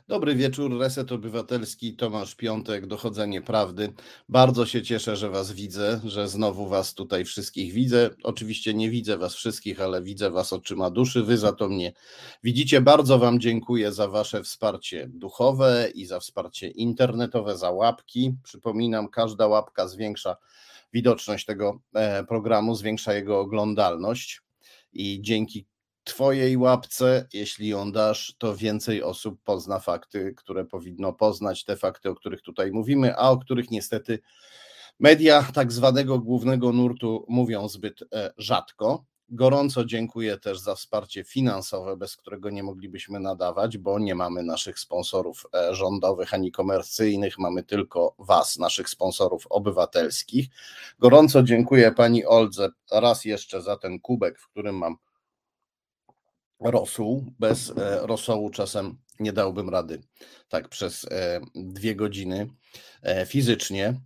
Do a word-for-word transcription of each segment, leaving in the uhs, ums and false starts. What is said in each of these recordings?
Dobry wieczór, Reset Obywatelski, Tomasz Piątek, Dochodzenie Prawdy. Bardzo się cieszę, że was widzę, że znowu was tutaj wszystkich widzę. Oczywiście nie widzę was wszystkich, ale widzę was oczyma duszy, wy za to mnie widzicie. Bardzo wam dziękuję za wasze wsparcie duchowe i za wsparcie internetowe, za łapki. Przypominam, każda łapka zwiększa widoczność tego programu, zwiększa jego oglądalność i dzięki Twojej łapce, jeśli ją dasz, to więcej osób pozna fakty, które powinno poznać, te fakty, o których tutaj mówimy, a o których niestety media tak zwanego głównego nurtu mówią zbyt rzadko. Gorąco dziękuję też za wsparcie finansowe, bez którego nie moglibyśmy nadawać, bo nie mamy naszych sponsorów rządowych ani komercyjnych, mamy tylko was, naszych sponsorów obywatelskich. Gorąco dziękuję pani Oldze raz jeszcze za ten kubek, w którym mam rosół. Bez rosołu czasem nie dałbym rady tak przez dwie godziny fizycznie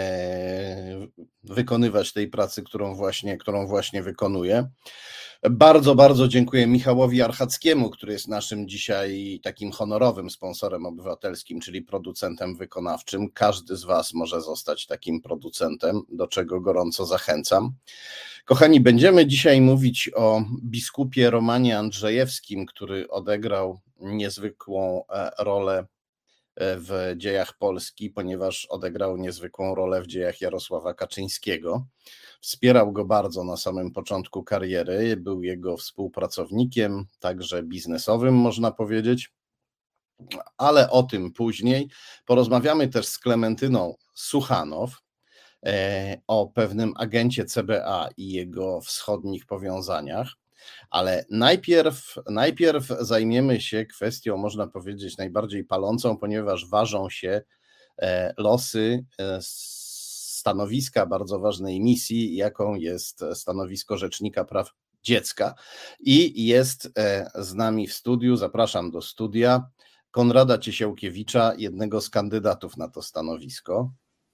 wykonywać tej pracy, którą właśnie, którą właśnie wykonuję. Bardzo, bardzo dziękuję Michałowi Archackiemu, który jest naszym dzisiaj takim honorowym sponsorem obywatelskim, czyli producentem wykonawczym. Każdy z was może zostać takim producentem, do czego gorąco zachęcam. Kochani, będziemy dzisiaj mówić o biskupie Romanie Andrzejewskim, który odegrał niezwykłą rolę w dziejach Polski, ponieważ odegrał niezwykłą rolę w dziejach Jarosława Kaczyńskiego. Wspierał go bardzo na samym początku kariery, był jego współpracownikiem, także biznesowym, można powiedzieć, ale o tym później. Porozmawiamy też z Klementyną Suchanow o pewnym agencie C B A i jego wschodnich powiązaniach, ale najpierw, najpierw zajmiemy się kwestią, można powiedzieć, najbardziej palącą, ponieważ ważą się losy stanowiska bardzo ważnej misji, jaką jest stanowisko Rzecznika Praw Dziecka. I jest z nami w studiu, zapraszam do studia, Konrada Ciesiałkiewicza, jednego z kandydatów na to stanowisko.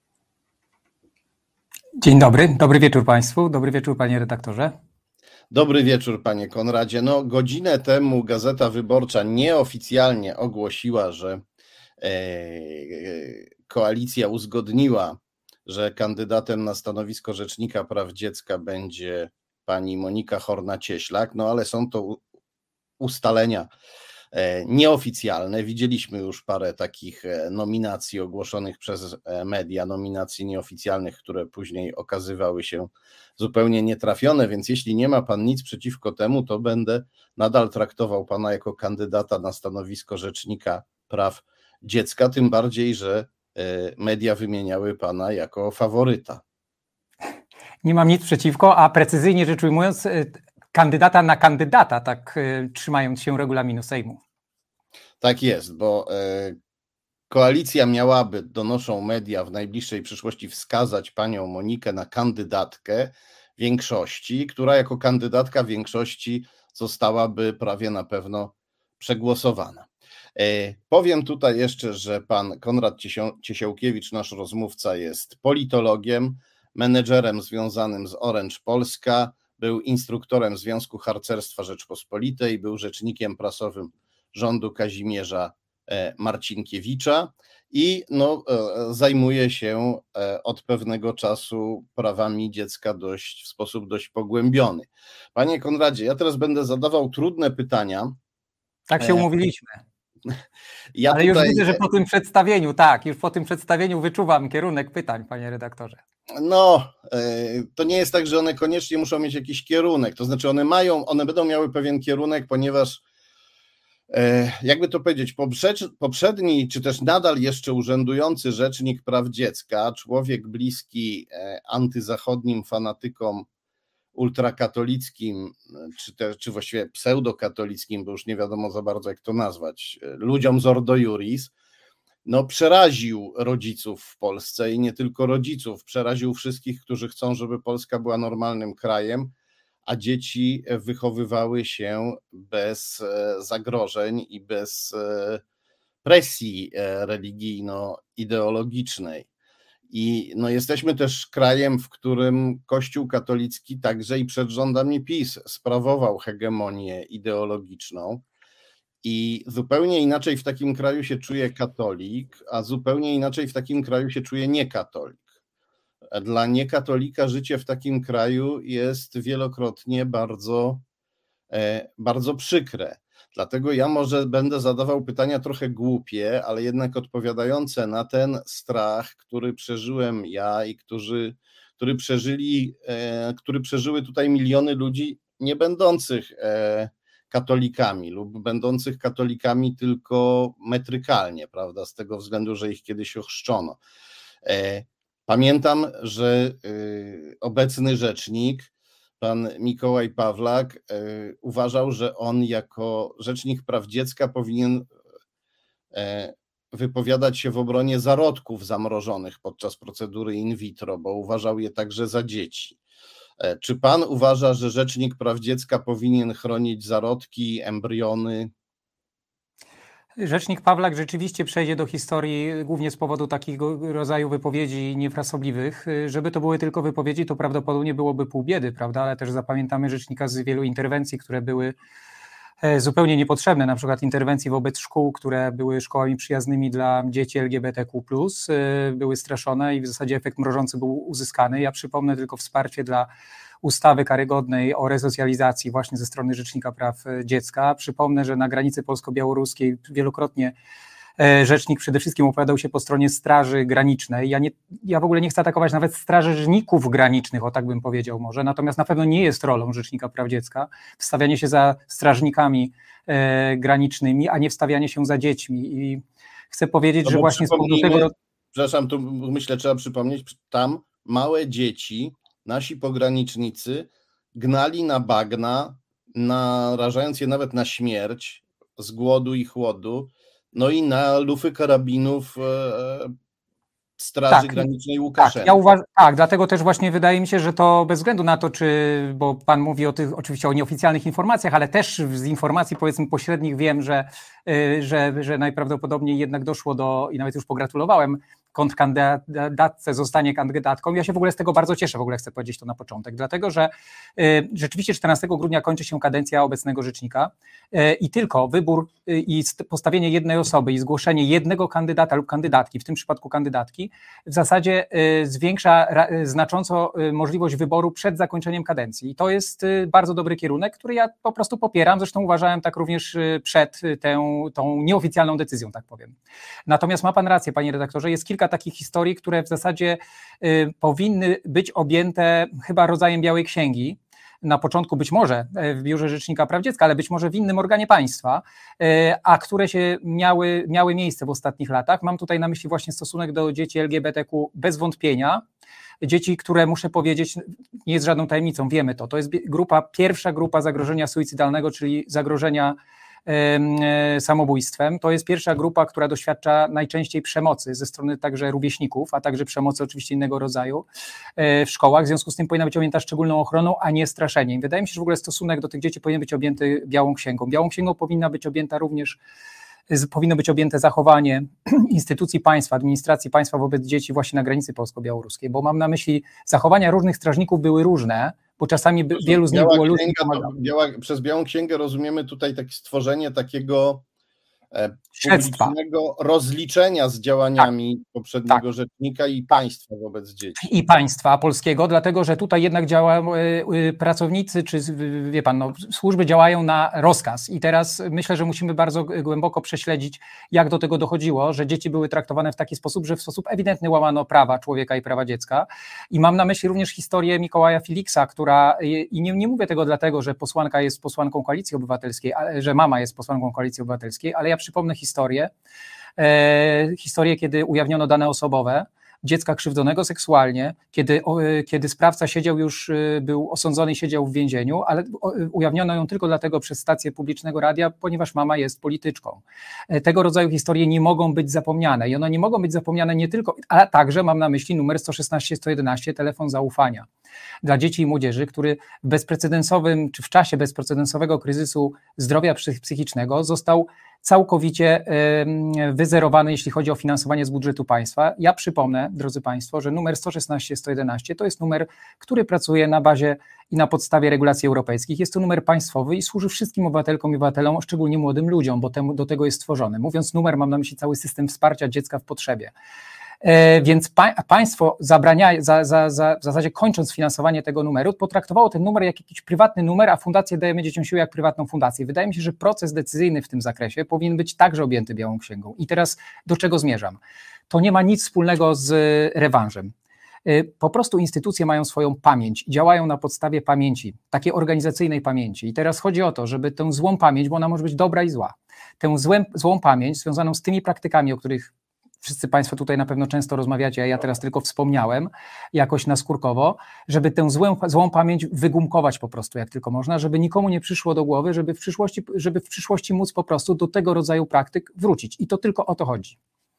Dzień dobry, dobry wieczór Państwu, dobry wieczór Panie redaktorze. Dobry wieczór Panie Konradzie. No, godzinę temu Gazeta Wyborcza nieoficjalnie ogłosiła, że koalicja uzgodniła, że kandydatem na stanowisko Rzecznika Praw Dziecka będzie pani Monika Horna-Cieślak, no ale są to ustalenia nieoficjalne. Widzieliśmy już parę takich nominacji ogłoszonych przez media, nominacji nieoficjalnych, które później okazywały się zupełnie nietrafione, więc jeśli nie ma pan nic przeciwko temu, to będę nadal traktował pana jako kandydata na stanowisko Rzecznika Praw Dziecka, tym bardziej, że media wymieniały pana jako faworyta. Nie mam nic przeciwko, a precyzyjnie rzecz ujmując, kandydata na kandydata, tak trzymając się regulaminu Sejmu. Tak jest, bo koalicja miałaby, donoszą media, w najbliższej przyszłości wskazać panią Monikę na kandydatkę większości, która jako kandydatka większości zostałaby prawie na pewno przegłosowana. Powiem tutaj jeszcze, że pan Konrad Ciesiałkiewicz, nasz rozmówca, jest politologiem, menedżerem związanym z Orange Polska, był instruktorem Związku Harcerstwa Rzeczpospolitej, był rzecznikiem prasowym rządu Kazimierza Marcinkiewicza i no, zajmuje się od pewnego czasu prawami dziecka dość, w sposób dość pogłębiony. Panie Konradzie, ja teraz będę zadawał trudne pytania. Tak się umówiliśmy. Ja Ale tutaj... już widzę, że po tym przedstawieniu, tak, już po tym przedstawieniu wyczuwam kierunek pytań, panie redaktorze. No, to nie jest tak, że one koniecznie muszą mieć jakiś kierunek, to znaczy one mają, one będą miały pewien kierunek, ponieważ jakby to powiedzieć, poprzedni, czy też nadal jeszcze urzędujący Rzecznik Praw Dziecka, człowiek bliski antyzachodnim fanatykom ultrakatolickim, czy, te, czy właściwie pseudokatolickim, bo już nie wiadomo za bardzo jak to nazwać, ludziom z Ordo Iuris, no przeraził rodziców w Polsce i nie tylko rodziców, przeraził wszystkich, którzy chcą, żeby Polska była normalnym krajem, a dzieci wychowywały się bez zagrożeń i bez presji religijno-ideologicznej. I no jesteśmy też krajem, w którym Kościół katolicki także i przed rządami PiS sprawował hegemonię ideologiczną. I zupełnie inaczej w takim kraju się czuje katolik, a zupełnie inaczej w takim kraju się czuje niekatolik. Dla niekatolika życie w takim kraju jest wielokrotnie bardzo, bardzo przykre. Dlatego ja może będę zadawał pytania trochę głupie, ale jednak odpowiadające na ten strach, który przeżyłem ja i którzy, który przeżyli, który przeżyły tutaj miliony ludzi nie będących katolikami lub będących katolikami tylko metrykalnie, prawda, z tego względu, że ich kiedyś ochrzczono. Pamiętam, że obecny rzecznik, pan Mikołaj Pawlak, uważał, że on jako rzecznik praw dziecka powinien wypowiadać się w obronie zarodków zamrożonych podczas procedury in vitro, bo uważał je także za dzieci. Czy pan uważa, że rzecznik praw dziecka powinien chronić zarodki, embriony? Rzecznik Pawlak rzeczywiście przejdzie do historii głównie z powodu takiego rodzaju wypowiedzi niefrasobliwych. Żeby to były tylko wypowiedzi, to prawdopodobnie byłoby pół biedy, prawda? Ale też zapamiętamy rzecznika z wielu interwencji, które były zupełnie niepotrzebne, na przykład interwencji wobec szkół, które były szkołami przyjaznymi dla dzieci L G B T Q plus, były straszone i w zasadzie efekt mrożący był uzyskany. Ja przypomnę tylko wsparcie dla ustawy karygodnej o resocjalizacji właśnie ze strony Rzecznika Praw Dziecka. Przypomnę, że na granicy polsko-białoruskiej wielokrotnie rzecznik przede wszystkim opowiadał się po stronie Straży Granicznej. Ja, nie, ja w ogóle nie chcę atakować nawet strażników granicznych, o tak bym powiedział może, natomiast na pewno nie jest rolą Rzecznika Praw Dziecka wstawianie się za strażnikami e, granicznymi, a nie wstawianie się za dziećmi. I chcę powiedzieć, no że właśnie z powodu tego... Przepraszam, tu myślę, trzeba przypomnieć, tam małe dzieci, nasi pogranicznicy gnali na bagna, narażając je nawet na śmierć z głodu i chłodu, no i na lufy karabinów e, Straży tak, Granicznej Łukaszenki. Tak, ja uważ- tak, dlatego też właśnie wydaje mi się, że to bez względu na to, czy, bo pan mówi o tych oczywiście o nieoficjalnych informacjach, ale też z informacji powiedzmy pośrednich wiem, że, yy, że, że najprawdopodobniej jednak doszło do, i nawet już pogratulowałem kontrkandydatce, zostanie kandydatką. Ja się w ogóle z tego bardzo cieszę, w ogóle chcę powiedzieć to na początek, dlatego że y, rzeczywiście czternastego grudnia kończy się kadencja obecnego rzecznika y, i tylko wybór y, i postawienie jednej osoby i zgłoszenie jednego kandydata lub kandydatki, w tym przypadku kandydatki, w zasadzie y, zwiększa ra, y, znacząco y, możliwość wyboru przed zakończeniem kadencji. I to jest y, bardzo dobry kierunek, który ja po prostu popieram, zresztą uważałem tak również y, przed y, tę, tą nieoficjalną decyzją, tak powiem. Natomiast ma pan rację, panie redaktorze, jest kilka takich historii, które w zasadzie y, powinny być objęte chyba rodzajem białej księgi, na początku być może w Biurze Rzecznika Praw Dziecka, ale być może w innym organie państwa, y, a które się miały, miały miejsce w ostatnich latach. Mam tutaj na myśli właśnie stosunek do dzieci L G B T Q bez wątpienia. Dzieci, które muszę powiedzieć, nie jest żadną tajemnicą, wiemy to, to jest grupa, pierwsza grupa zagrożenia suicydalnego, czyli zagrożenia samobójstwem. To jest pierwsza grupa, która doświadcza najczęściej przemocy ze strony także rówieśników, a także przemocy oczywiście innego rodzaju w szkołach. W związku z tym powinna być objęta szczególną ochroną, a nie straszeniem. Wydaje mi się, że w ogóle stosunek do tych dzieci powinien być objęty białą księgą. Białą księgą powinna być objęta również powinno być objęte zachowanie instytucji państwa, administracji państwa wobec dzieci właśnie na granicy polsko-białoruskiej, bo mam na myśli zachowania różnych strażników były różne, bo czasami by, wielu z nich było ludzi. Przez białą księgę rozumiemy tutaj takie stworzenie takiego śledztwa, publicznego rozliczenia z działaniami tak, poprzedniego tak. rzecznika i państwa wobec dzieci. I państwa polskiego, dlatego że tutaj jednak działają pracownicy, czy wie pan, no, służby działają na rozkaz i teraz myślę, że musimy bardzo głęboko prześledzić, jak do tego dochodziło, że dzieci były traktowane w taki sposób, że w sposób ewidentny łamano prawa człowieka i prawa dziecka i mam na myśli również historię Mikołaja Filiksa, która, i nie, nie mówię tego dlatego, że posłanka jest posłanką Koalicji Obywatelskiej, że mama jest posłanką Koalicji Obywatelskiej, ale ja przypomnę historię, e, historię, kiedy ujawniono dane osobowe dziecka krzywdzonego seksualnie, kiedy, o, kiedy sprawca siedział już, był osądzony i siedział w więzieniu, ale ujawniono ją tylko dlatego przez stację publicznego radia, ponieważ mama jest polityczką. E, tego rodzaju historie nie mogą być zapomniane i one nie mogą być zapomniane nie tylko, ale także mam na myśli numer sto szesnaście sto jedenaście, telefon zaufania dla dzieci i młodzieży, który w bezprecedensowym, czy w czasie bezprecedensowego kryzysu zdrowia psychicznego został całkowicie wyzerowany, jeśli chodzi o finansowanie z budżetu państwa. Ja przypomnę, drodzy Państwo, że numer sto szesnaście sto jedenaście to jest numer, który pracuje na bazie i na podstawie regulacji europejskich. Jest to numer państwowy i służy wszystkim obywatelkom i obywatelom, szczególnie młodym ludziom, bo temu, do tego jest stworzony. Mówiąc numer, mam na myśli cały system wsparcia dziecka w potrzebie. Więc pa, państwo zabrania, za, za, za, w zasadzie kończąc finansowanie tego numeru, potraktowało ten numer jak jakiś prywatny numer, a fundację Dajemy Dzieciom Siłę jak prywatną fundację. Wydaje mi się, że proces decyzyjny w tym zakresie powinien być także objęty Białą Księgą. I teraz do czego zmierzam? To nie ma nic wspólnego z rewanżem. Po prostu instytucje mają swoją pamięć, działają na podstawie pamięci, takiej organizacyjnej pamięci. I teraz chodzi o to, żeby tę złą pamięć, bo ona może być dobra i zła, tę złą, złą pamięć związaną z tymi praktykami, o których wszyscy Państwo tutaj na pewno często rozmawiacie, a ja teraz tylko wspomniałem jakoś naskórkowo, żeby tę złą, złą pamięć wygumkować po prostu jak tylko można, żeby nikomu nie przyszło do głowy, żeby w przyszłości, żeby w przyszłości móc po prostu do tego rodzaju praktyk wrócić. I to tylko o to chodzi.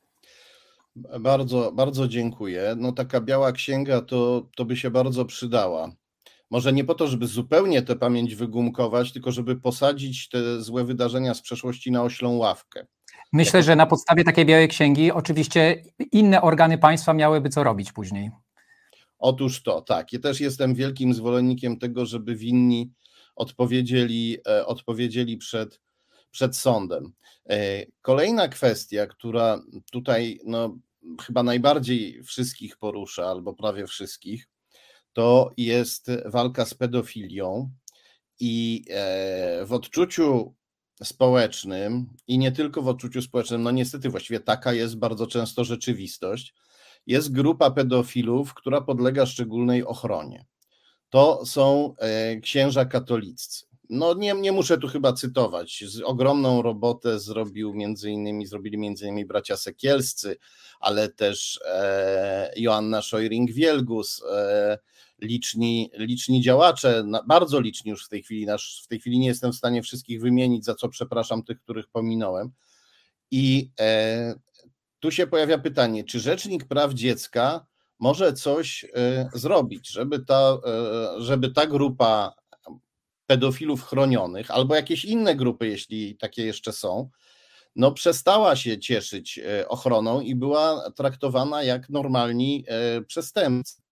Bardzo, bardzo dziękuję. No taka biała księga to, to by się bardzo przydała. Może nie po to, żeby zupełnie tę pamięć wygumkować, tylko żeby posadzić te złe wydarzenia z przeszłości na oślą ławkę. Myślę, że na podstawie takiej białej księgi oczywiście inne organy państwa miałyby co robić później. Otóż to, tak. Ja też jestem wielkim zwolennikiem tego, żeby winni odpowiedzieli, odpowiedzieli przed, przed sądem. Kolejna kwestia, która tutaj no, chyba najbardziej wszystkich porusza, albo prawie wszystkich, to jest walka z pedofilią i w odczuciu społecznym i nie tylko w odczuciu społecznym, no niestety właściwie taka jest bardzo często rzeczywistość, jest grupa pedofilów, która podlega szczególnej ochronie. To są księża katoliccy. No nie, nie muszę tu chyba cytować, ogromną robotę zrobił między innymi, zrobili między innymi bracia Sekielscy, ale też e, Joanna Szojring-Wielgus, e, liczni, liczni działacze, bardzo liczni już w tej chwili, nasz, w tej chwili nie jestem w stanie wszystkich wymienić, za co przepraszam tych, których pominąłem. I e, tu się pojawia pytanie, czy Rzecznik Praw Dziecka może coś e, zrobić, żeby ta, e, żeby ta grupa pedofilów chronionych, albo jakieś inne grupy, jeśli takie jeszcze są, no przestała się cieszyć ochroną i była traktowana jak normalni przestępcy.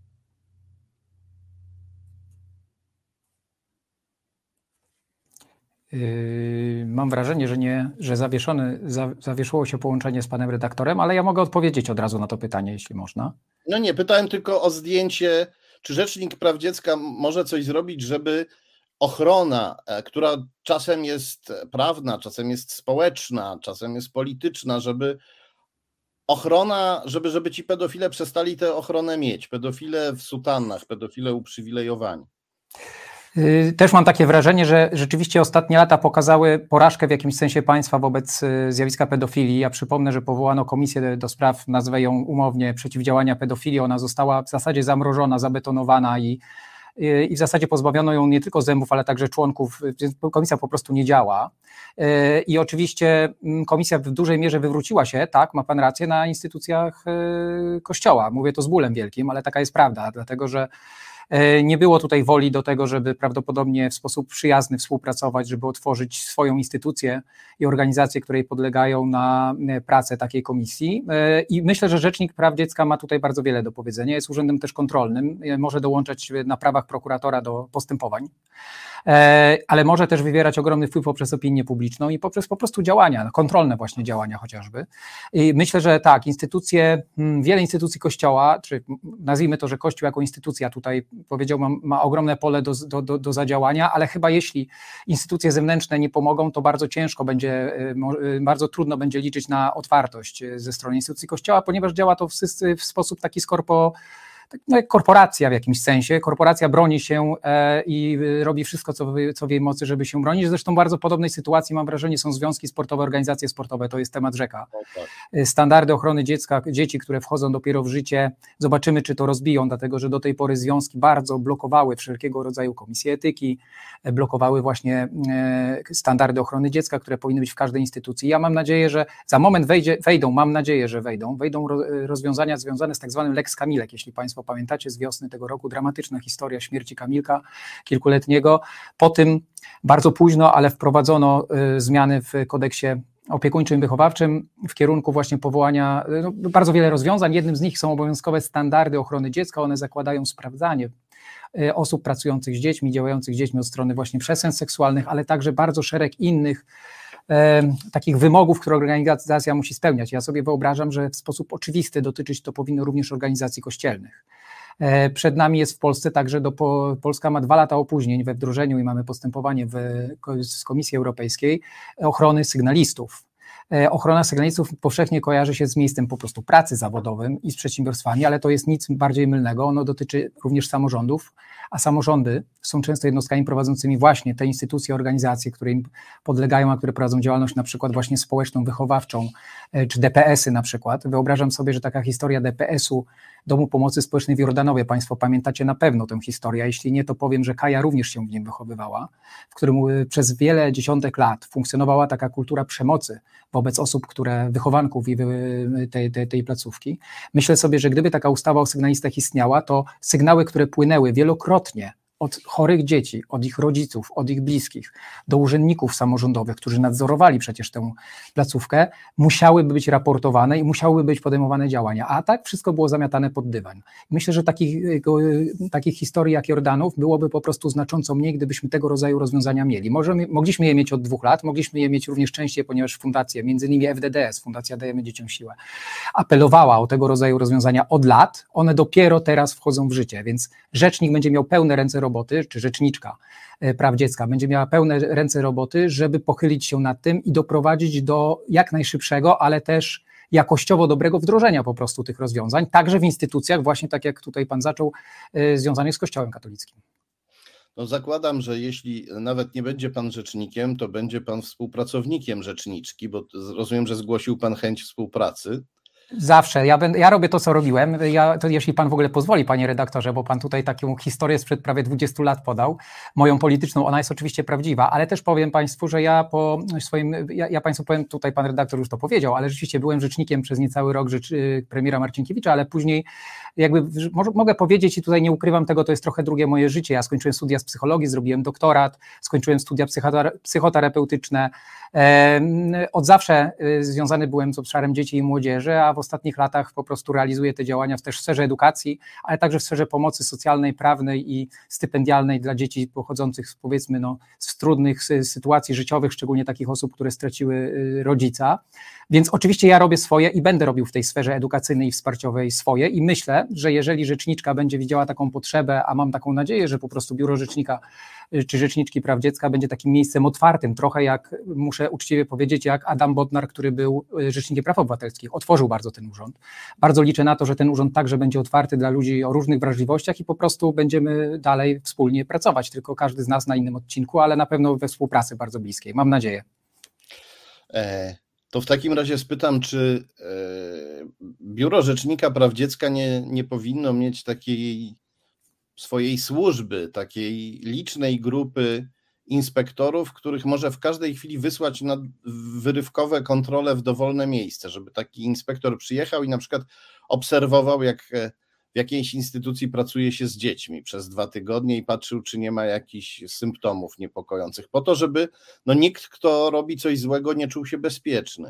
Yy, mam wrażenie, że nie, że zawieszone, za, zawieszyło się połączenie z panem redaktorem, ale ja mogę odpowiedzieć od razu na to pytanie, jeśli można. No nie, pytałem tylko o zdjęcie, czy Rzecznik Praw Dziecka może coś zrobić, żeby ochrona, która czasem jest prawna, czasem jest społeczna, czasem jest polityczna, żeby ochrona, żeby, żeby ci pedofile przestali tę ochronę mieć, pedofile w sutannach, pedofile uprzywilejowani. Też mam takie wrażenie, że rzeczywiście ostatnie lata pokazały porażkę w jakimś sensie państwa wobec zjawiska pedofilii. Ja przypomnę, że powołano komisję do spraw, nazwę ją umownie, przeciwdziałania pedofilii. Ona została w zasadzie zamrożona, zabetonowana i i w zasadzie pozbawiono ją nie tylko zębów, ale także członków, więc komisja po prostu nie działa. I oczywiście komisja w dużej mierze wywróciła się, tak, ma pan rację, na instytucjach Kościoła. Mówię to z bólem wielkim, ale taka jest prawda, dlatego że nie było tutaj woli do tego, żeby prawdopodobnie w sposób przyjazny współpracować, żeby otworzyć swoją instytucję i organizacje, której podlegają na pracę takiej komisji. I myślę, że Rzecznik Praw Dziecka ma tutaj bardzo wiele do powiedzenia. Jest urzędem też kontrolnym, może dołączać na prawach prokuratora do postępowań, ale może też wywierać ogromny wpływ poprzez opinię publiczną i poprzez po prostu działania, kontrolne właśnie działania chociażby. I myślę, że tak, instytucje, wiele instytucji Kościoła, czy nazwijmy to, że Kościół jako instytucja tutaj powiedział, ma, ma ogromne pole do, do, do, do zadziałania, ale chyba jeśli instytucje zewnętrzne nie pomogą, to bardzo ciężko będzie, bardzo trudno będzie liczyć na otwartość ze strony instytucji Kościoła, ponieważ działa to w, w sposób taki skorpo, no jak korporacja w jakimś sensie. Korporacja broni się e, i robi wszystko, co w, co w jej mocy, żeby się bronić. Zresztą w bardzo podobnej sytuacji, mam wrażenie, są związki sportowe, organizacje sportowe, to jest temat rzeka. Standardy ochrony dziecka, dzieci, które wchodzą dopiero w życie, zobaczymy, czy to rozbiją, dlatego że do tej pory związki bardzo blokowały wszelkiego rodzaju komisje etyki, blokowały właśnie e, standardy ochrony dziecka, które powinny być w każdej instytucji. Ja mam nadzieję, że za moment wejdzie, wejdą, mam nadzieję, że wejdą, wejdą rozwiązania związane z tak zwanym Lex Kamilek, jeśli Państwo Państwo pamiętacie, z wiosny tego roku, dramatyczna historia śmierci Kamilka kilkuletniego. Po tym bardzo późno, ale wprowadzono y, zmiany w kodeksie opiekuńczym i wychowawczym w kierunku właśnie powołania, no, bardzo wiele rozwiązań. Jednym z nich są obowiązkowe standardy ochrony dziecka. One zakładają sprawdzanie osób pracujących z dziećmi, działających z dziećmi od strony właśnie przestępstw seksualnych, ale także bardzo szereg innych e, takich wymogów, które organizacja musi spełniać. Ja sobie wyobrażam, że w sposób oczywisty dotyczyć to powinno również organizacji kościelnych. E, przed nami jest w Polsce także, do, po, Polska ma dwa lata opóźnień we wdrożeniu i mamy postępowanie w, z Komisji Europejskiej ochrony sygnalistów. Ochrona sygnalistów powszechnie kojarzy się z miejscem po prostu pracy zawodowym i z przedsiębiorstwami, ale to jest nic bardziej mylnego. Ono dotyczy również samorządów, a samorządy są często jednostkami prowadzącymi właśnie te instytucje, organizacje, które im podlegają, a które prowadzą działalność na przykład właśnie społeczną, wychowawczą, czy D P S-y na przykład. Wyobrażam sobie, że taka historia D P S-u, Domu Pomocy Społecznej w Jordanowie, Państwo pamiętacie na pewno tę historię, a jeśli nie, to powiem, że Kaja również się w nim wychowywała, w którym przez wiele dziesiątek lat funkcjonowała taka kultura przemocy wobec osób, które, wychowanków i tej, tej, tej placówki. Myślę sobie, że gdyby taka ustawa o sygnalistach istniała, to sygnały, które płynęły wielokrotnie od chorych dzieci, od ich rodziców, od ich bliskich, do urzędników samorządowych, którzy nadzorowali przecież tę placówkę, musiałyby być raportowane i musiałyby być podejmowane działania, a tak wszystko było zamiatane pod dywan. Myślę, że takich, takich historii jak Jordanów byłoby po prostu znacząco mniej, gdybyśmy tego rodzaju rozwiązania mieli. Może, mogliśmy je mieć od dwóch lat, mogliśmy je mieć również częściej, ponieważ fundacje, między innymi F D D S, Fundacja Dajemy Dzieciom Siłę, apelowała o tego rodzaju rozwiązania od lat, one dopiero teraz wchodzą w życie, więc rzecznik będzie miał pełne ręce roboty, czy rzeczniczka praw dziecka będzie miała pełne ręce roboty, żeby pochylić się nad tym i doprowadzić do jak najszybszego, ale też jakościowo dobrego wdrożenia po prostu tych rozwiązań, także w instytucjach, właśnie tak jak tutaj Pan zaczął, związanych z Kościołem katolickim. No zakładam, że jeśli nawet nie będzie Pan rzecznikiem, to będzie Pan współpracownikiem rzeczniczki, bo rozumiem, że zgłosił Pan chęć współpracy. Zawsze. Ja, będę, ja robię to, co robiłem. Ja, to jeśli Pan w ogóle pozwoli, Panie redaktorze, bo Pan tutaj taką historię sprzed prawie dwudziestu lat podał, moją polityczną, ona jest oczywiście prawdziwa, ale też powiem Państwu, że ja po swoim, ja, ja Państwu powiem, tutaj Pan redaktor już to powiedział, ale rzeczywiście byłem rzecznikiem przez niecały rok rzecz, premiera Marcinkiewicza, ale później jakby może, mogę powiedzieć i tutaj nie ukrywam tego, to jest trochę drugie moje życie. Ja skończyłem studia z psychologii, zrobiłem doktorat, skończyłem studia psychoterapeutyczne. Od zawsze związany byłem z obszarem dzieci i młodzieży, a w ostatnich latach po prostu realizuję te działania też w sferze edukacji, ale także w sferze pomocy socjalnej, prawnej i stypendialnej dla dzieci pochodzących powiedzmy no, z trudnych sytuacji życiowych, szczególnie takich osób, które straciły rodzica. Więc oczywiście ja robię swoje i będę robił w tej sferze edukacyjnej i wsparciowej swoje i myślę, że jeżeli rzeczniczka będzie widziała taką potrzebę, a mam taką nadzieję, że po prostu Biuro Rzecznika czy Rzeczniczki Praw Dziecka będzie takim miejscem otwartym, trochę jak, muszę uczciwie powiedzieć, jak Adam Bodnar, który był Rzecznikiem Praw Obywatelskich, otworzył bardzo ten urząd. Bardzo liczę na to, że ten urząd także będzie otwarty dla ludzi o różnych wrażliwościach i po prostu będziemy dalej wspólnie pracować, tylko każdy z nas na innym odcinku, ale na pewno we współpracy bardzo bliskiej, mam nadzieję. E, to w takim razie spytam, czy e, Biuro Rzecznika Praw Dziecka nie, nie powinno mieć takiej swojej służby, takiej licznej grupy inspektorów, których może w każdej chwili wysłać na wyrywkowe kontrole w dowolne miejsce, żeby taki inspektor przyjechał i na przykład obserwował, jak w jakiejś instytucji pracuje się z dziećmi przez dwa tygodnie i patrzył, czy nie ma jakichś symptomów niepokojących, po to, żeby no, nikt, kto robi coś złego, nie czuł się bezpieczny.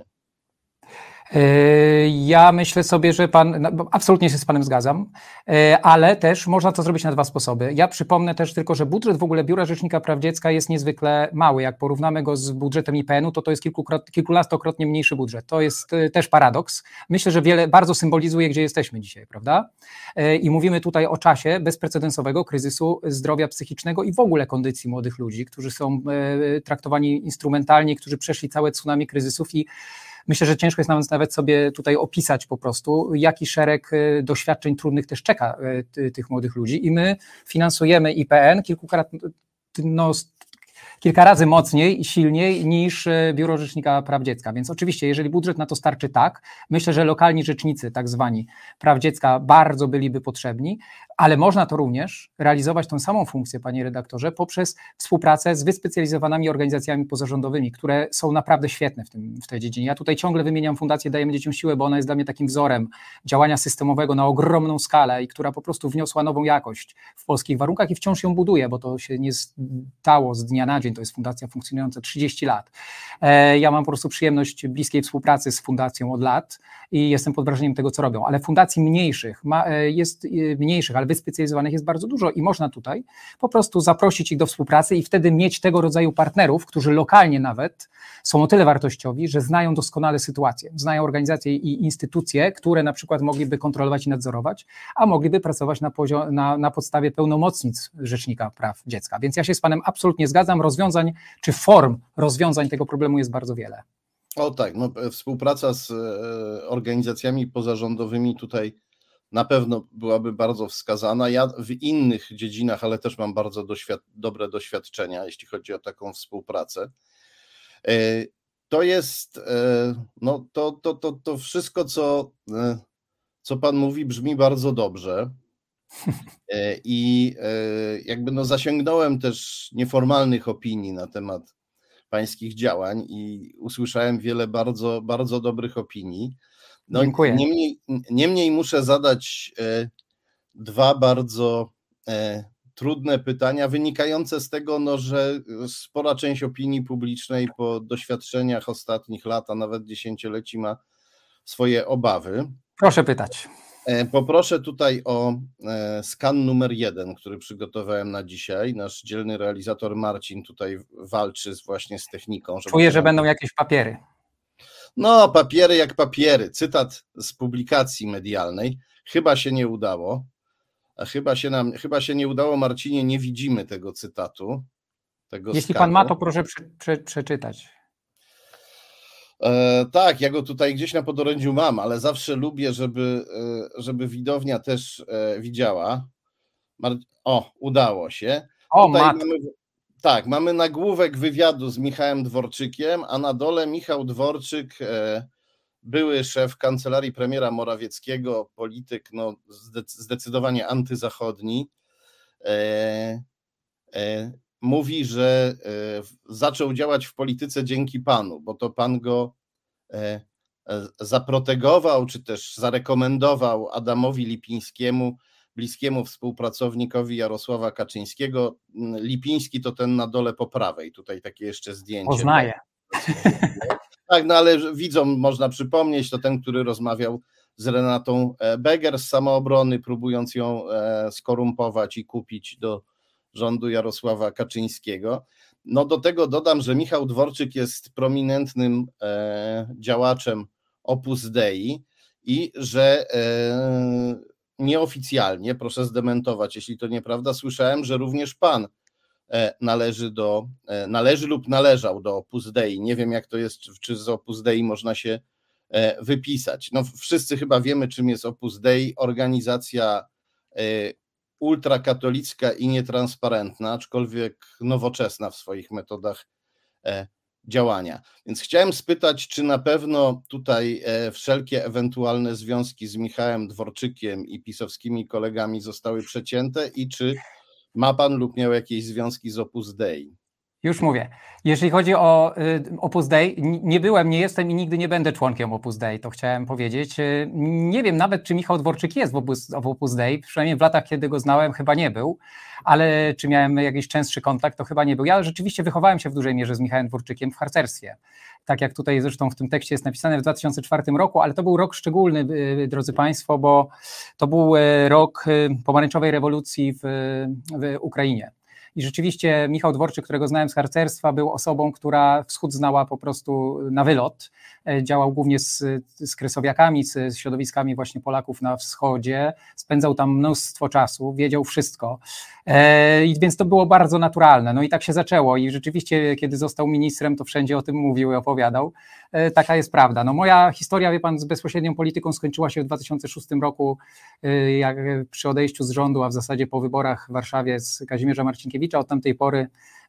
Ja myślę sobie, że pan, absolutnie się z panem zgadzam, ale też można to zrobić na dwa sposoby. Ja przypomnę też tylko, że budżet w ogóle Biura Rzecznika Praw Dziecka jest niezwykle mały. Jak porównamy go z budżetem I P N u, to to jest kilkukrot, kilkunastokrotnie mniejszy budżet. To jest też paradoks. Myślę, że wiele bardzo symbolizuje, gdzie jesteśmy dzisiaj, prawda? I mówimy tutaj o czasie bezprecedensowego kryzysu zdrowia psychicznego i w ogóle kondycji młodych ludzi, którzy są traktowani instrumentalnie, którzy przeszli całe tsunami kryzysów i myślę, że ciężko jest nawet, nawet sobie tutaj opisać po prostu, jaki szereg doświadczeń trudnych też czeka tych młodych ludzi i my finansujemy I P N kilkukrotnie, no, kilka razy mocniej i silniej niż Biuro Rzecznika Praw Dziecka, więc oczywiście, jeżeli budżet na to starczy, tak, myślę, że lokalni rzecznicy, tak zwani praw dziecka, bardzo byliby potrzebni, Ale można to również realizować tą samą funkcję, panie redaktorze, poprzez współpracę z wyspecjalizowanymi organizacjami pozarządowymi, które są naprawdę świetne w, tym, w tej dziedzinie. Ja tutaj ciągle wymieniam Fundację Dajemy Dzieciom Siłę, bo ona jest dla mnie takim wzorem działania systemowego na ogromną skalę i która po prostu wniosła nową jakość w polskich warunkach i wciąż ją buduje, bo to się nie stało z dnia na dzień, to jest fundacja funkcjonująca trzydzieści lat. Ja mam po prostu przyjemność bliskiej współpracy z fundacją od lat i jestem pod wrażeniem tego, co robią, ale fundacji mniejszych ma, jest mniejszych, ale wyspecjalizowanych jest bardzo dużo i można tutaj po prostu zaprosić ich do współpracy i wtedy mieć tego rodzaju partnerów, którzy lokalnie nawet są o tyle wartościowi, że znają doskonale sytuację, znają organizacje i instytucje, które na przykład mogliby kontrolować i nadzorować, a mogliby pracować na, poziom, na, na podstawie pełnomocnic Rzecznika Praw Dziecka. Więc ja się z panem absolutnie zgadzam, rozwiązań czy form rozwiązań tego problemu jest bardzo wiele. O tak, no, współpraca z e, organizacjami pozarządowymi tutaj na pewno byłaby bardzo wskazana. Ja w innych dziedzinach, ale też mam bardzo doświad- dobre doświadczenia, jeśli chodzi o taką współpracę. To jest, no to, to, to, to wszystko, co, co pan mówi, brzmi bardzo dobrze. I jakby no zasięgnąłem też nieformalnych opinii na temat pańskich działań i usłyszałem wiele bardzo, bardzo dobrych opinii. No, Dziękuję. Niemniej, niemniej muszę zadać e, dwa bardzo e, trudne pytania, wynikające z tego, no, że spora część opinii publicznej po doświadczeniach ostatnich lat, a nawet dziesięcioleci ma swoje obawy. Proszę pytać. E, poproszę tutaj o e, skan numer jeden, który przygotowałem na dzisiaj. Nasz dzielny realizator Marcin tutaj walczy z, właśnie z techniką. Żeby Czuję, że będą jakieś papiery. No, papiery jak papiery. Cytat z publikacji medialnej. Chyba się nie udało. A chyba się nam, chyba się nie udało, Marcinie, nie widzimy tego cytatu. Tego Jeśli skanu. pan ma, to proszę prze, prze, przeczytać. E, tak, ja go tutaj gdzieś na podorędziu mam, ale zawsze lubię, żeby, e, żeby widownia też e, widziała. Mar- o, udało się. O, Tutaj mat. mamy, tak, mamy nagłówek wywiadu z Michałem Dworczykiem, a na dole Michał Dworczyk, e, były szef kancelarii premiera Morawieckiego, polityk no, zdecydowanie antyzachodni, e, e, mówi, że e, zaczął działać w polityce dzięki panu, bo to pan go e, e, zaprotegował, czy też zarekomendował Adamowi Lipińskiemu, bliskiemu współpracownikowi Jarosława Kaczyńskiego. Lipiński to ten na dole po prawej, tutaj takie jeszcze zdjęcie. Poznaję. Tak, no ale widzom można przypomnieć, to ten, który rozmawiał z Renatą Beger z Samoobrony, próbując ją skorumpować i kupić do rządu Jarosława Kaczyńskiego. No do tego dodam, że Michał Dworczyk jest prominentnym działaczem Opus Dei i że nieoficjalnie, proszę zdementować, jeśli to nieprawda, słyszałem, że również pan należy do, należy lub należał do Opus Dei. Nie wiem, jak to jest, czy z Opus Dei można się wypisać. No wszyscy chyba wiemy, czym jest Opus Dei, organizacja ultrakatolicka i nietransparentna, aczkolwiek nowoczesna w swoich metodach działania. Więc chciałem spytać, czy na pewno tutaj wszelkie ewentualne związki z Michałem Dworczykiem i pisowskimi kolegami zostały przecięte i czy ma pan lub miał jakieś związki z Opus Dei? Już mówię. Jeżeli chodzi o y, Opus Dei, nie byłem, nie jestem i nigdy nie będę członkiem Opus Dei, to chciałem powiedzieć. Y, nie wiem nawet, czy Michał Dworczyk jest w Opus, w Opus Dei, przynajmniej w latach, kiedy go znałem, chyba nie był, ale czy miałem jakiś częstszy kontakt, to chyba nie był. Ja rzeczywiście wychowałem się w dużej mierze z Michałem Dworczykiem w harcerstwie. Tak jak tutaj zresztą w tym tekście jest napisane w dwa tysiące czwartym roku, ale to był rok szczególny, y, drodzy państwo, bo to był y, rok y, pomarańczowej rewolucji w, w Ukrainie. I rzeczywiście Michał Dworczyk, którego znałem z harcerstwa, był osobą, która wschód znała po prostu na wylot. Działał głównie z, z kresowiakami, z, z środowiskami właśnie Polaków na wschodzie. Spędzał tam mnóstwo czasu, wiedział wszystko. E, i więc to było bardzo naturalne. No i tak się zaczęło. I rzeczywiście, kiedy został ministrem, to wszędzie o tym mówił i opowiadał. E, taka jest prawda. No moja historia, wie pan, z bezpośrednią polityką skończyła się w dwa tysiące szóstym roku, e, jak przy odejściu z rządu, a w zasadzie po wyborach w Warszawie z Kazimierza Marcinkiewicza. Od tamtej pory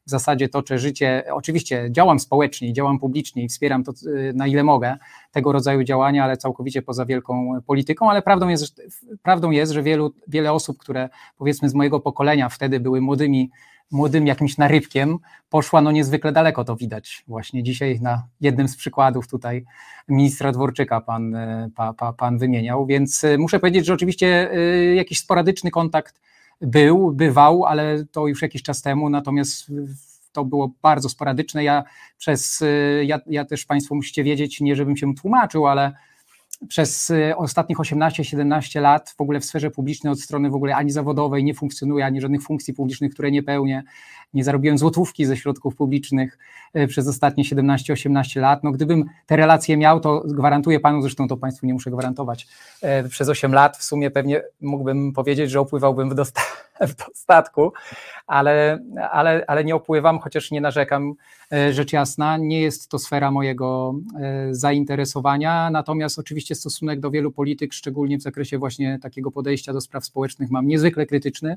w zasadzie toczę życie, oczywiście działam społecznie, działam publicznie i wspieram to na ile mogę, tego rodzaju działania, ale całkowicie poza wielką polityką, ale prawdą jest, prawdą jest, że wielu, wiele osób, które powiedzmy z mojego pokolenia wtedy były młodymi, młodym jakimś narybkiem, poszła no niezwykle daleko, to widać właśnie dzisiaj na jednym z przykładów tutaj ministra Dworczyka pan, pa, pa, pan wymieniał, więc muszę powiedzieć, że oczywiście jakiś sporadyczny kontakt był, bywał, ale to już jakiś czas temu, natomiast to było bardzo sporadyczne. Ja przez, ja, ja też Państwo musicie wiedzieć, nie żebym się tłumaczył, ale przez ostatnich osiemnaście siedemnaście lat w ogóle w sferze publicznej od strony w ogóle ani zawodowej nie funkcjonuję, ani żadnych funkcji publicznych, które nie pełnię. Nie zarobiłem złotówki ze środków publicznych przez ostatnie siedemnaście osiemnaście lat. No gdybym te relacje miał, to gwarantuję Panu, zresztą to Państwu nie muszę gwarantować, przez osiem lat w sumie pewnie mógłbym powiedzieć, że opływałbym w, dosta- w dostatku, ale, ale, ale nie opływam, chociaż nie narzekam, rzecz jasna. Nie jest to sfera mojego zainteresowania, natomiast oczywiście stosunek do wielu polityk, szczególnie w zakresie właśnie takiego podejścia do spraw społecznych mam niezwykle krytyczny.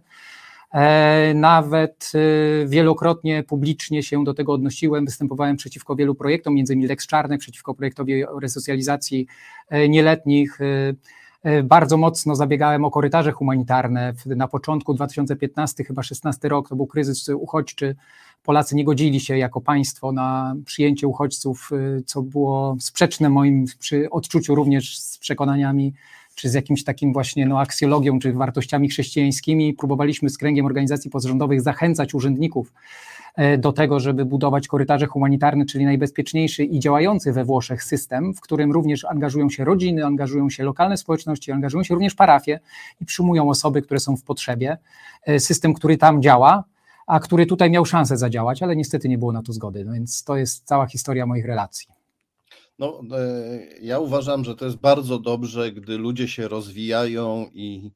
Nawet wielokrotnie publicznie się do tego odnosiłem, występowałem przeciwko wielu projektom, między innymi Lex Czarnek, przeciwko projektowi o resocjalizacji nieletnich. Bardzo mocno zabiegałem o korytarze humanitarne. Na początku dwa tysiące piętnasty, chyba szesnasty rok, to był kryzys uchodźczy. Polacy nie godzili się jako państwo na przyjęcie uchodźców, co było sprzeczne moim przy odczuciu również z przekonaniami czy z jakimś takim właśnie no, aksjologią, czy wartościami chrześcijańskimi. Próbowaliśmy z kręgiem organizacji pozarządowych zachęcać urzędników do tego, żeby budować korytarze humanitarne, czyli najbezpieczniejszy i działający we Włoszech system, w którym również angażują się rodziny, angażują się lokalne społeczności, angażują się również parafie i przyjmują osoby, które są w potrzebie. System, który tam działa, a który tutaj miał szansę zadziałać, ale niestety nie było na to zgody. No więc to jest cała historia moich relacji. No, ja uważam, że to jest bardzo dobrze, gdy ludzie się rozwijają i,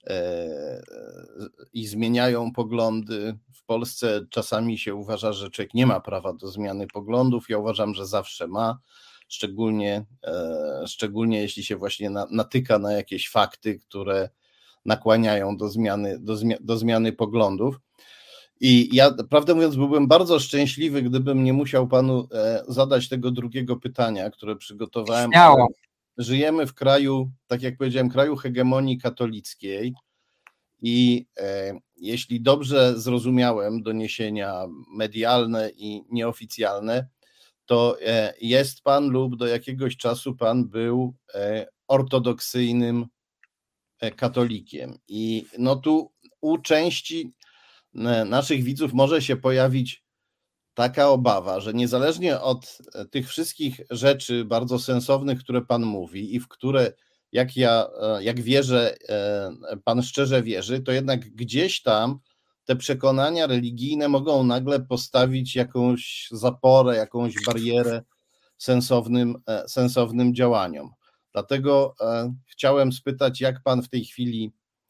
i zmieniają poglądy. W Polsce czasami się uważa, że człowiek nie ma prawa do zmiany poglądów. Ja uważam, że zawsze ma, szczególnie, szczególnie jeśli się właśnie natyka na jakieś fakty, które nakłaniają do zmiany, do zmiany, do zmiany poglądów. I ja, prawdę mówiąc, byłbym bardzo szczęśliwy, gdybym nie musiał panu zadać tego drugiego pytania, które przygotowałem. Śmiało. Żyjemy w kraju, tak jak powiedziałem, kraju hegemonii katolickiej i e, jeśli dobrze zrozumiałem doniesienia medialne i nieoficjalne, to e, jest pan lub do jakiegoś czasu pan był e, ortodoksyjnym e, katolikiem. I no tu u części naszych widzów może się pojawić taka obawa, że niezależnie od tych wszystkich rzeczy bardzo sensownych, które pan mówi i w które, jak ja, jak wierzę, pan szczerze wierzy, to jednak gdzieś tam te przekonania religijne mogą nagle postawić jakąś zaporę, jakąś barierę sensownym, sensownym działaniom. Dlatego chciałem spytać, jak pan w tej chwili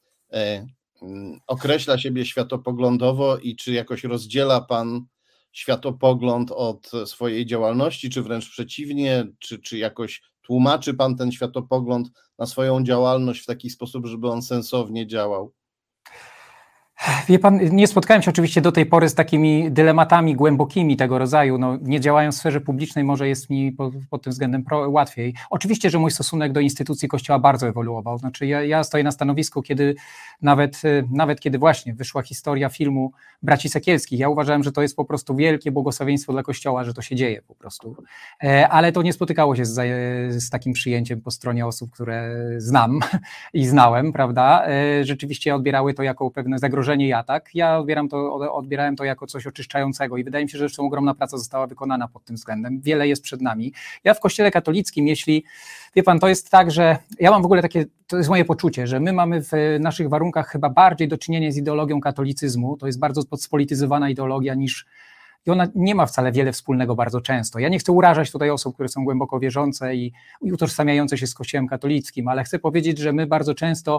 określa siebie światopoglądowo i czy jakoś rozdziela pan światopogląd od swojej działalności, czy wręcz przeciwnie, czy, czy jakoś tłumaczy pan ten światopogląd na swoją działalność w taki sposób, żeby on sensownie działał? Wie pan, nie spotkałem się oczywiście do tej pory z takimi dylematami głębokimi tego rodzaju. No, nie działając w sferze publicznej, może jest mi pod, pod tym względem pro, łatwiej. Oczywiście, że mój stosunek do instytucji Kościoła bardzo ewoluował. Znaczy ja, ja stoję na stanowisku, kiedy nawet, nawet kiedy właśnie wyszła historia filmu Braci Sekielskich, ja uważałem, że to jest po prostu wielkie błogosławieństwo dla Kościoła, że to się dzieje po prostu. Ale to nie spotykało się z, z takim przyjęciem po stronie osób, które znam i znałem, prawda? Rzeczywiście odbierały to jako pewne zagrożenie i atak. Ja odbieram to, odbierałem to jako coś oczyszczającego i wydaje mi się, że zresztą ogromna praca została wykonana pod tym względem. Wiele jest przed nami. Ja w Kościele katolickim, jeśli, wie pan, to jest tak, że ja mam w ogóle takie, to jest moje poczucie, że my mamy w naszych warunkach chyba bardziej do czynienia z ideologią katolicyzmu. To jest bardzo spolityzowana ideologia niż i ona nie ma wcale wiele wspólnego bardzo często. Ja nie chcę urażać tutaj osób, które są głęboko wierzące i, i utożsamiające się z Kościołem katolickim, ale chcę powiedzieć, że my bardzo często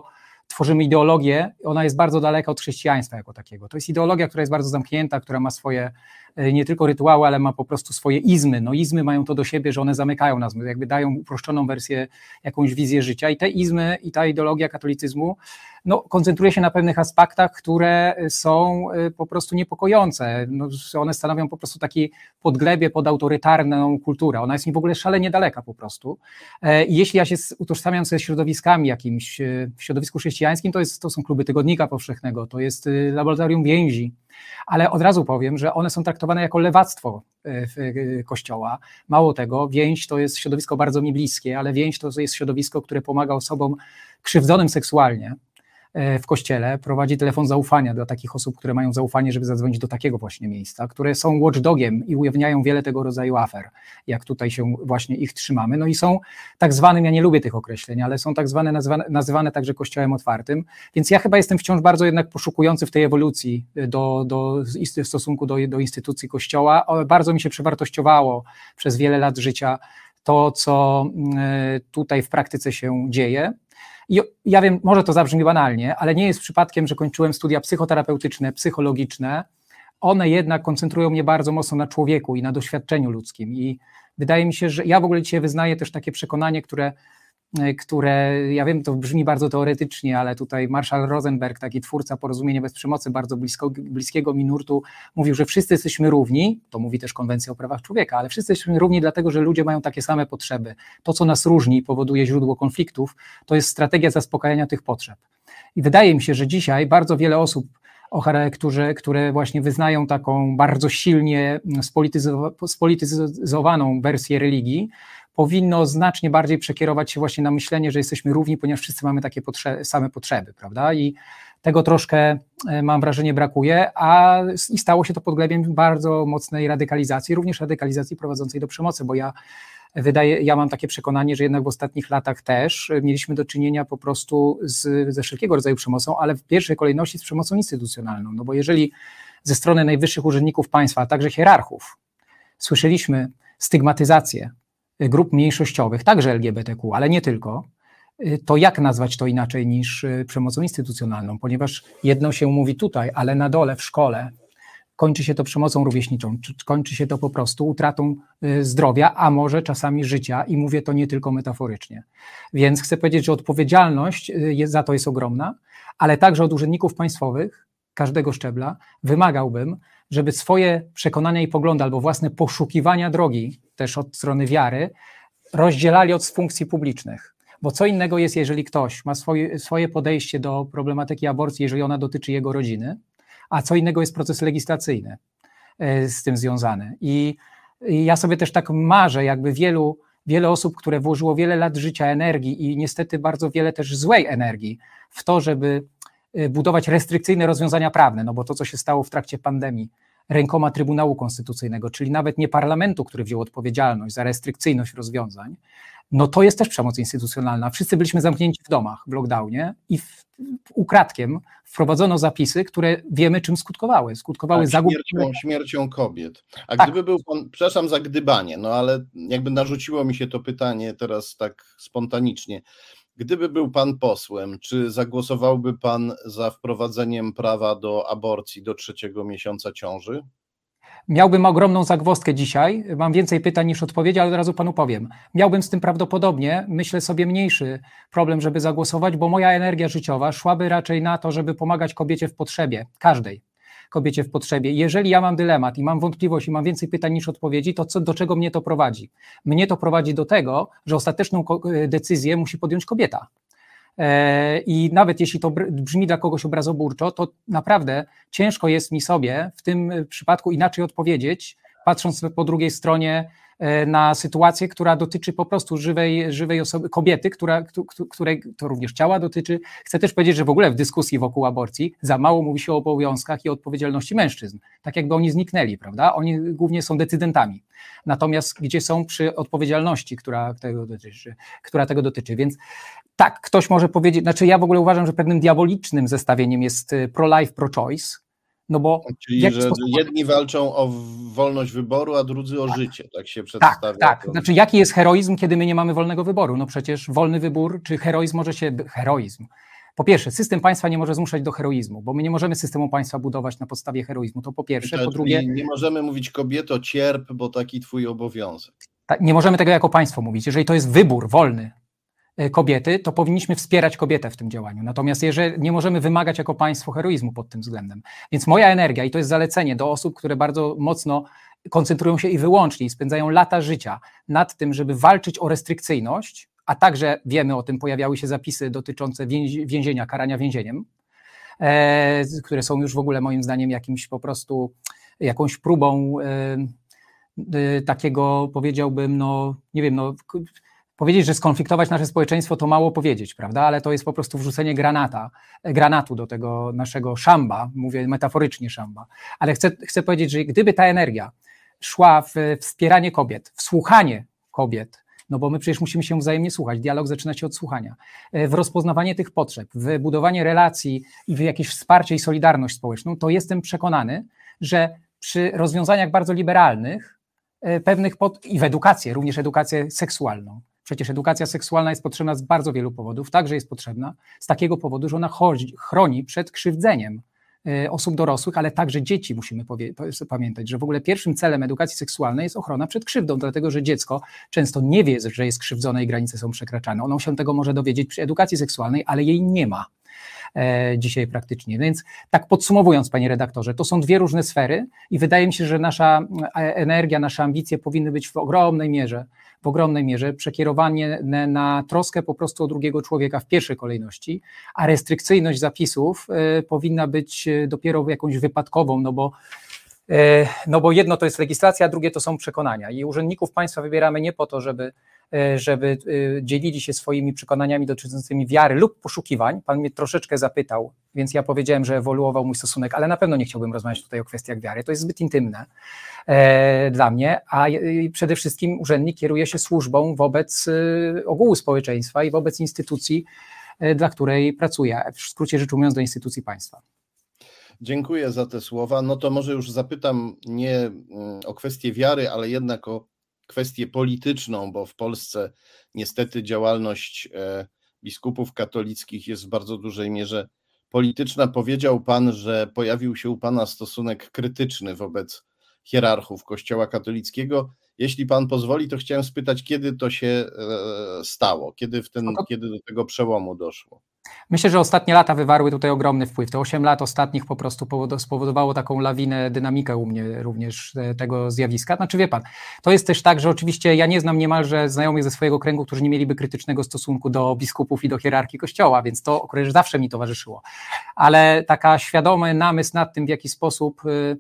tworzymy ideologię, ona jest bardzo daleka od chrześcijaństwa jako takiego. To jest ideologia, która jest bardzo zamknięta, która ma swoje nie tylko rytuały, ale ma po prostu swoje izmy. No izmy mają to do siebie, że one zamykają nas, jakby dają uproszczoną wersję, jakąś wizję życia i te izmy i ta ideologia katolicyzmu no, koncentruje się na pewnych aspektach, które są po prostu niepokojące. No, one stanowią po prostu takie podglebie pod autorytarną kulturę. Ona jest mi w ogóle szalenie daleka po prostu. I jeśli ja się utożsamiam ze środowiskami jakimś, w środowisku chrześcijańskim, to, jest, to są kluby Tygodnika Powszechnego, to jest Laboratorium Więzi, ale od razu powiem, że one są traktowane jako lewactwo Kościoła. Mało tego, więź to jest środowisko bardzo mi bliskie, ale więź to jest środowisko, które pomaga osobom krzywdzonym seksualnie w Kościele, prowadzi telefon zaufania dla takich osób, które mają zaufanie, żeby zadzwonić do takiego właśnie miejsca, które są watchdogiem i ujawniają wiele tego rodzaju afer, jak tutaj się właśnie ich trzymamy. No i są tak zwanym, ja nie lubię tych określeń, ale są tak zwane, nazywane, nazywane także Kościołem otwartym, więc ja chyba jestem wciąż bardzo jednak poszukujący w tej ewolucji do, do, w stosunku do, do instytucji Kościoła. Bardzo mi się przewartościowało przez wiele lat życia to, co tutaj w praktyce się dzieje. I ja wiem, może to zabrzmi banalnie, ale nie jest przypadkiem, że kończyłem studia psychoterapeutyczne, psychologiczne. One jednak koncentrują mnie bardzo mocno na człowieku i na doświadczeniu ludzkim. I wydaje mi się, że ja w ogóle dzisiaj wyznaję też takie przekonanie, które, które ja wiem, to brzmi bardzo teoretycznie, ale tutaj Marshall Rosenberg, taki twórca Porozumienia bez przemocy, bardzo blisko, bliskiego mi nurtu, mówił, że wszyscy jesteśmy równi, to mówi też Konwencja o prawach człowieka, ale wszyscy jesteśmy równi dlatego, że ludzie mają takie same potrzeby. To, co nas różni i powoduje źródło konfliktów, to jest strategia zaspokajania tych potrzeb. I wydaje mi się, że dzisiaj bardzo wiele osób, o charakterze, które właśnie wyznają taką bardzo silnie spolityzo- spolityzowaną wersję religii, powinno znacznie bardziej przekierować się właśnie na myślenie, że jesteśmy równi, ponieważ wszyscy mamy takie potrze- same potrzeby, prawda? I tego troszkę, mam wrażenie, brakuje, a i stało się to podglebiem bardzo mocnej radykalizacji, również radykalizacji prowadzącej do przemocy, bo ja wydaje, ja mam takie przekonanie, że jednak w ostatnich latach też mieliśmy do czynienia po prostu z, ze wszelkiego rodzaju przemocą, ale w pierwszej kolejności z przemocą instytucjonalną, no bo jeżeli ze strony najwyższych urzędników państwa, a także hierarchów słyszeliśmy stygmatyzację grup mniejszościowych, także L G B T Q, ale nie tylko, to jak nazwać to inaczej niż przemocą instytucjonalną, ponieważ jedno się mówi tutaj, ale na dole w szkole kończy się to przemocą rówieśniczą, kończy się to po prostu utratą zdrowia, a może czasami życia i mówię to nie tylko metaforycznie. Więc chcę powiedzieć, że odpowiedzialność jest, za to jest ogromna, ale także od urzędników państwowych, każdego szczebla, wymagałbym, żeby swoje przekonania i poglądy albo własne poszukiwania drogi, też od strony wiary, rozdzielali od funkcji publicznych. Bo co innego jest, jeżeli ktoś ma swoje, swoje podejście do problematyki aborcji, jeżeli ona dotyczy jego rodziny, a co innego jest proces legislacyjny z tym związany. I, i ja sobie też tak marzę, jakby wielu, wiele osób, które włożyło wiele lat życia, energii i niestety bardzo wiele też złej energii w to, żeby budować restrykcyjne rozwiązania prawne, no bo to, co się stało w trakcie pandemii, rękoma Trybunału Konstytucyjnego, czyli nawet nie parlamentu, który wziął odpowiedzialność za restrykcyjność rozwiązań, no to jest też przemoc instytucjonalna. Wszyscy byliśmy zamknięci w domach w lockdownie i w, ukradkiem wprowadzono zapisy, które wiemy, czym skutkowały. Skutkowały tak, zagubą... śmiercią, śmiercią kobiet. A tak. Gdyby był pan, przepraszam za gdybanie, no ale jakby narzuciło mi się to pytanie teraz tak spontanicznie. Gdyby był pan posłem, czy zagłosowałby pan za wprowadzeniem prawa do aborcji do trzeciego miesiąca ciąży? Miałbym ogromną zagwozdkę dzisiaj, mam więcej pytań niż odpowiedzi, ale od razu panu powiem. Miałbym z tym prawdopodobnie, myślę sobie, mniejszy problem, żeby zagłosować, bo moja energia życiowa szłaby raczej na to, żeby pomagać kobiecie w potrzebie, każdej kobiecie w potrzebie. Jeżeli ja mam dylemat i mam wątpliwość i mam więcej pytań niż odpowiedzi, to co, do czego mnie to prowadzi? Mnie to prowadzi do tego, że ostateczną decyzję musi podjąć kobieta. I nawet jeśli to brzmi dla kogoś obrazoburczo, to naprawdę ciężko jest mi sobie w tym przypadku inaczej odpowiedzieć, patrząc po drugiej stronie na sytuację, która dotyczy po prostu żywej, żywej osoby, kobiety, która, której to również ciała dotyczy. Chcę też powiedzieć, że w ogóle w dyskusji wokół aborcji za mało mówi się o obowiązkach i odpowiedzialności mężczyzn, tak jakby oni zniknęli, prawda? Oni głównie są decydentami. Natomiast gdzie są przy odpowiedzialności, która tego dotyczy, która tego dotyczy. Więc tak, ktoś może powiedzieć, znaczy ja w ogóle uważam, że pewnym diabolicznym zestawieniem jest pro-life, pro-choice, no bo... Czyli, że sposób... jedni walczą o wolność wyboru, a drudzy o tak. życie, tak się przedstawia. Tak, tak. Znaczy jaki jest heroizm, kiedy my nie mamy wolnego wyboru? No przecież wolny wybór, czy heroizm może się... Heroizm. Po pierwsze, system państwa nie może zmuszać do heroizmu, bo my nie możemy systemu państwa budować na podstawie heroizmu, to po pierwsze. Po drugie, nie, nie możemy mówić kobieto cierp, bo taki twój obowiązek. Nie możemy tego jako państwo mówić. Jeżeli to jest wybór wolny kobiety, to powinniśmy wspierać kobietę w tym działaniu. Natomiast jeżeli nie możemy wymagać jako państwo heroizmu pod tym względem. Więc moja energia, i to jest zalecenie do osób, które bardzo mocno koncentrują się i wyłącznie i spędzają lata życia nad tym, żeby walczyć o restrykcyjność, a także wiemy o tym, pojawiały się zapisy dotyczące więzienia, karania więzieniem, e, które są już w ogóle moim zdaniem jakimś po prostu jakąś próbą e, e, takiego, powiedziałbym, no nie wiem, no powiedzieć, że skonfliktować nasze społeczeństwo, to mało powiedzieć, prawda, ale to jest po prostu wrzucenie granata, granatu do tego naszego szamba, mówię metaforycznie szamba, ale chcę, chcę powiedzieć, że gdyby ta energia szła w wspieranie kobiet, w słuchanie kobiet, no bo my przecież musimy się wzajemnie słuchać, dialog zaczyna się od słuchania, w rozpoznawanie tych potrzeb, w budowanie relacji i w jakieś wsparcie i solidarność społeczną, to jestem przekonany, że przy rozwiązaniach bardzo liberalnych, pewnych pod... i w edukację, również edukację seksualną. Przecież edukacja seksualna jest potrzebna z bardzo wielu powodów, także jest potrzebna z takiego powodu, że ona chodzi, chroni przed krzywdzeniem osób dorosłych, ale także dzieci. Musimy powie, pamiętać, że w ogóle pierwszym celem edukacji seksualnej jest ochrona przed krzywdą, dlatego że dziecko często nie wie, że jest krzywdzone i granice są przekraczane. Ono się tego może dowiedzieć przy edukacji seksualnej, ale jej nie ma e, dzisiaj praktycznie. Więc tak podsumowując, panie redaktorze, to są dwie różne sfery i wydaje mi się, że nasza energia, nasze ambicje powinny być w ogromnej mierze w ogromnej mierze przekierowanie na troskę po prostu o drugiego człowieka w pierwszej kolejności, a restrykcyjność zapisów y, powinna być dopiero jakąś wypadkową, no bo, y, no bo jedno to jest legislacja, a drugie to są przekonania i urzędników państwa wybieramy nie po to, żeby, y, żeby y, dzielili się swoimi przekonaniami dotyczącymi wiary lub poszukiwań. Pan mnie troszeczkę zapytał, więc ja powiedziałem, że ewoluował mój stosunek, ale na pewno nie chciałbym rozmawiać tutaj o kwestiach wiary, to jest zbyt intymne e, dla mnie, a y, przede wszystkim urzędnik kieruje się służbą wobec y, ogółu społeczeństwa i wobec instytucji, y, dla której pracuje, w skrócie rzecz ujmując do instytucji państwa. Dziękuję za te słowa. No to może już zapytam nie o kwestię wiary, ale jednak o kwestię polityczną, bo w Polsce niestety działalność biskupów katolickich jest w bardzo dużej mierze polityczna. Powiedział pan, że pojawił się u pana stosunek krytyczny wobec hierarchów Kościoła katolickiego. Jeśli pan pozwoli, to chciałem spytać, kiedy to się stało, kiedy, w ten, no to... kiedy do tego przełomu doszło? Myślę, że ostatnie lata wywarły tutaj ogromny wpływ. Te osiem lat ostatnich po prostu spowodowało taką lawinę, dynamikę u mnie również tego zjawiska. Znaczy wie pan, to jest też tak, że oczywiście ja nie znam niemalże znajomych ze swojego kręgu, którzy nie mieliby krytycznego stosunku do biskupów i do hierarchii Kościoła, więc to akurat zawsze mi towarzyszyło. Ale taka świadomy namysł nad tym, w jaki sposób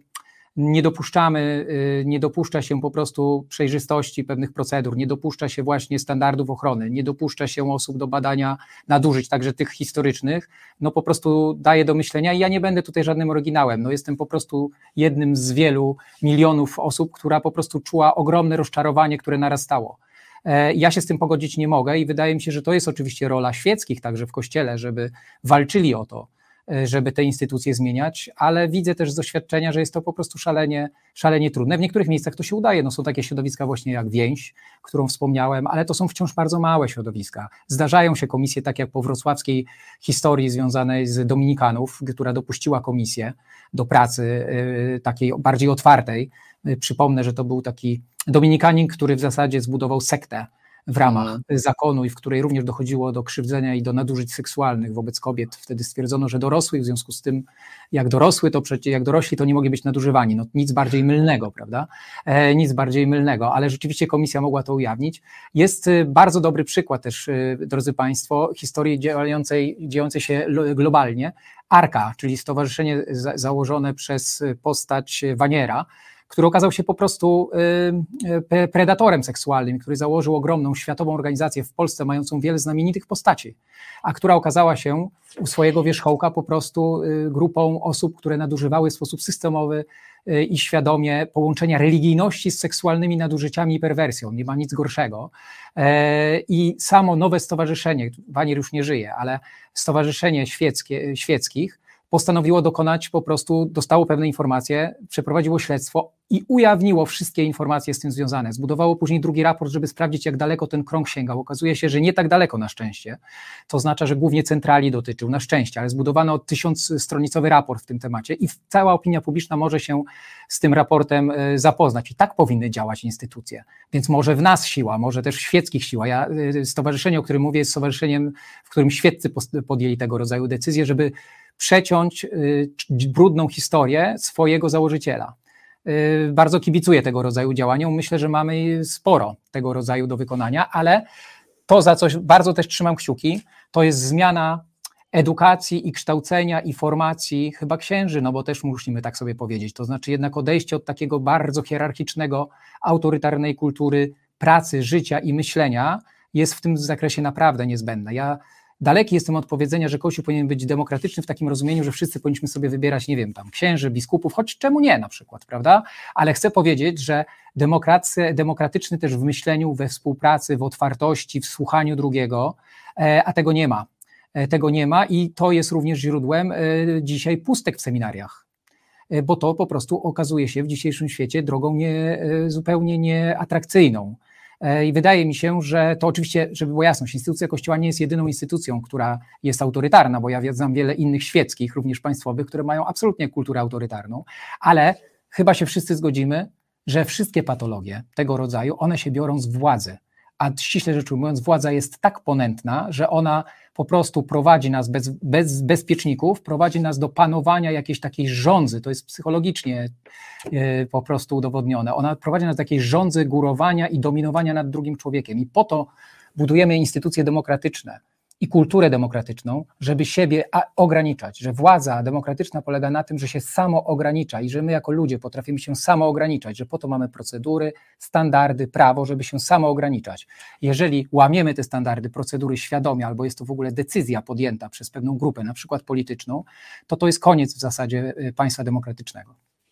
nie dopuszczamy, nie dopuszcza się po prostu przejrzystości pewnych procedur, nie dopuszcza się właśnie standardów ochrony, nie dopuszcza się osób do badania nadużyć, także tych historycznych, no po prostu daje do myślenia i ja nie będę tutaj żadnym oryginałem, no jestem po prostu jednym z wielu milionów osób, która po prostu czuła ogromne rozczarowanie, które narastało. Ja się z tym pogodzić nie mogę i wydaje mi się, że to jest oczywiście rola świeckich także w Kościele, żeby walczyli o to, żeby te instytucje zmieniać, ale widzę też z doświadczenia, że jest to po prostu szalenie, szalenie trudne. W niektórych miejscach to się udaje, no są takie środowiska właśnie jak Więź, którą wspomniałem, ale to są wciąż bardzo małe środowiska. Zdarzają się komisje, tak jak po wrocławskiej historii związanej z Dominikanów, która dopuściła komisję do pracy yy, takiej bardziej otwartej. Yy, przypomnę, że to był taki Dominikanin, który w zasadzie zbudował sektę w ramach hmm. zakonu i w której również dochodziło do krzywdzenia i do nadużyć seksualnych wobec kobiet. Wtedy stwierdzono, że dorosłych, w związku z tym jak dorosły, to przecież jak dorośli, to nie mogli być nadużywani. No nic bardziej mylnego, prawda? E, nic bardziej mylnego, ale rzeczywiście komisja mogła to ujawnić. Jest bardzo dobry przykład też, drodzy państwo, historii działającej, dziejącej się globalnie. Arka, czyli stowarzyszenie za, założone przez postać Waniera, który okazał się po prostu y, predatorem seksualnym, który założył ogromną światową organizację w Polsce, mającą wiele znamienitych postaci, a która okazała się u swojego wierzchołka po prostu y, grupą osób, które nadużywały w sposób systemowy y, i świadomie połączenia religijności z seksualnymi nadużyciami i perwersją. Nie ma nic gorszego. E, I samo nowe stowarzyszenie, Wanier już nie żyje, ale stowarzyszenie świeckie, świeckich, postanowiło dokonać, po prostu dostało pewne informacje, przeprowadziło śledztwo i ujawniło wszystkie informacje z tym związane. Zbudowało później drugi raport, żeby sprawdzić, jak daleko ten krąg sięgał. Okazuje się, że nie tak daleko na szczęście. To oznacza, że głównie centrali dotyczył, na szczęście, ale zbudowano tysiącstronicowy raport w tym temacie i cała opinia publiczna może się z tym raportem zapoznać. I tak powinny działać instytucje. Więc może w nas siła, może też w świeckich siła. Ja, stowarzyszenie, o którym mówię, jest stowarzyszeniem, w którym świeccy podjęli tego rodzaju decyzje, żeby przeciąć brudną historię swojego założyciela. Bardzo kibicuję tego rodzaju działaniom. Myślę, że mamy sporo tego rodzaju do wykonania, ale to, za coś bardzo też trzymam kciuki, to jest zmiana edukacji i kształcenia i formacji chyba księży, no bo też musimy tak sobie powiedzieć. To znaczy jednak odejście od takiego bardzo hierarchicznego, autorytarnej kultury pracy, życia i myślenia jest w tym zakresie naprawdę niezbędne. Ja daleki jestem od powiedzenia, że Kościół powinien być demokratyczny w takim rozumieniu, że wszyscy powinniśmy sobie wybierać, nie wiem, tam księży, biskupów, choć czemu nie na przykład, prawda? Ale chcę powiedzieć, że demokracja, demokratyczny też w myśleniu, we współpracy, w otwartości, w słuchaniu drugiego, a tego nie ma. Tego nie ma i to jest również źródłem dzisiaj pustek w seminariach, bo to po prostu okazuje się w dzisiejszym świecie drogą nie, zupełnie nieatrakcyjną. I wydaje mi się, że to oczywiście, żeby było jasność, instytucja Kościoła nie jest jedyną instytucją, która jest autorytarna, bo ja znam wiele innych świeckich, również państwowych, które mają absolutnie kulturę autorytarną, ale chyba się wszyscy zgodzimy, że wszystkie patologie tego rodzaju, one się biorą z władzy, a ściśle rzecz ujmując, władza jest tak ponętna, że ona po prostu prowadzi nas bez, bez bezpieczników, prowadzi nas do panowania jakiejś takiej żądzy, to jest psychologicznie yy, po prostu udowodnione, ona prowadzi nas do takiej żądzy górowania i dominowania nad drugim człowiekiem i po to budujemy instytucje demokratyczne i kulturę demokratyczną, żeby siebie ograniczać, że władza demokratyczna polega na tym, że się samo ogranicza i że my jako ludzie potrafimy się samo ograniczać, że po to mamy procedury, standardy, prawo, żeby się samo ograniczać. Jeżeli łamiemy te standardy, procedury świadomie, albo jest to w ogóle decyzja podjęta przez pewną grupę, na przykład polityczną, to to jest koniec w zasadzie państwa demokratycznego.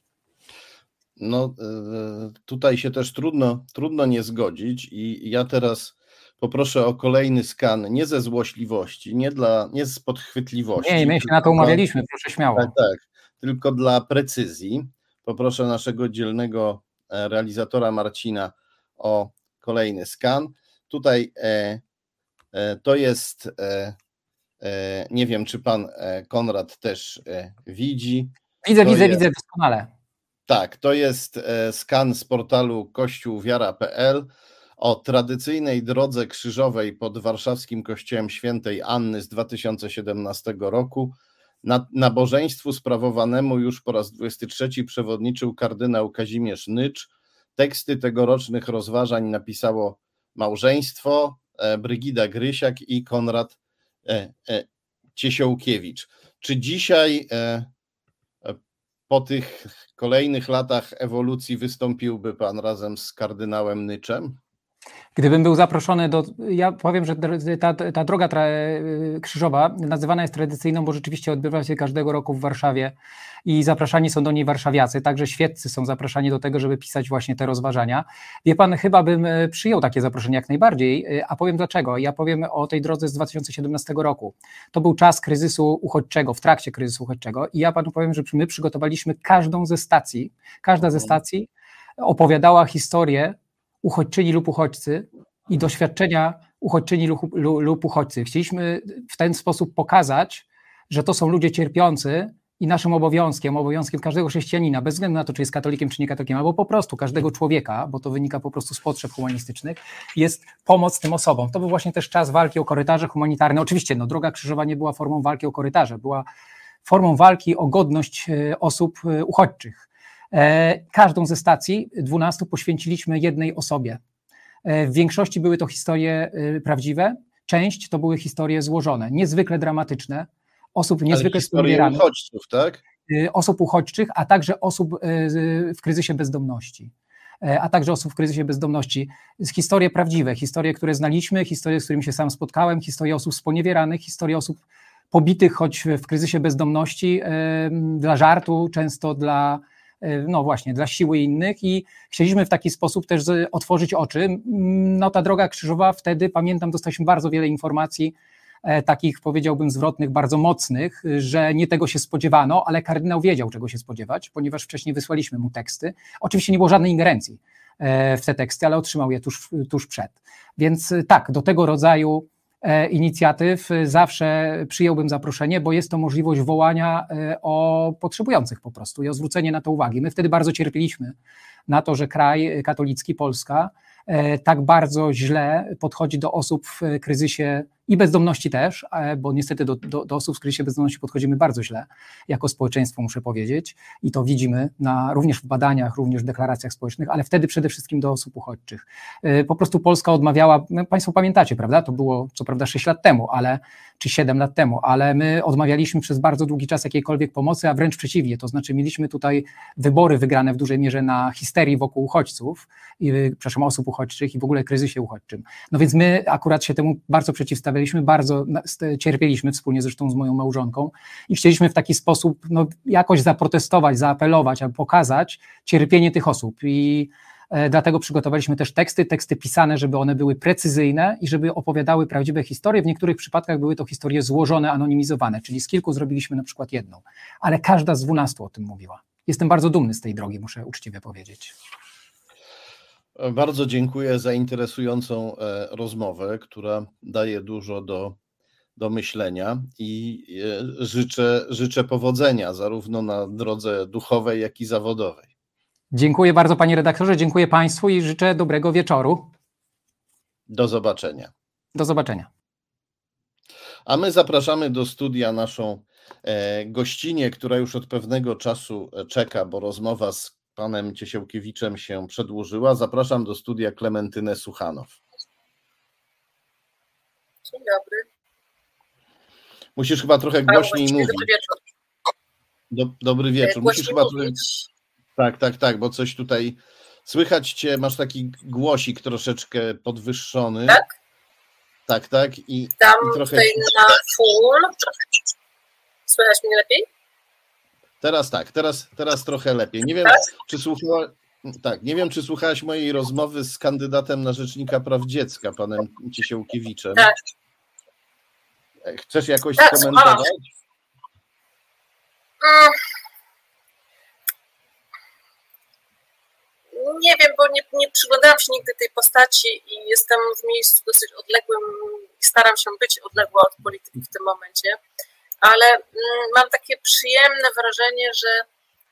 No tutaj się też trudno, trudno nie zgodzić i ja teraz poproszę o kolejny skan, nie ze złośliwości, nie, dla, nie z podchwytliwości. Nie, my się na to umawialiśmy, proszę śmiało. Tak, tak, tylko dla precyzji. Poproszę naszego dzielnego realizatora Marcina o kolejny skan. Tutaj e, e, to jest, e, e, nie wiem, czy pan Konrad też e, widzi. Widzę, to widzę, jest, widzę doskonale. Tak, to jest e, skan z portalu kościół wiara kropka pe el. O tradycyjnej drodze krzyżowej pod warszawskim kościołem świętej Anny z dwa tysiące siedemnastego roku. Na nabożeństwu sprawowanemu już po raz dwudziesty trzeci przewodniczył kardynał Kazimierz Nycz. Teksty tegorocznych rozważań napisało małżeństwo, e, Brygida Grysiak i Konrad e, e, Ciesiołkiewicz. Czy dzisiaj e, po tych kolejnych latach ewolucji wystąpiłby pan razem z kardynałem Nyczem? Gdybym był zaproszony do, ja powiem, że ta, ta droga tra, krzyżowa nazywana jest tradycyjną, bo rzeczywiście odbywa się każdego roku w Warszawie i zapraszani są do niej warszawiacy, także świeccy są zapraszani do tego, żeby pisać właśnie te rozważania. Wie pan, chyba bym przyjął takie zaproszenie jak najbardziej, a powiem dlaczego. Ja powiem o tej drodze z dwa tysiące siedemnastego roku. To był czas kryzysu uchodźczego, w trakcie kryzysu uchodźczego i ja panu powiem, że my przygotowaliśmy każdą ze stacji, każda ze stacji opowiadała historię uchodźczyni lub uchodźcy i doświadczenia uchodźczyni lub, lub uchodźcy. Chcieliśmy w ten sposób pokazać, że to są ludzie cierpiący i naszym obowiązkiem, obowiązkiem każdego chrześcijanina, bez względu na to, czy jest katolikiem, czy nie katolikiem, albo po prostu każdego człowieka, bo to wynika po prostu z potrzeb humanistycznych, jest pomoc tym osobom. To był właśnie też czas walki o korytarze humanitarne. Oczywiście no, droga krzyżowa nie była formą walki o korytarze, była formą walki o godność osób uchodźczych. Każdą ze stacji dwunastu poświęciliśmy jednej osobie. W większości były to historie prawdziwe, część to były historie złożone, niezwykle dramatyczne, osób niezwykle sponiewieranych, uchodźców, tak? osób uchodźczych, a także osób w kryzysie bezdomności. A także osób w kryzysie bezdomności. Historie prawdziwe, historie, które znaliśmy, historie, z którymi się sam spotkałem, historie osób sponiewieranych, historie osób pobitych, choć w kryzysie bezdomności, dla żartu, często dla no właśnie, dla siły innych i chcieliśmy w taki sposób też otworzyć oczy. No ta droga krzyżowa wtedy, pamiętam, dostaliśmy bardzo wiele informacji takich, powiedziałbym, zwrotnych, bardzo mocnych, że nie tego się spodziewano, ale kardynał wiedział, czego się spodziewać, ponieważ wcześniej wysłaliśmy mu teksty. Oczywiście nie było żadnej ingerencji w te teksty, ale otrzymał je tuż, tuż przed. Więc tak, do tego rodzaju inicjatyw zawsze przyjąłbym zaproszenie, bo jest to możliwość wołania o potrzebujących po prostu i o zwrócenie na to uwagi. My wtedy bardzo cierpieliśmy na to, że kraj katolicki, Polska, tak bardzo źle podchodzi do osób w kryzysie i bezdomności też, bo niestety do, do, do osób w kryzysie bezdomności podchodzimy bardzo źle, jako społeczeństwo muszę powiedzieć i to widzimy na, również w badaniach, również w deklaracjach społecznych, ale wtedy przede wszystkim do osób uchodźczych. Po prostu Polska odmawiała, no Państwo pamiętacie, prawda, to było co prawda sześć lat temu, ale, czy siedem lat temu, ale my odmawialiśmy przez bardzo długi czas jakiejkolwiek pomocy, a wręcz przeciwnie, to znaczy mieliśmy tutaj wybory wygrane w dużej mierze na histerii wokół uchodźców, i, przepraszam, osób uchodźczych i w ogóle kryzysie uchodźczym. No więc my akurat się temu bardzo przeciwstawialiśmy, bardzo cierpieliśmy wspólnie zresztą z moją małżonką i chcieliśmy w taki sposób no, jakoś zaprotestować, zaapelować, aby pokazać cierpienie tych osób i e, dlatego przygotowaliśmy też teksty, teksty pisane, żeby one były precyzyjne i żeby opowiadały prawdziwe historie. W niektórych przypadkach były to historie złożone, anonimizowane, czyli z kilku zrobiliśmy na przykład jedną, ale każda z dwunastu o tym mówiła. Jestem bardzo dumny z tej drogi, muszę uczciwie powiedzieć. Bardzo dziękuję za interesującą rozmowę, która daje dużo do, do myślenia i życzę, życzę powodzenia zarówno na drodze duchowej, jak i zawodowej. Dziękuję bardzo, panie redaktorze, dziękuję państwu i życzę dobrego wieczoru. Do zobaczenia. Do zobaczenia. A my zapraszamy do studia naszą gościnię, która już od pewnego czasu czeka, bo rozmowa z panem Ciesiałkiewiczem się przedłużyła. Zapraszam do studia Klementynę Suchanow. Dzień dobry. Musisz chyba trochę głośniej mówić. Dobry wieczór. Do, dobry wieczór. Musisz chyba trochę... Tak, tak, tak, bo coś tutaj słychać cię, masz taki głosik troszeczkę podwyższony. Tak? Tak, tak. I, Tam i trochę... tutaj na full. Słychać mnie lepiej? Teraz tak, teraz, teraz trochę lepiej. Nie wiem, tak? czy słuchała, tak, nie wiem, czy słuchałaś mojej rozmowy z kandydatem na rzecznika praw dziecka, panem Ciesiałkiewiczem. Tak. Chcesz jakoś tak, skomentować? Mm. Nie wiem, bo nie, nie przyglądałam się nigdy tej postaci i jestem w miejscu dosyć odległym i staram się być odległa od polityki w tym momencie. Ale mam takie przyjemne wrażenie, że,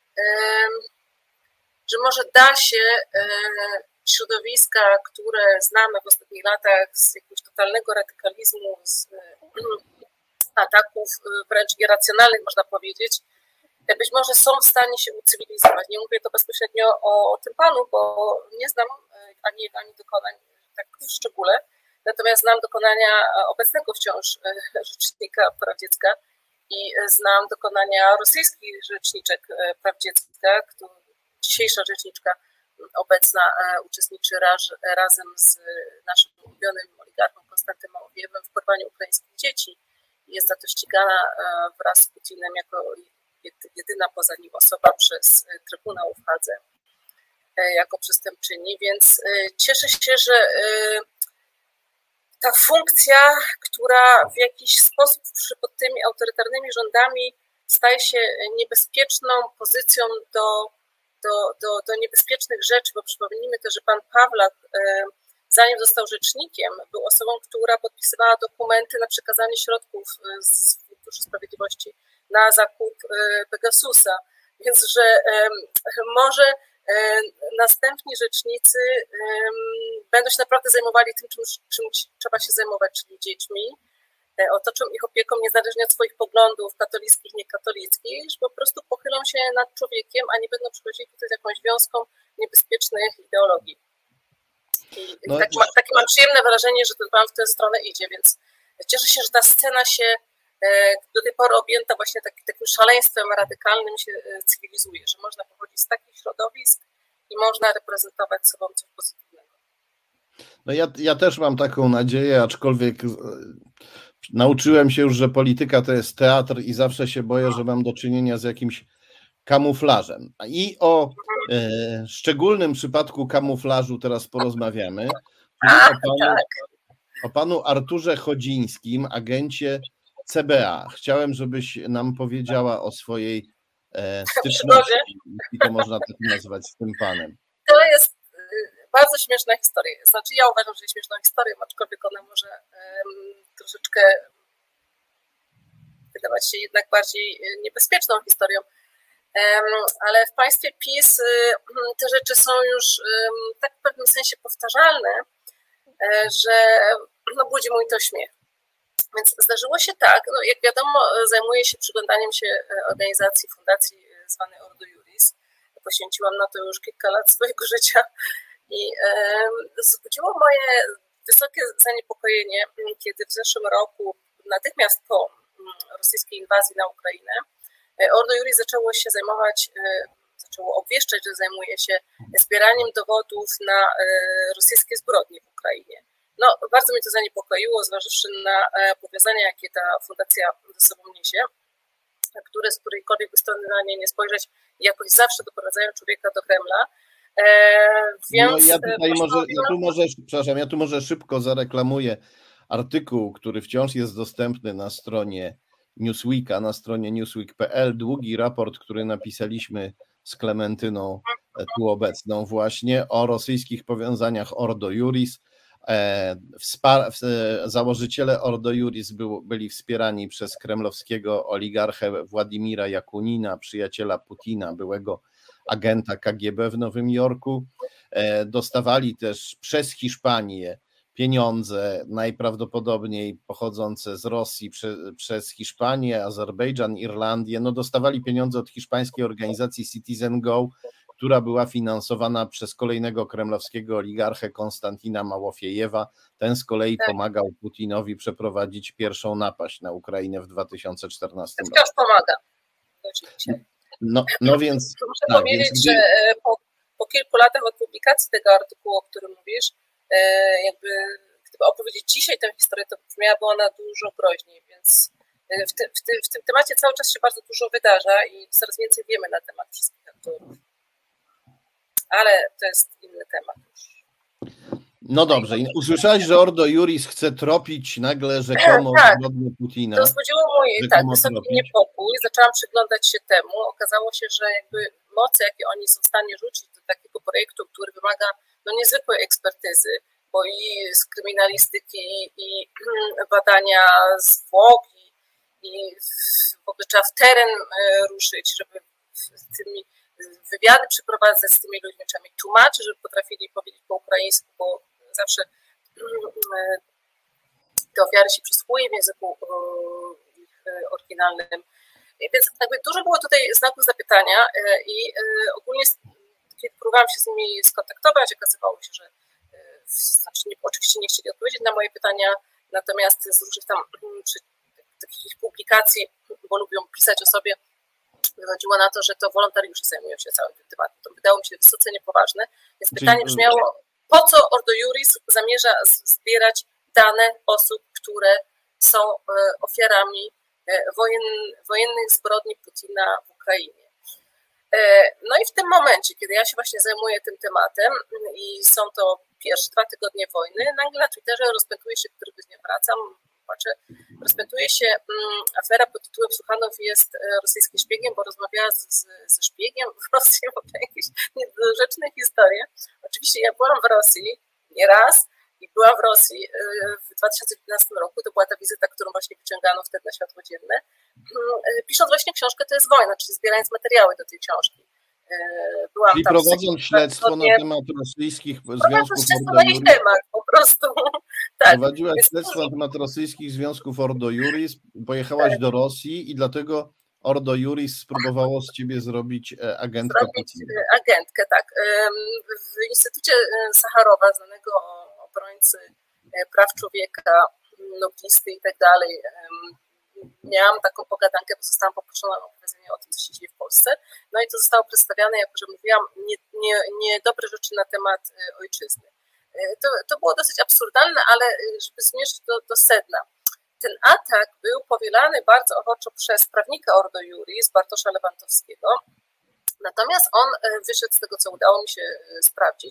że może da się środowiska, które znamy w ostatnich latach z jakiegoś totalnego radykalizmu, z ataków wręcz irracjonalnych, można powiedzieć, być może są w stanie się ucywilizować. Nie mówię to bezpośrednio o, o tym panu, bo nie znam ani, ani dokonań tak w szczególe, natomiast znam dokonania obecnego wciąż rzecznika praw dziecka, i znam dokonania rosyjskich rzeczniczek praw dziecka, który, dzisiejsza rzeczniczka obecna uczestniczy raz, razem z naszym ulubionym oligarchą Konstantym Małowiewem w porwaniu ukraińskich dzieci. Jest za to ścigana wraz z Putinem jako jedyna poza nim osoba przez Trybunał w Hadze jako przestępczyni, więc cieszę się, że ta funkcja, która w jakiś sposób pod tymi autorytarnymi rządami staje się niebezpieczną pozycją do, do, do, do niebezpiecznych rzeczy, bo przypomnijmy też, że pan Pawlak, zanim został rzecznikiem, był osobą, która podpisywała dokumenty na przekazanie środków z Funduszu Sprawiedliwości na zakup Pegasusa, więc że może następni rzecznicy będą się naprawdę zajmowali tym, czym, czym trzeba się zajmować, czyli dziećmi, otoczą ich opieką niezależnie od swoich poglądów katolickich, niekatolickich, że po prostu pochylą się nad człowiekiem, a nie będą przychodzili tutaj z jakąś wiązką niebezpiecznych ideologii. I no tak, ma, takie mam przyjemne wrażenie, że ten pan w tę stronę idzie, więc cieszę się, że ta scena się do tej pory objęta właśnie tak, takim szaleństwem radykalnym się cywilizuje, że można pochodzić z takich środowisk i można reprezentować sobą coś pozytywnego. No ja, ja też mam taką nadzieję, aczkolwiek nauczyłem się już, że polityka to jest teatr i zawsze się boję, że mam do czynienia z jakimś kamuflażem. I o e, szczególnym przypadku kamuflażu teraz porozmawiamy. A, o panu, tak. o panu Arturze Chodzińskim, agencie C B A. Chciałem, żebyś nam powiedziała o swojej e, styczności, jeśli to można tak nazwać, z tym panem. To jest bardzo śmieszna historia. Znaczy ja uważam, że jest śmieszną historią, aczkolwiek ona może um, troszeczkę wydawać się jednak bardziej niebezpieczną historią. Um, ale w państwie PiS um, te rzeczy są już um, tak w pewnym sensie powtarzalne, um, że no, budzi mój to śmiech. Więc zdarzyło się tak, no, jak wiadomo, zajmuję się przyglądaniem się organizacji, fundacji zwanej Ordo Iuris. Poświęciłam na to już kilka lat swojego życia i um, wzbudziło moje wysokie zaniepokojenie, kiedy w zeszłym roku, natychmiast po rosyjskiej inwazji na Ukrainę, Ordo Iuris zaczęło się zajmować, zaczęło obwieszczać, że zajmuje się zbieraniem dowodów na rosyjskie zbrodnie w Ukrainie. No, bardzo mnie to zaniepokoiło, zważywszy na powiązania, jakie ta fundacja ze sobą niesie, które z którejkolwiek strony na nie nie spojrzeć, jakoś zawsze doprowadzają człowieka do Kremla. E, więc no ja tutaj może, ja tu może, przepraszam, ja tu może szybko zareklamuję artykuł, który wciąż jest dostępny na stronie Newsweeka, na stronie newsweek kropka p l, długi raport, który napisaliśmy z Klementyną tu obecną właśnie o rosyjskich powiązaniach Ordo Iuris. Założyciele Ordo Iuris był, byli wspierani przez kremlowskiego oligarchę Władimira Jakunina, przyjaciela Putina, byłego agenta K G B w Nowym Jorku. Dostawali też przez Hiszpanię pieniądze, najprawdopodobniej pochodzące z Rosji prze, przez Hiszpanię, Azerbejdżan, Irlandię. No dostawali pieniądze od hiszpańskiej organizacji Citizen Go, która była finansowana przez kolejnego kremlowskiego oligarchę Konstantina Małofiejewa. Ten z kolei tak. pomagał Putinowi przeprowadzić pierwszą napaść na Ukrainę w dwa tysiące czternastym roku. Wciąż pomaga. Oczywiście. No, no więc... Muszę tak, powiedzieć, więc... że po, po kilku latach od publikacji tego artykułu, o którym mówisz, jakby gdyby opowiedzieć dzisiaj tę historię, to brzmiałaby ona dużo groźniej, więc w, ty, w, ty, w tym temacie cały czas się bardzo dużo wydarza i coraz więcej wiemy na temat wszystkich aktorów. Ale to jest inny temat już. No dobrze, usłyszałeś, że Ordo Iuris chce tropić nagle rzekomo tak, zbrodnię Putina. To wzbudziło mój tak, wysoki niepokój, zaczęłam przyglądać się temu. Okazało się, że jakby moce, jakie oni są w stanie rzucić do takiego projektu, który wymaga no, niezwykłej ekspertyzy, bo i z kryminalistyki, i badania zwłok, i, i w ogóle trzeba w teren ruszyć, żeby z tymi wywiady przeprowadzać z tymi ludźmi, trzeba mieć tłumaczy, żeby potrafili powiedzieć po ukraińsku, bo zawsze te ofiary się przysłuje w języku ich oryginalnym. Więc jakby dużo było tutaj znaków zapytania i ogólnie kiedy próbowałam się z nimi skontaktować, okazywało się, że znaczy nie, oczywiście nie chcieli odpowiedzieć na moje pytania, natomiast z różnych tam takich publikacji, bo lubią pisać o sobie, wychodziło na to, że to wolontariusze zajmują się całym tym tematem. To wydało mi się wysoce niepoważne. Więc Czyli... pytanie brzmiało, po co Ordo Iuris zamierza zbierać dane osób, które są ofiarami wojen, wojennych zbrodni Putina w Ukrainie. No i w tym momencie, kiedy ja się właśnie zajmuję tym tematem i są to pierwsze dwa tygodnie wojny, nagle na Twitterze rozpętuje się, którego dnia wracam, patrzę, rozpętuje się um, afera pod tytułem Suchanow jest rosyjskim szpiegiem, bo rozmawiała z, z, ze szpiegiem w Rosji, bo to jakieś niedorzeczne historie. Oczywiście ja byłam w Rosji nie raz i byłam w Rosji w dwa tysiące piętnastym roku, to była ta wizyta, którą właśnie wyciągano wtedy na światło dzienne. Pisząc właśnie książkę To jest wojna, czyli zbierając materiały do tej książki. Byłam Czyli tam prowadząc śledztwo na temat rosyjskich związków Ordo Iuris. temat po prostu. Tak. Prowadziłaś śledztwo na temat rosyjskich związków Ordo Iuris, pojechałaś tak. do Rosji i dlatego Ordo Iuris spróbowało z ciebie zrobić agentkę zrobić agentkę, tak. W Instytucie Sacharowa, znanego obrońcy praw człowieka, noblisty i tak dalej, miałam taką pogadankę, bo zostałam poproszona o opowiedzenie o tym, co się dzieje w Polsce. No i to zostało przedstawiane, jako że mówiłam niedobre nie, nie rzeczy na temat ojczyzny. To, to było dosyć absurdalne, ale żeby zmierzyć do, do sedna. Ten atak był powielany bardzo ochoczo przez prawnika Ordo Iuris, Bartosza Lewandowskiego. Natomiast on wyszedł z tego, co udało mi się sprawdzić,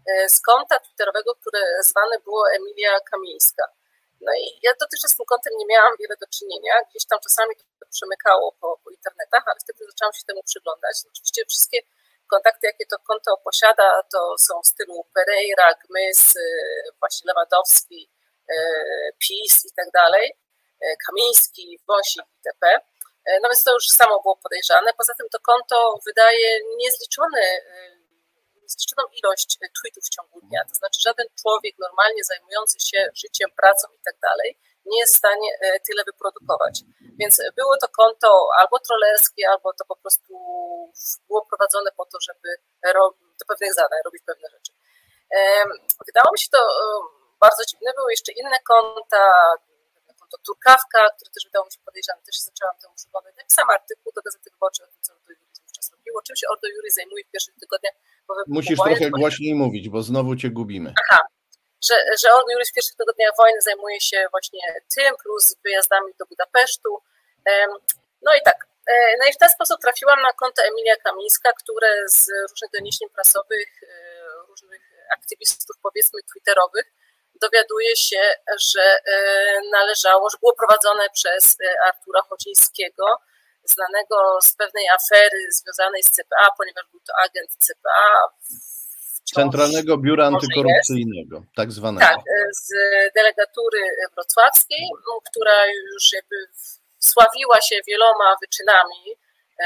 z konta twitterowego, które zwane było Emilia Kamińska. No i ja dotychczas z tym kontem nie miałam wiele do czynienia, gdzieś tam czasami to przemykało po, po internetach, ale wtedy zaczęłam się temu przyglądać. Oczywiście wszystkie kontakty, jakie to konto posiada, to są w stylu Pereira, Gmys, właśnie Lewandowski, PiS i tak dalej, Kamiński, Wąsik itp. No więc to już samo było podejrzane. Poza tym to konto wydaje niezliczony, niezliczoną ilość tweetów w ciągu dnia. To znaczy żaden człowiek normalnie zajmujący się życiem, pracą i tak dalej nie jest w stanie tyle wyprodukować. Więc było to konto albo trollerskie, albo to po prostu było prowadzone po to, żeby do pewnych zadań robić pewne rzeczy. Wydało mi się to bardzo dziwne. Były jeszcze inne konta, konto Turkawka, które też wydało mi się podejrzane. Też się zaczęłam temu przyglądać. Napisałam artykuł do Gazety Wyborczej o tym, co Ordo Iuris wówczas robiło. Czym się Ordo Iuris zajmuje w pierwszych tygodniach? Musisz wojny, trochę głośniej mówić, bo znowu cię gubimy. Aha, że, że Ordo Iuris w pierwszych tygodniach wojny zajmuje się właśnie tym, plus wyjazdami do Budapesztu. No i tak. No i w ten sposób trafiłam na konto Emilia Kamińska, które z różnych doniesień prasowych, różnych aktywistów, powiedzmy twitterowych, dowiaduje się, że należało, że było prowadzone przez Artura Chodzińskiego, znanego z pewnej afery związanej z C P A, ponieważ był to agent C P A. Centralnego Biura Antykorupcyjnego, jest. tak zwanego. Tak, z delegatury wrocławskiej, która już jakby sławiła się wieloma wyczynami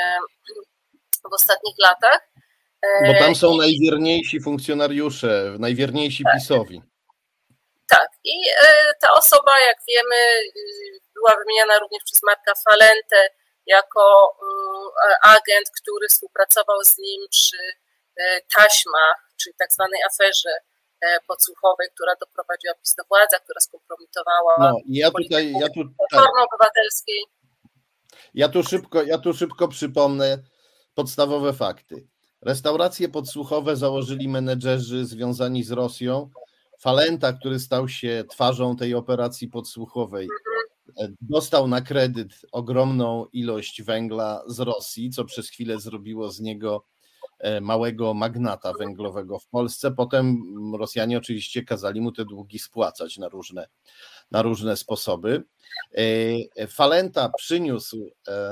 w ostatnich latach. Bo tam są I, najwierniejsi funkcjonariusze, najwierniejsi tak. PiS-owi. Tak, i ta osoba, jak wiemy, była wymieniana również przez Marka Falentę jako agent, który współpracował z nim przy taśmach, czyli tak zwanej aferze podsłuchowej, która doprowadziła PiS do władzy, która skompromitowała no, ja tutaj, ja tu, Platformy Obywatelskiej. Ja tu szybko, ja tu szybko przypomnę podstawowe fakty. Restauracje podsłuchowe założyli menedżerzy związani z Rosją. Falenta, który stał się twarzą tej operacji podsłuchowej, dostał na kredyt ogromną ilość węgla z Rosji, co przez chwilę zrobiło z niego małego magnata węglowego w Polsce. Potem Rosjanie oczywiście kazali mu te długi spłacać na różne, na różne sposoby. Falenta przyniósł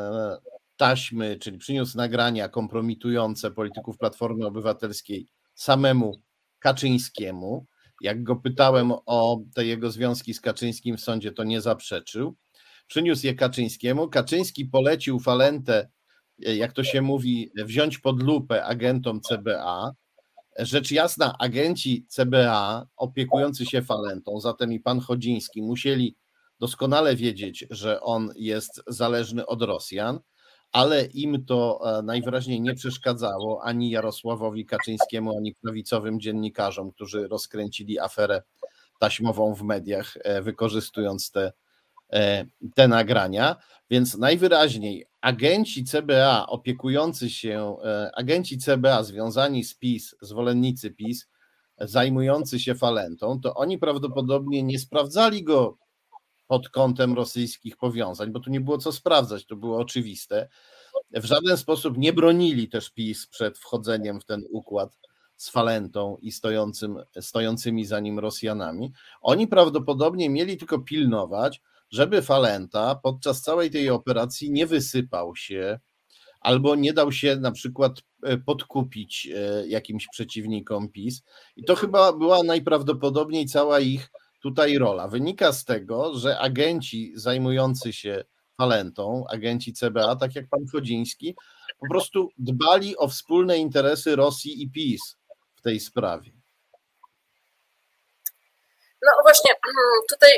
taśmy, czyli przyniósł nagrania kompromitujące polityków Platformy Obywatelskiej samemu Kaczyńskiemu. Jak go pytałem o te jego związki z Kaczyńskim w sądzie, to nie zaprzeczył. Przyniósł je Kaczyńskiemu. Kaczyński polecił Falentę, jak to się mówi, wziąć pod lupę agentom C B A. Rzecz jasna, agenci C B A opiekujący się Falentą, zatem i pan Chodziński, musieli doskonale wiedzieć, że on jest zależny od Rosjan, ale im to najwyraźniej nie przeszkadzało ani Jarosławowi Kaczyńskiemu, ani prawicowym dziennikarzom, którzy rozkręcili aferę taśmową w mediach, wykorzystując te, te nagrania. Więc najwyraźniej agenci C B A opiekujący się, agenci C B A związani z PiS, zwolennicy PiS, zajmujący się Falentą, to oni prawdopodobnie nie sprawdzali go pod kątem rosyjskich powiązań, bo tu nie było co sprawdzać, to było oczywiste. W żaden sposób nie bronili też PiS przed wchodzeniem w ten układ z Falentą i stojącym, stojącymi za nim Rosjanami. Oni prawdopodobnie mieli tylko pilnować, żeby Falenta podczas całej tej operacji nie wysypał się albo nie dał się na przykład podkupić jakimś przeciwnikom PiS. I to chyba była najprawdopodobniej cała ich tutaj rola. Wynika z tego, że agenci zajmujący się Falentą, agenci C B A, tak jak pan Chodziński, po prostu dbali o wspólne interesy Rosji i PiS w tej sprawie. No właśnie, tutaj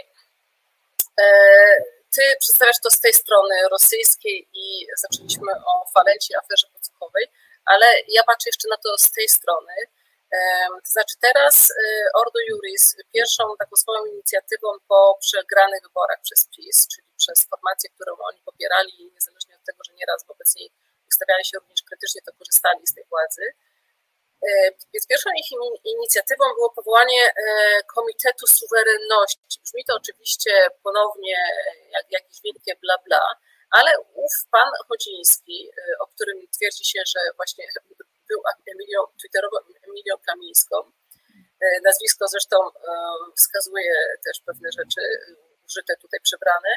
ty przedstawiasz to z tej strony rosyjskiej i zaczęliśmy o Falencie, aferze podsłuchowej, ale ja patrzę jeszcze na to z tej strony. To znaczy teraz Ordo Iuris pierwszą taką swoją inicjatywą po przegranych wyborach przez PiS, czyli przez formację, którą oni popierali, niezależnie od tego, że nieraz wobec niej ustawiali się również krytycznie, to korzystali z tej władzy. Więc pierwszą ich inicjatywą było powołanie Komitetu Suwerenności. Brzmi to oczywiście ponownie jak jakieś wielkie bla bla, ale ów pan Chodziński, o którym twierdzi się, że właśnie był Emilią, twitterową Emilią Kamińską, nazwisko zresztą wskazuje też pewne rzeczy użyte tutaj, przebrane.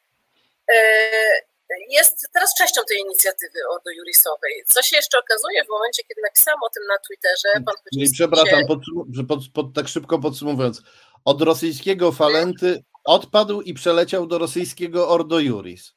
Jest teraz częścią tej inicjatywy Ordo Iurisowej. Co się jeszcze okazuje w momencie, kiedy napisałam o tym na Twitterze, pan Chodziński... Przepraszam, pod, pod, pod, tak szybko podsumowując, od rosyjskiego Falenty odpadł i przeleciał do rosyjskiego Ordo Iuris.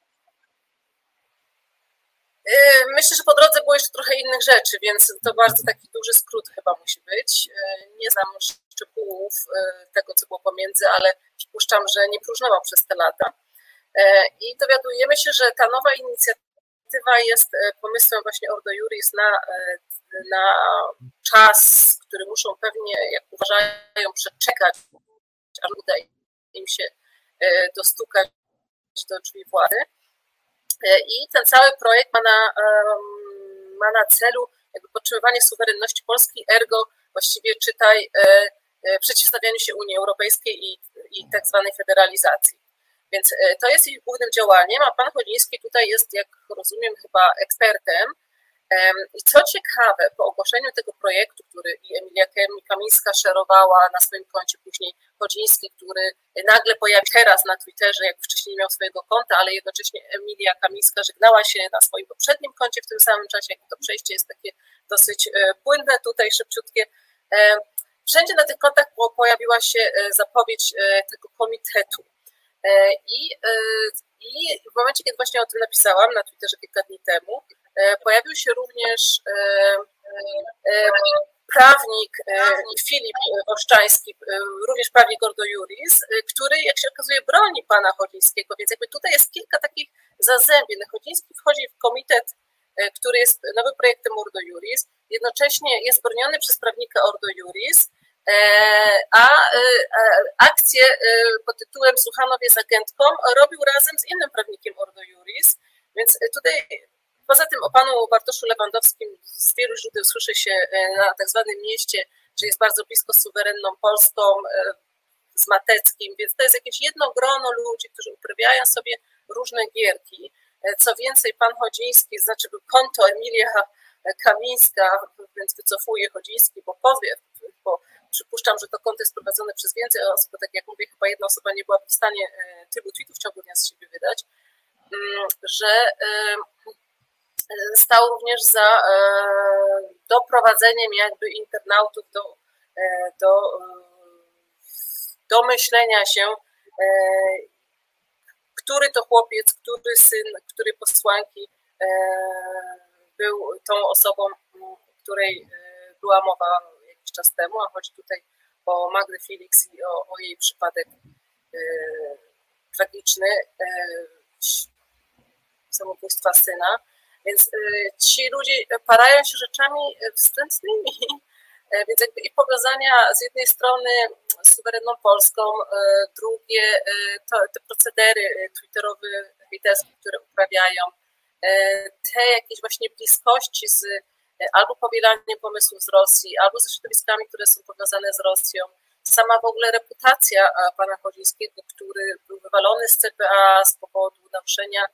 Myślę, że po drodze było jeszcze trochę innych rzeczy, więc to bardzo taki duży skrót chyba musi być. Nie znam szczegółów tego, co było pomiędzy, ale przypuszczam, że nie próżnował przez te lata. I dowiadujemy się, że ta nowa inicjatywa jest pomysłem właśnie Ordo Iuris na, na czas, który muszą pewnie, jak uważają, przeczekać, aż uda im się dostukać do drzwi władzy. I ten cały projekt ma na, ma na celu jakby podtrzymywanie suwerenności Polski, ergo właściwie czytaj przeciwstawianiu się Unii Europejskiej i, i tak zwanej federalizacji. Więc to jest ich głównym działaniem, a pan Chodziński tutaj jest, jak rozumiem, chyba ekspertem. I co ciekawe, po ogłoszeniu tego projektu, który i Emilia Kamińska szerowała na swoim koncie, później Chodziński, który nagle pojawił teraz na Twitterze, jak wcześniej nie miał swojego konta, ale jednocześnie Emilia Kamińska żegnała się na swoim poprzednim koncie w tym samym czasie, jak to przejście jest takie dosyć płynne tutaj, szybciutkie. Wszędzie na tych kontach pojawiła się zapowiedź tego komitetu. I, I w momencie, kiedy właśnie o tym napisałam na Twitterze kilka dni temu, pojawił się również prawnik Filip Oszczański, również prawnik Ordo Iuris, który, jak się okazuje, broni pana Chodzińskiego, więc jakby tutaj jest kilka takich zazębien. Chodziński wchodzi w komitet, który jest nowym projektem Ordo Iuris, jednocześnie jest broniony przez prawnika Ordo Iuris, a akcję pod tytułem Słuchanowie z agentką robił razem z innym prawnikiem Ordo Iuris, więc tutaj poza tym o panu Bartoszu Lewandowskim z wielu źródeł słyszy się na tak zwanym mieście, że jest bardzo blisko z suwerenną Polską, z Mateckim, więc to jest jakieś jedno grono ludzi, którzy uprawiają sobie różne gierki. Co więcej, pan Chodziński, znaczy był konto Emilia Kamińska, więc wycofuje Chodziński, bo powie, bo przypuszczam, że to konto jest prowadzone przez więcej osób, bo tak jak mówię, chyba jedna osoba nie byłaby w stanie tylu tweetów w ciągu dnia z siebie wydać, że stał również za doprowadzeniem jakby internautów do, do, do myślenia się, który to chłopiec, który syn, który posłanki był tą osobą, której była mowa jakiś czas temu, a chodzi tutaj o Magdę Felix i o, o jej przypadek tragiczny samobójstwa syna. Więc ci ludzie parają się rzeczami wstrętnymi, więc jakby ich powiązania z jednej strony z suwerenną Polską, drugie to, te procedery twitterowe, hejterskie, które uprawiają, te jakieś właśnie bliskości z albo powielaniem pomysłów z Rosji, albo ze środowiskami, które są powiązane z Rosją. Sama w ogóle reputacja pana Chodzińskiego, który był wywalony z C P A z powodu naruszenia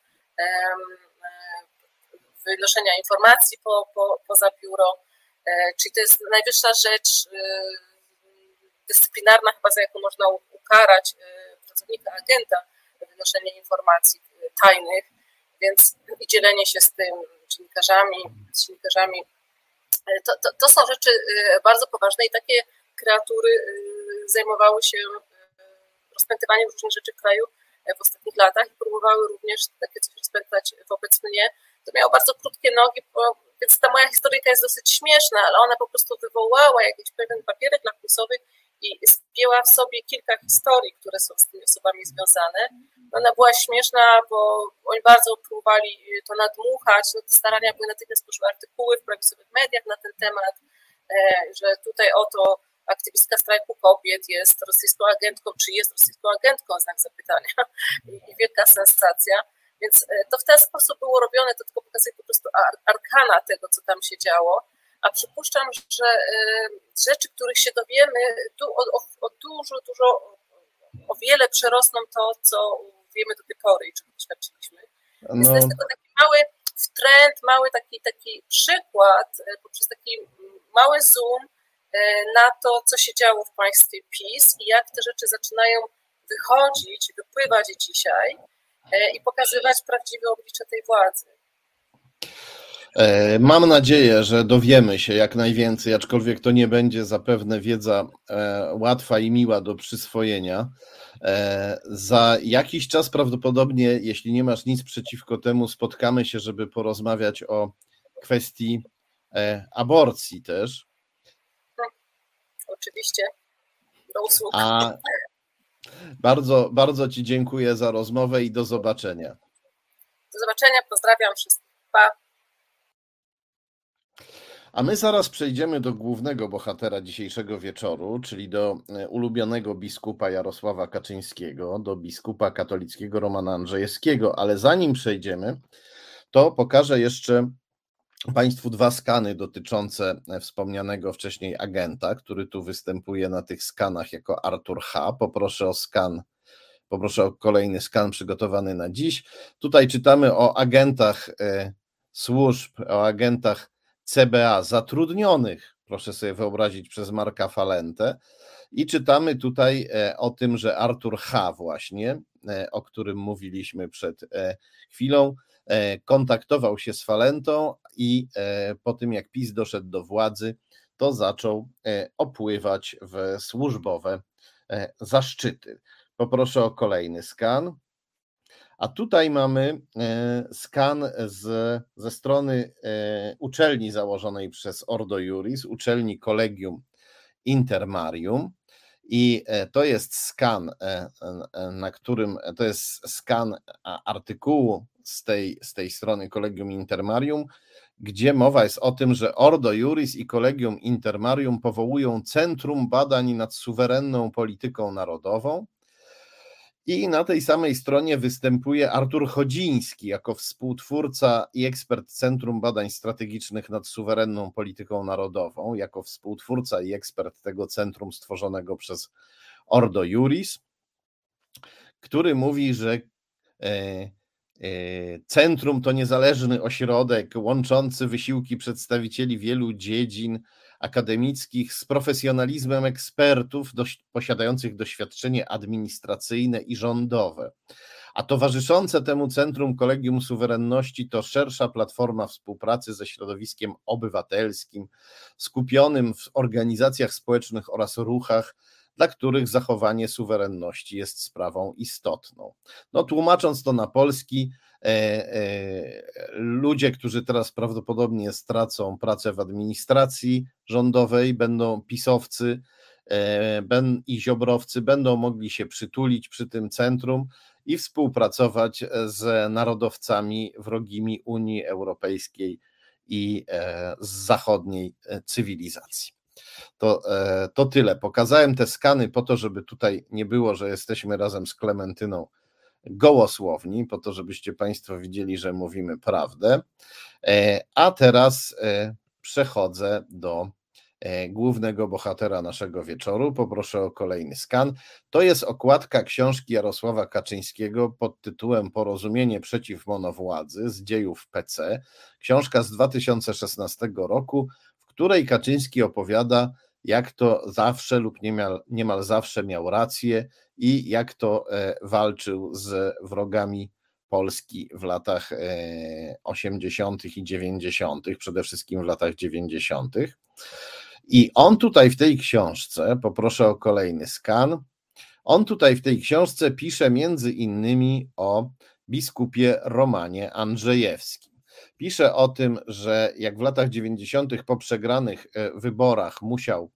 wynoszenia informacji po, po, poza biuro, czyli to jest najwyższa rzecz dyscyplinarna chyba, za jaką można ukarać pracownika, agenta, wynoszenie informacji tajnych, więc i dzielenie się z tym dziennikarzami, z dziennikarzami. To, to, to są rzeczy bardzo poważne i takie kreatury zajmowały się rozpętywaniem różnych rzeczy w kraju w ostatnich latach i próbowały również takie coś rozpętać wobec mnie. To miało bardzo krótkie nogi, bo, więc ta moja historyjka jest dosyć śmieszna, ale ona po prostu wywołała jakiś pewien papierek lakmusowy i spięła w sobie kilka historii, które są z tymi osobami związane. Ona była śmieszna, bo oni bardzo próbowali to nadmuchać, no te starania były, natychmiast poszły artykuły w prawicowych mediach na ten temat, że tutaj oto aktywistka strajku kobiet jest rosyjską agentką, czy jest rosyjską agentką, znak zapytania i wielka sensacja. Więc to w ten sposób było robione, to tylko pokazuje po prostu arkana tego, co tam się działo, a przypuszczam, że rzeczy, których się dowiemy, o, o, o dużo, dużo, o wiele przerosną to, co wiemy do tej pory i czego doświadczyliśmy. No. Więc to jest tylko taki mały trend, mały taki, taki przykład, poprzez taki mały zoom, na to, co się działo w państwie PiS i jak te rzeczy zaczynają wychodzić, wypływać dzisiaj i pokazywać prawdziwe oblicze tej władzy. Mam nadzieję, że dowiemy się jak najwięcej, aczkolwiek to nie będzie zapewne wiedza łatwa i miła do przyswojenia. Za jakiś czas prawdopodobnie, jeśli nie masz nic przeciwko temu, spotkamy się, żeby porozmawiać o kwestii aborcji też. Oczywiście, do usług. A bardzo, bardzo Ci dziękuję za rozmowę i do zobaczenia. Do zobaczenia, pozdrawiam wszystkich. Pa. A my zaraz przejdziemy do głównego bohatera dzisiejszego wieczoru, czyli do ulubionego biskupa Jarosława Kaczyńskiego, do biskupa katolickiego Romana Andrzejewskiego, ale zanim przejdziemy, to pokażę jeszcze Państwu dwa skany dotyczące wspomnianego wcześniej agenta, który tu występuje na tych skanach jako Artur H. Poproszę o skan, poproszę o kolejny skan przygotowany na dziś. Tutaj czytamy o agentach służb, o agentach C B A zatrudnionych, proszę sobie wyobrazić, przez Marka Falentę i czytamy tutaj o tym, że Artur H. właśnie, o którym mówiliśmy przed chwilą, kontaktował się z Falentą i po tym jak PiS doszedł do władzy, to zaczął opływać w służbowe zaszczyty. Poproszę o kolejny skan. A tutaj mamy skan z, ze strony uczelni założonej przez Ordo Iuris, uczelni Collegium Intermarium. I to jest skan, na którym to jest skan artykułu z tej, z tej strony Collegium Intermarium, gdzie mowa jest o tym, że Ordo Iuris i Collegium Intermarium powołują Centrum Badań nad Suwerenną Polityką Narodową. I na tej samej stronie występuje Artur Chodziński jako współtwórca i ekspert Centrum Badań Strategicznych nad Suwerenną Polityką Narodową, jako współtwórca i ekspert tego centrum stworzonego przez Ordo Iuris, który mówi, że centrum to niezależny ośrodek łączący wysiłki przedstawicieli wielu dziedzin akademickich z profesjonalizmem ekspertów dość, posiadających doświadczenie administracyjne i rządowe. A towarzyszące temu Centrum Collegium Suwerenności to szersza platforma współpracy ze środowiskiem obywatelskim, skupionym w organizacjach społecznych oraz ruchach, dla których zachowanie suwerenności jest sprawą istotną. No, tłumacząc to na polski, e, e, ludzie, którzy teraz prawdopodobnie stracą pracę w administracji rządowej, będą pisowcy e, ben, i ziobrowcy, będą mogli się przytulić przy tym centrum i współpracować z narodowcami wrogimi Unii Europejskiej i e, z zachodniej cywilizacji. To, to tyle. Pokazałem te skany po to, żeby tutaj nie było, że jesteśmy razem z Klementyną gołosłowni, po to, żebyście Państwo widzieli, że mówimy prawdę. A teraz przechodzę do głównego bohatera naszego wieczoru. Poproszę o kolejny skan. To jest okładka książki Jarosława Kaczyńskiego pod tytułem Porozumienie przeciw monowładzy z dziejów P C. Książka z dwa tysiące szesnastego roku, w której Kaczyński opowiada, jak to zawsze lub niemal, niemal zawsze miał rację i jak to walczył z wrogami Polski w latach osiemdziesiątych i dziewięćdziesiątych, przede wszystkim w latach dziewięćdziesiątych. I on tutaj w tej książce, poproszę o kolejny skan, on tutaj w tej książce pisze między innymi o biskupie Romanie Andrzejewskim. Pisze o tym, że jak w latach dziewięćdziesiątych po przegranych wyborach musiał,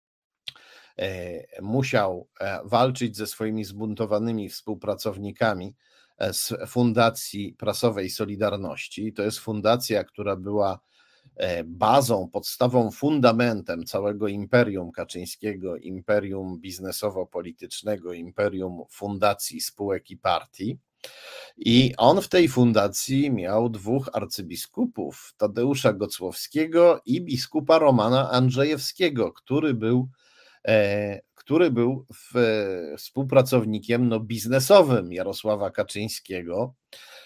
musiał walczyć ze swoimi zbuntowanymi współpracownikami z Fundacji Prasowej Solidarności. To jest fundacja, która była bazą, podstawą, fundamentem całego imperium Kaczyńskiego, imperium biznesowo-politycznego, imperium fundacji, spółek i partii. I on w tej fundacji miał dwóch arcybiskupów, Tadeusza Gocłowskiego i biskupa Romana Andrzejewskiego, który był, który był współpracownikiem no, biznesowym Jarosława Kaczyńskiego.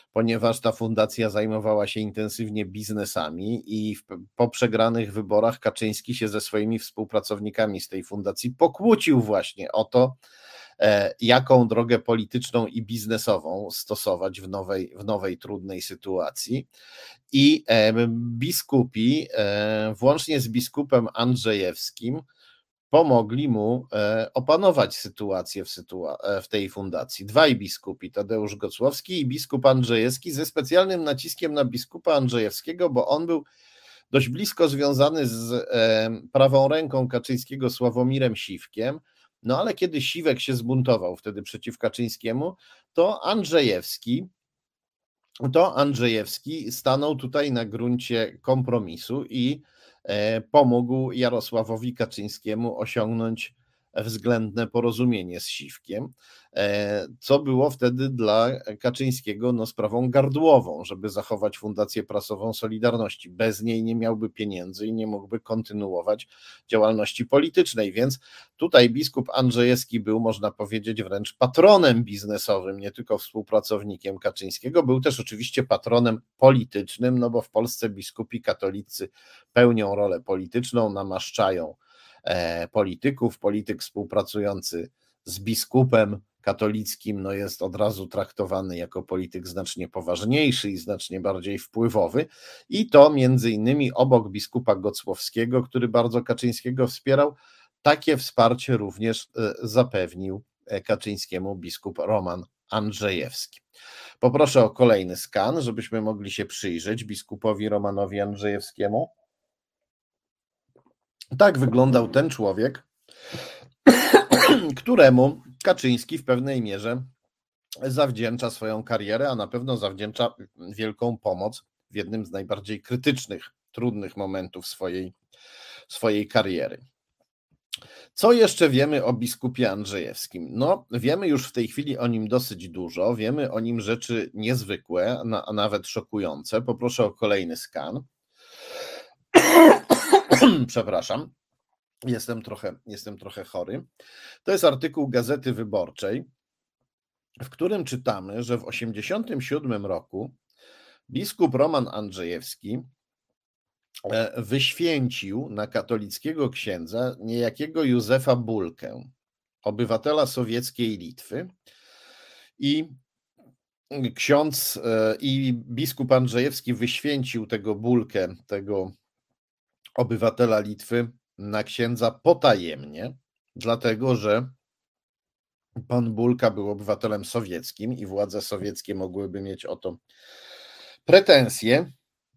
ponieważ ta fundacja zajmowała się intensywnie biznesami i w, po przegranych wyborach Kaczyński się ze swoimi współpracownikami z tej fundacji pokłócił właśnie o to, jaką drogę polityczną i biznesową stosować w nowej, w nowej trudnej sytuacji. I biskupi, włącznie z biskupem Andrzejewskim, pomogli mu opanować sytuację w, sytua- w tej fundacji. Dwaj biskupi, Tadeusz Gocłowski i biskup Andrzejewski, ze specjalnym naciskiem na biskupa Andrzejewskiego, bo on był dość blisko związany z prawą ręką Kaczyńskiego, Sławomirem Siwkiem. No ale kiedy Siwek się zbuntował wtedy przeciw Kaczyńskiemu, to Andrzejewski, to Andrzejewski stanął tutaj na gruncie kompromisu i pomógł Jarosławowi Kaczyńskiemu osiągnąć względne porozumienie z Siwkiem, co było wtedy dla Kaczyńskiego no, sprawą gardłową, żeby zachować Fundację Prasową Solidarności. Bez niej nie miałby pieniędzy i nie mógłby kontynuować działalności politycznej, więc tutaj biskup Andrzejewski był, można powiedzieć, wręcz patronem biznesowym, nie tylko współpracownikiem Kaczyńskiego, był też oczywiście patronem politycznym, no bo w Polsce biskupi katolicy pełnią rolę polityczną, namaszczają polityków, polityk współpracujący z biskupem katolickim no jest od razu traktowany jako polityk znacznie poważniejszy i znacznie bardziej wpływowy i to między innymi obok biskupa Gocłowskiego, który bardzo Kaczyńskiego wspierał, takie wsparcie również zapewnił Kaczyńskiemu biskup Roman Andrzejewski. Poproszę o kolejny skan, żebyśmy mogli się przyjrzeć biskupowi Romanowi Andrzejewskiemu. Tak wyglądał ten człowiek, któremu Kaczyński w pewnej mierze zawdzięcza swoją karierę, a na pewno zawdzięcza wielką pomoc w jednym z najbardziej krytycznych, trudnych momentów swojej, swojej kariery. Co jeszcze wiemy o biskupie Andrzejewskim? No, wiemy już w tej chwili o nim dosyć dużo, wiemy o nim rzeczy niezwykłe, a nawet szokujące. Poproszę o kolejny skan. Przepraszam, jestem trochę, jestem trochę chory. To jest artykuł Gazety Wyborczej, w którym czytamy, że w osiemdziesiątym siódmym roku biskup Roman Andrzejewski wyświęcił na katolickiego księdza niejakiego Józefa Bulkę, obywatela sowieckiej Litwy, i ksiądz i biskup Andrzejewski wyświęcił tego Bulkę, tego obywatela Litwy, na księdza potajemnie, dlatego że pan Bulka był obywatelem sowieckim i władze sowieckie mogłyby mieć o to pretensje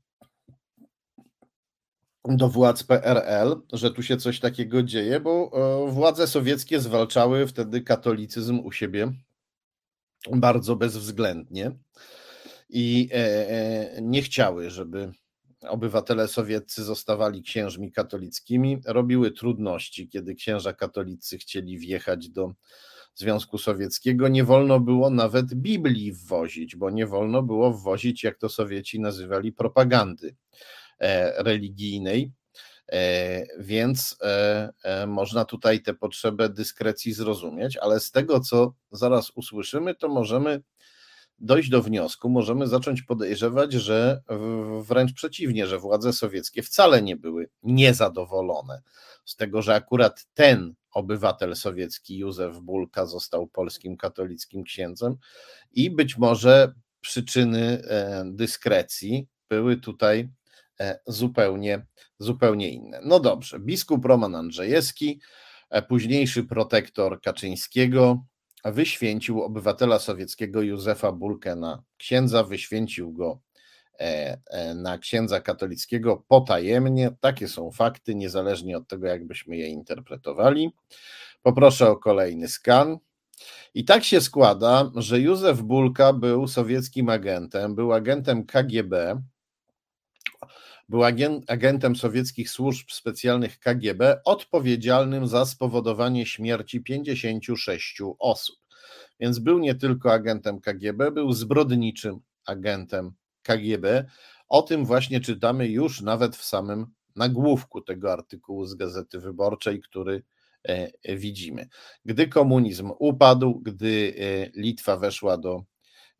do władz P R L, że tu się coś takiego dzieje, bo władze sowieckie zwalczały wtedy katolicyzm u siebie bardzo bezwzględnie i nie chciały, żeby obywatele sowieccy zostawali księżmi katolickimi, robiły trudności, kiedy księża katolicy chcieli wjechać do Związku Sowieckiego. Nie wolno było nawet Biblii wwozić, bo nie wolno było wwozić, jak to Sowieci nazywali, propagandy religijnej, więc można tutaj tę potrzebę dyskrecji zrozumieć, ale z tego, co zaraz usłyszymy, to możemy dojść do wniosku, możemy zacząć podejrzewać, że wręcz przeciwnie, że władze sowieckie wcale nie były niezadowolone z tego, że akurat ten obywatel sowiecki Józef Bulka został polskim katolickim księdzem i być może przyczyny dyskrecji były tutaj zupełnie, zupełnie inne. No dobrze, biskup Roman Andrzejewski, późniejszy protektor Kaczyńskiego, wyświęcił obywatela sowieckiego Józefa Bulkę na księdza, wyświęcił go na księdza katolickiego potajemnie. Takie są fakty, niezależnie od tego, jak byśmy je interpretowali. Poproszę o kolejny skan. I tak się składa, że Józef Bulka był sowieckim agentem, był agentem K G B, był agent, agentem sowieckich służb specjalnych K G B odpowiedzialnym za spowodowanie śmierci pięćdziesięciu sześciu osób. Więc był nie tylko agentem K G B, był zbrodniczym agentem K G B. O tym właśnie czytamy już nawet w samym nagłówku tego artykułu z Gazety Wyborczej, który widzimy. Gdy komunizm upadł, gdy Litwa weszła do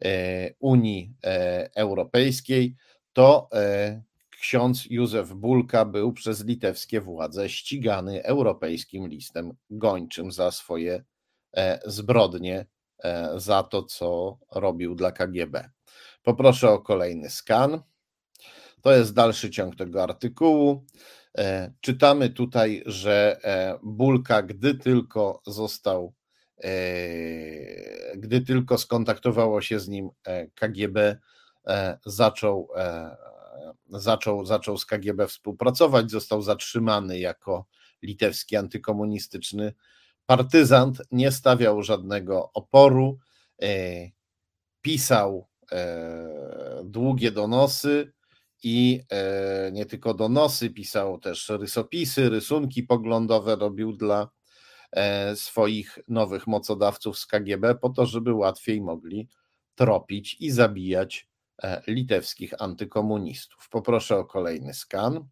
Unii Europejskiej, to ksiądz Józef Bulka był przez litewskie władze ścigany europejskim listem gończym za swoje zbrodnie, za to, co robił dla K G B. Poproszę o kolejny skan. To jest dalszy ciąg tego artykułu. Czytamy tutaj, że Bulka, gdy tylko został, gdy tylko skontaktowało się z nim K G B, zaczął, zaczął, zaczął z K G B współpracować, został zatrzymany jako litewski antykomunistyczny partyzant, nie stawiał żadnego oporu, pisał długie donosy i nie tylko donosy, pisał też rysopisy, rysunki poglądowe robił dla swoich nowych mocodawców z K G B po to, żeby łatwiej mogli tropić i zabijać litewskich antykomunistów. Poproszę o kolejny skan.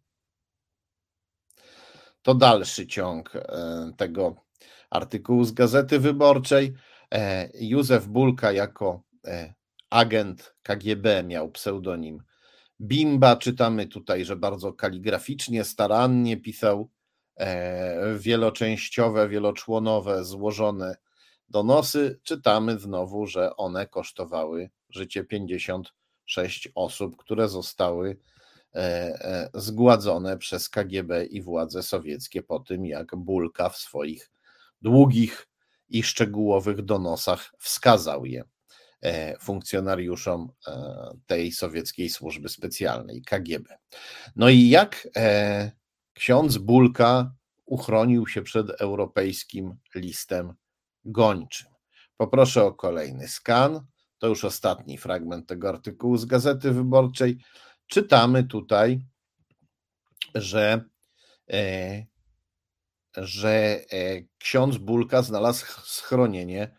To dalszy ciąg tego artykułu z Gazety Wyborczej. Józef Bulka jako agent K G B miał pseudonim Bimba. Czytamy tutaj, że bardzo kaligraficznie, starannie pisał wieloczęściowe, wieloczłonowe, złożone donosy. Czytamy znowu, że one kosztowały życie pięćdziesiąt sześć osób, które zostały zgładzone przez K G B i władze sowieckie po tym, jak Bulka w swoich długich i szczegółowych donosach wskazał je funkcjonariuszom tej sowieckiej służby specjalnej K G B. No i jak ksiądz Bulka uchronił się przed europejskim listem gończym? Poproszę o kolejny skan. To już ostatni fragment tego artykułu z Gazety Wyborczej. Czytamy tutaj, że, że ksiądz Bulka znalazł schronienie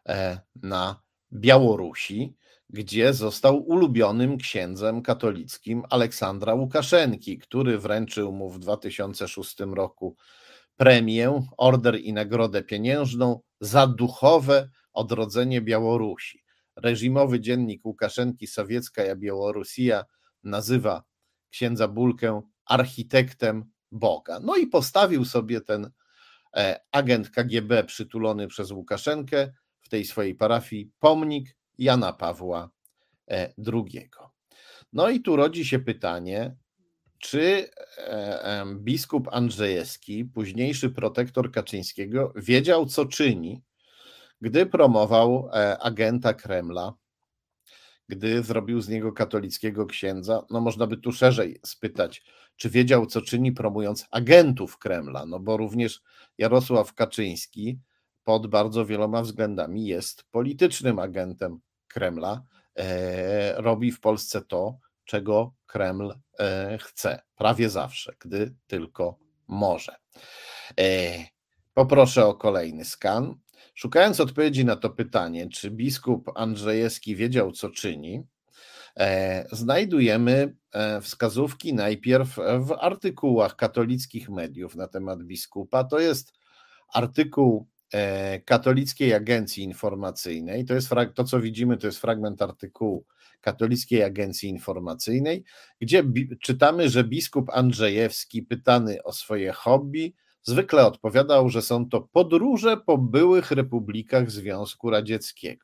na Białorusi, gdzie został ulubionym księdzem katolickim Aleksandra Łukaszenki, który wręczył mu w dwa tysiące szóstym roku premię, order i nagrodę pieniężną za duchowe odrodzenie Białorusi. Reżimowy dziennik Łukaszenki Sowieckaja Białorusja nazywa księdza Bulkę architektem Boga. No i postawił sobie ten agent K G B przytulony przez Łukaszenkę w tej swojej parafii pomnik Jana Pawła drugiego. No i tu rodzi się pytanie, czy biskup Andrzejewski, późniejszy protektor Kaczyńskiego, wiedział, co czyni, gdy promował agenta Kremla, gdy zrobił z niego katolickiego księdza. No można by tu szerzej spytać, czy wiedział, co czyni, promując agentów Kremla, no bo również Jarosław Kaczyński pod bardzo wieloma względami jest politycznym agentem Kremla, e, robi w Polsce to, czego Kreml e, chce, prawie zawsze, gdy tylko może. E, poproszę o kolejny skan. Szukając odpowiedzi na to pytanie, czy biskup Andrzejewski wiedział, co czyni, e, znajdujemy wskazówki najpierw w artykułach katolickich mediów na temat biskupa. To jest artykuł Katolickiej Agencji Informacyjnej. To jest to, co widzimy, to jest fragment artykułu Katolickiej Agencji Informacyjnej, gdzie czytamy, że biskup Andrzejewski, pytany o swoje hobby, zwykle odpowiadał, że są to podróże po byłych republikach Związku Radzieckiego.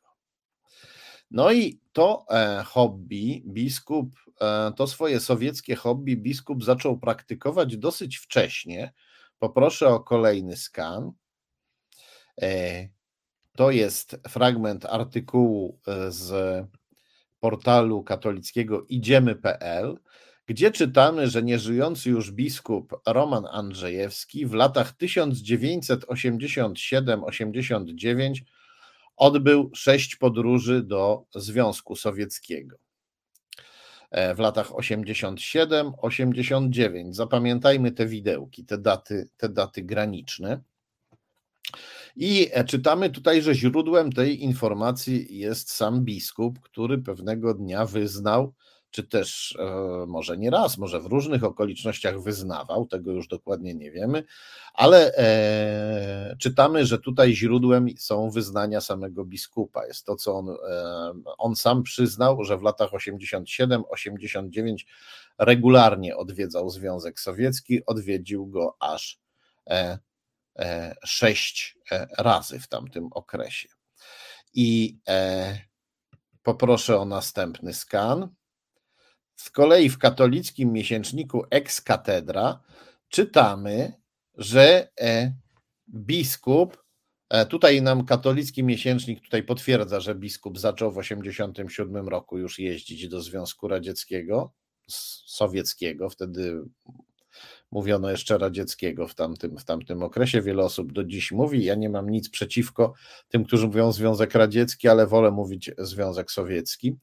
No i to hobby biskup, to swoje sowieckie hobby biskup zaczął praktykować dosyć wcześnie. Poproszę o kolejny skan. To jest fragment artykułu z portalu katolickiego idziemy kropka pe el, gdzie czytamy, że nieżyjący już biskup Roman Andrzejewski w latach tysiąc dziewięćset osiemdziesiąt siedem do osiemdziesiąt dziewięć odbył sześć podróży do Związku Sowieckiego. W latach osiemdziesiąt siedem do osiemdziesiąt dziewięć. Zapamiętajmy te widełki, te daty, te daty graniczne. I czytamy tutaj, że źródłem tej informacji jest sam biskup, który pewnego dnia wyznał, czy też może nie raz, może w różnych okolicznościach wyznawał, tego już dokładnie nie wiemy, ale e, czytamy, że tutaj źródłem są wyznania samego biskupa. Jest to, co on, e, on sam przyznał, że w latach osiemdziesiąt siedem osiemdziesiąt dziewięć regularnie odwiedzał Związek Sowiecki, odwiedził go aż e, e, sześć razy w tamtym okresie. I e, poproszę o następny skan. Z kolei w katolickim miesięczniku Ex Cathedra czytamy, że biskup, tutaj nam katolicki miesięcznik tutaj potwierdza, że biskup zaczął w osiemdziesiątym siódmym roku już jeździć do Związku Radzieckiego, sowieckiego, wtedy mówiono jeszcze radzieckiego w tamtym, w tamtym okresie. Wiele osób do dziś mówi, ja nie mam nic przeciwko tym, którzy mówią Związek Radziecki, ale wolę mówić Związek Sowiecki.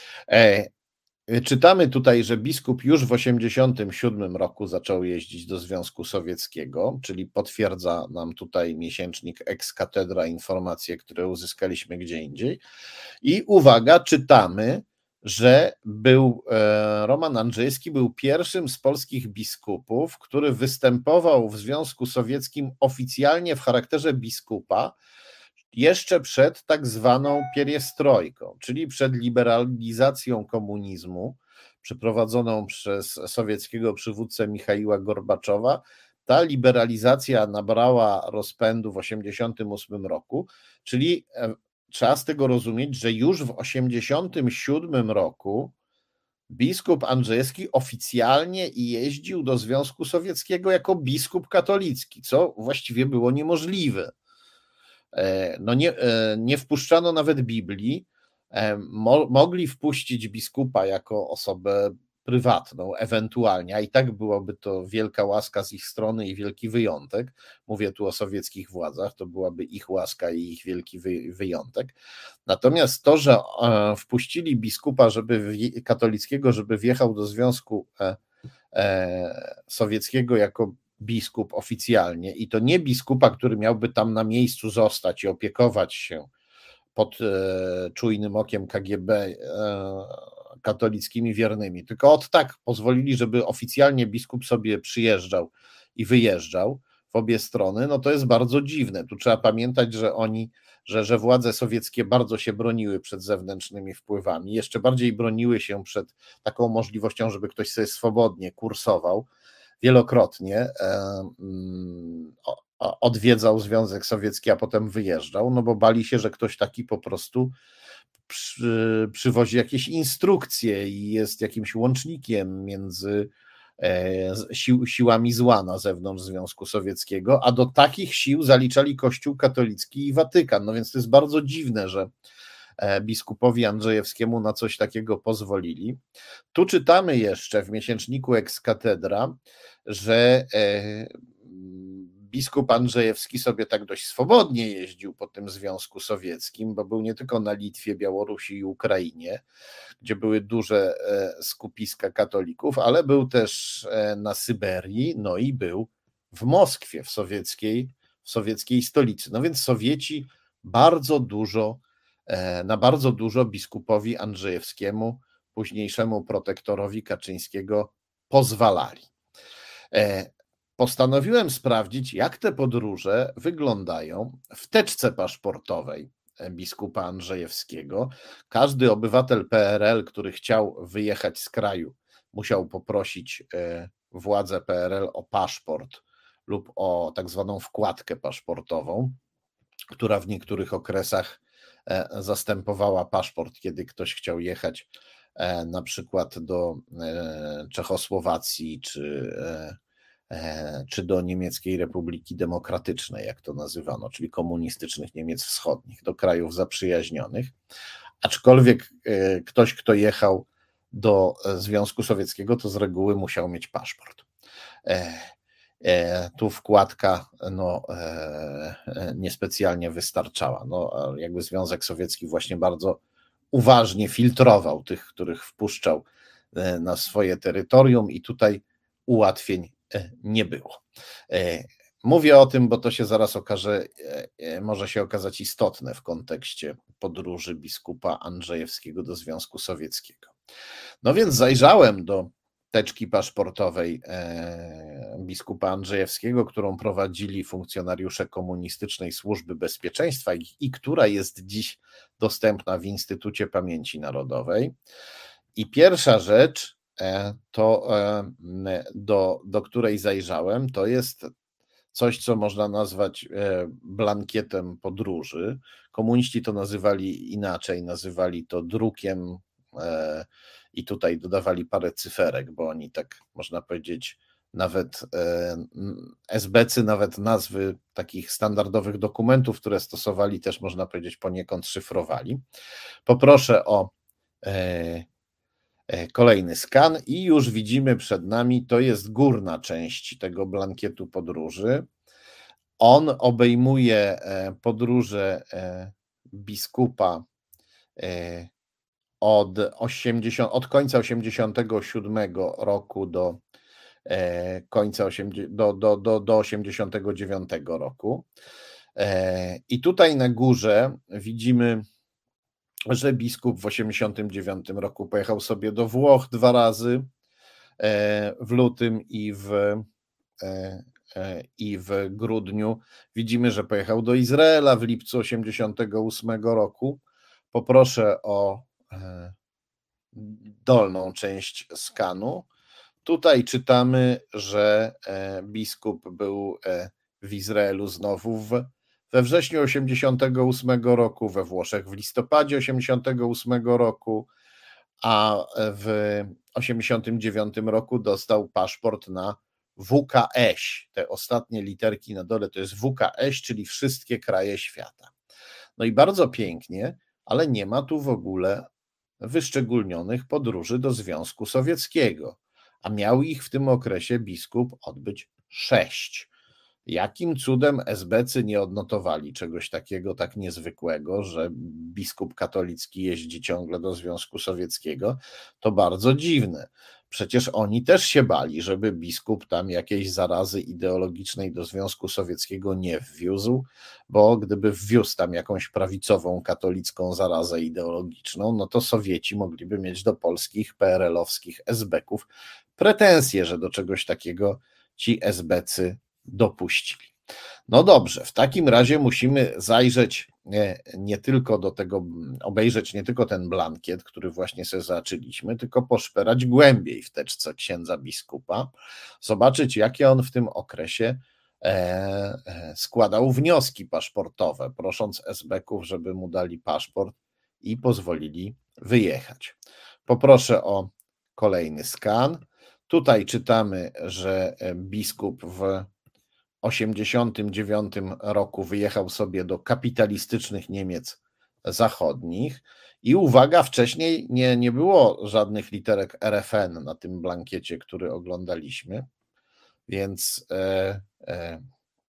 Czytamy tutaj, że biskup już w osiemdziesiątym siódmym roku zaczął jeździć do Związku Sowieckiego, czyli potwierdza nam tutaj miesięcznik Ex Cathedra informacje, które uzyskaliśmy gdzie indziej. I uwaga, czytamy, że był Roman Andrzejewski był pierwszym z polskich biskupów, który występował w Związku Sowieckim oficjalnie w charakterze biskupa, jeszcze przed tak zwaną pieriestrojką, czyli przed liberalizacją komunizmu przeprowadzoną przez sowieckiego przywódcę Michaiła Gorbaczowa. Ta liberalizacja nabrała rozpędu w osiemdziesiątym ósmym roku, czyli trzeba z tego rozumieć, że już w osiemdziesiątym siódmym roku biskup Andrzejewski oficjalnie jeździł do Związku Sowieckiego jako biskup katolicki, co właściwie było niemożliwe. No nie, nie wpuszczano nawet Biblii, Mo, mogli wpuścić biskupa jako osobę prywatną, ewentualnie, a i tak byłaby to wielka łaska z ich strony i wielki wyjątek. Mówię tu o sowieckich władzach, to byłaby ich łaska i ich wielki wy, wyjątek. Natomiast to, że wpuścili biskupa żeby katolickiego, żeby wjechał do Związku Sowieckiego jako biskup oficjalnie, i to nie biskupa, który miałby tam na miejscu zostać i opiekować się pod e, czujnym okiem K G B e, katolickimi wiernymi, tylko od tak pozwolili, żeby oficjalnie biskup sobie przyjeżdżał i wyjeżdżał w obie strony, no to jest bardzo dziwne. Tu trzeba pamiętać, że oni, że, że władze sowieckie bardzo się broniły przed zewnętrznymi wpływami, jeszcze bardziej broniły się przed taką możliwością, żeby ktoś sobie swobodnie kursował. Wielokrotnie odwiedzał Związek Sowiecki, a potem wyjeżdżał, no bo bali się, że ktoś taki po prostu przy, przywozi jakieś instrukcje i jest jakimś łącznikiem między sił, siłami zła na zewnątrz Związku Sowieckiego, a do takich sił zaliczali Kościół katolicki i Watykan. No więc to jest bardzo dziwne, że biskupowi Andrzejewskiemu na coś takiego pozwolili. Tu czytamy jeszcze w miesięczniku Ex Cathedra, że biskup Andrzejewski sobie tak dość swobodnie jeździł po tym Związku Sowieckim, bo był nie tylko na Litwie, Białorusi i Ukrainie, gdzie były duże skupiska katolików, ale był też na Syberii, no i był w Moskwie, w sowieckiej, w sowieckiej stolicy. No więc Sowieci bardzo dużo na bardzo dużo biskupowi Andrzejewskiemu, późniejszemu protektorowi Kaczyńskiego, pozwalali. Postanowiłem sprawdzić, jak te podróże wyglądają w teczce paszportowej biskupa Andrzejewskiego. Każdy obywatel P R L, który chciał wyjechać z kraju, musiał poprosić władze P R L o paszport lub o tak zwaną wkładkę paszportową, która w niektórych okresach zastępowała paszport, kiedy ktoś chciał jechać na przykład do Czechosłowacji czy, czy do Niemieckiej Republiki Demokratycznej, jak to nazywano, czyli komunistycznych Niemiec Wschodnich, do krajów zaprzyjaźnionych. Aczkolwiek ktoś, kto jechał do Związku Sowieckiego, to z reguły musiał mieć paszport. Tu wkładka no, niespecjalnie wystarczała. No, jakby Związek Sowiecki właśnie bardzo uważnie filtrował tych, których wpuszczał na swoje terytorium i tutaj ułatwień nie było. Mówię o tym, bo to się zaraz okaże, może się okazać istotne w kontekście podróży biskupa Andrzejewskiego do Związku Sowieckiego. No więc zajrzałem do teczki paszportowej biskupa Andrzejewskiego, którą prowadzili funkcjonariusze Komunistycznej Służby Bezpieczeństwa i, i która jest dziś dostępna w Instytucie Pamięci Narodowej. I pierwsza rzecz, to, do, do której zajrzałem, to jest coś, co można nazwać blankietem podróży. Komuniści to nazywali inaczej, nazywali to drukiem i tutaj dodawali parę cyferek, bo oni tak, można powiedzieć, nawet esbecy, nawet nazwy takich standardowych dokumentów, które stosowali, też można powiedzieć poniekąd szyfrowali. Poproszę o kolejny skan i już widzimy przed nami, to jest górna część tego blankietu podróży. On obejmuje podróże biskupa od, osiemdziesiątego, od końca osiemdziesiątego siódmego roku do końca do, do, do, do osiemdziesiątego dziewiątego roku. I tutaj na górze widzimy, że biskup w osiemdziesiątym dziewiątym roku pojechał sobie do Włoch dwa razy, w lutym i w, i w grudniu. Widzimy, że pojechał do Izraela w lipcu osiemdziesiątego ósmego roku. Poproszę o dolną część skanu. Tutaj czytamy, że biskup był w Izraelu znowu w, we wrześniu osiemdziesiątego ósmego roku, we Włoszech w listopadzie osiemdziesiątego ósmego roku, a w osiemdziesiątym dziewiątym roku dostał paszport na W K Ś. Te ostatnie literki na dole to jest W K Ś, czyli wszystkie kraje świata. No i bardzo pięknie, ale nie ma tu w ogóle wyszczególnionych podróży do Związku Sowieckiego, a miał ich w tym okresie biskup odbyć sześć. Jakim cudem esbecy nie odnotowali czegoś takiego tak niezwykłego, że biskup katolicki jeździ ciągle do Związku Sowieckiego, to bardzo dziwne. Przecież oni też się bali, żeby biskup tam jakiejś zarazy ideologicznej do Związku Sowieckiego nie wwiózł, bo gdyby wwiózł tam jakąś prawicową katolicką zarazę ideologiczną, no to Sowieci mogliby mieć do polskich P R L-owskich esbeków pretensje, że do czegoś takiego ci esbecy dopuścili. No dobrze, w takim razie musimy zajrzeć nie, nie tylko do tego, obejrzeć nie tylko ten blankiet, który właśnie sobie zaczęliśmy, tylko poszperać głębiej w teczce księdza biskupa, zobaczyć, jakie on w tym okresie e, składał wnioski paszportowe, prosząc esbeków, żeby mu dali paszport i pozwolili wyjechać. Poproszę o kolejny skan. Tutaj czytamy, że biskup w osiemdziesiątym dziewiątym roku wyjechał sobie do kapitalistycznych Niemiec zachodnich i uwaga, wcześniej nie, nie było żadnych literek R F N na tym blankiecie, który oglądaliśmy, więc, e, e,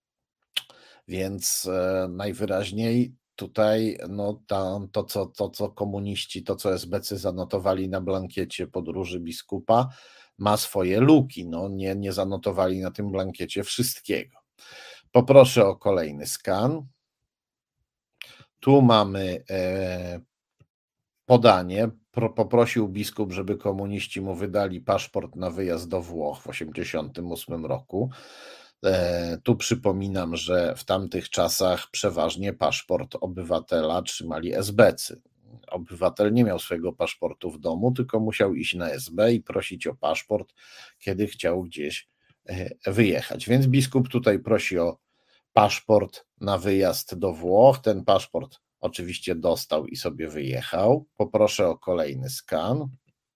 więc e, najwyraźniej tutaj no, tam, to, co, to, co komuniści, to, co esbecy zanotowali na blankiecie podróży biskupa, ma swoje luki, no, nie, nie zanotowali na tym blankiecie wszystkiego. Poproszę o kolejny skan. Tu mamy e, podanie. Pro, poprosił biskup, żeby komuniści mu wydali paszport na wyjazd do Włoch w osiemdziesiątym ósmym roku. E, tu przypominam, że w tamtych czasach przeważnie paszport obywatela trzymali esbecy. Obywatel nie miał swojego paszportu w domu, tylko musiał iść na S B i prosić o paszport, kiedy chciał gdzieś wyjechać. Więc biskup tutaj prosi o paszport na wyjazd do Włoch. Ten paszport oczywiście dostał i sobie wyjechał. Poproszę o kolejny skan.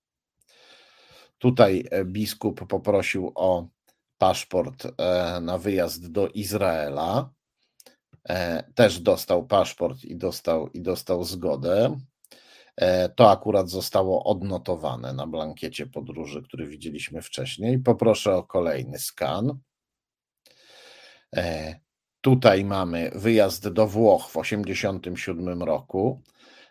Tutaj biskup poprosił o paszport na wyjazd do Izraela. Też dostał paszport i dostał, i dostał zgodę. To akurat zostało odnotowane na blankiecie podróży, który widzieliśmy wcześniej. Poproszę o kolejny skan. Tutaj mamy wyjazd do Włoch w osiemdziesiątym siódmym roku.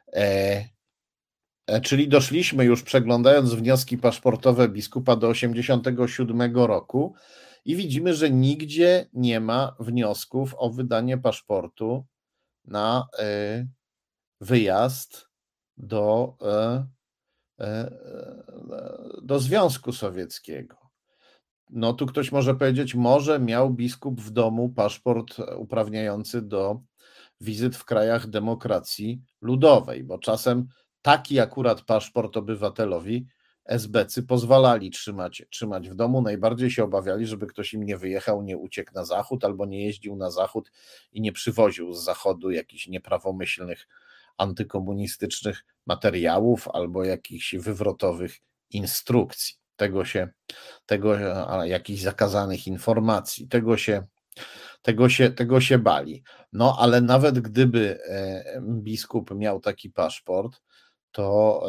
Czyli doszliśmy już, przeglądając wnioski paszportowe biskupa, do osiemdziesiątego siódmego roku i widzimy, że nigdzie nie ma wniosków o wydanie paszportu na wyjazd do do Związku Sowieckiego. No tu ktoś może powiedzieć, może miał biskup w domu paszport uprawniający do wizyt w krajach demokracji ludowej, bo czasem taki akurat paszport obywatelowi esbecy pozwalali trzymać, trzymać w domu. Najbardziej się obawiali, żeby ktoś im nie wyjechał, nie uciekł na zachód albo nie jeździł na zachód i nie przywoził z zachodu jakichś nieprawomyślnych, antykomunistycznych materiałów albo jakichś wywrotowych instrukcji. Tego się, tego, jakichś zakazanych informacji, tego się, tego się, tego się bali. No ale nawet gdyby biskup miał taki paszport, to,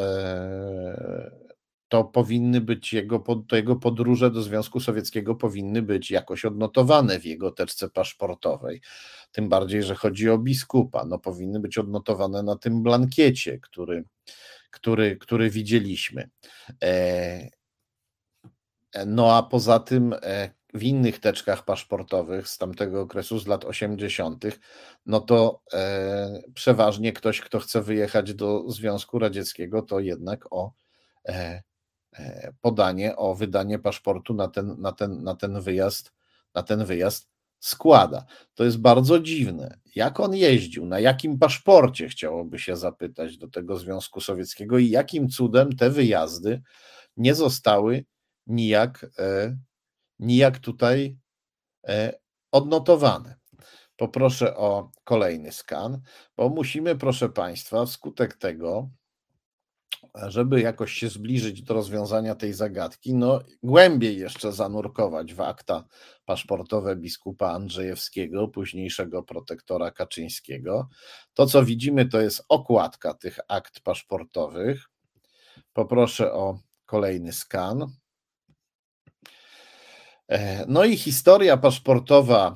to powinny być jego, to jego podróże do Związku Sowieckiego powinny być jakoś odnotowane w jego teczce paszportowej. Tym bardziej, że chodzi o biskupa. No powinny być odnotowane na tym blankiecie, który, który, który widzieliśmy. No a poza tym w innych teczkach paszportowych z tamtego okresu, z lat osiemdziesiątych, no to e, przeważnie ktoś, kto chce wyjechać do Związku Radzieckiego, to jednak o e, e, podanie, o wydanie paszportu na ten, na ten, na ten wyjazd, na ten wyjazd składa. To jest bardzo dziwne. Jak on jeździł, na jakim paszporcie, chciałoby się zapytać, do tego Związku Sowieckiego i jakim cudem te wyjazdy nie zostały nijak, e, nijak tutaj e, odnotowane. Poproszę o kolejny skan, bo musimy, proszę Państwa, wskutek tego, żeby jakoś się zbliżyć do rozwiązania tej zagadki, no głębiej jeszcze zanurkować w akta paszportowe biskupa Andrzejewskiego, późniejszego protektora Kaczyńskiego. To, co widzimy, to jest okładka tych akt paszportowych. Poproszę o kolejny skan. No i historia paszportowa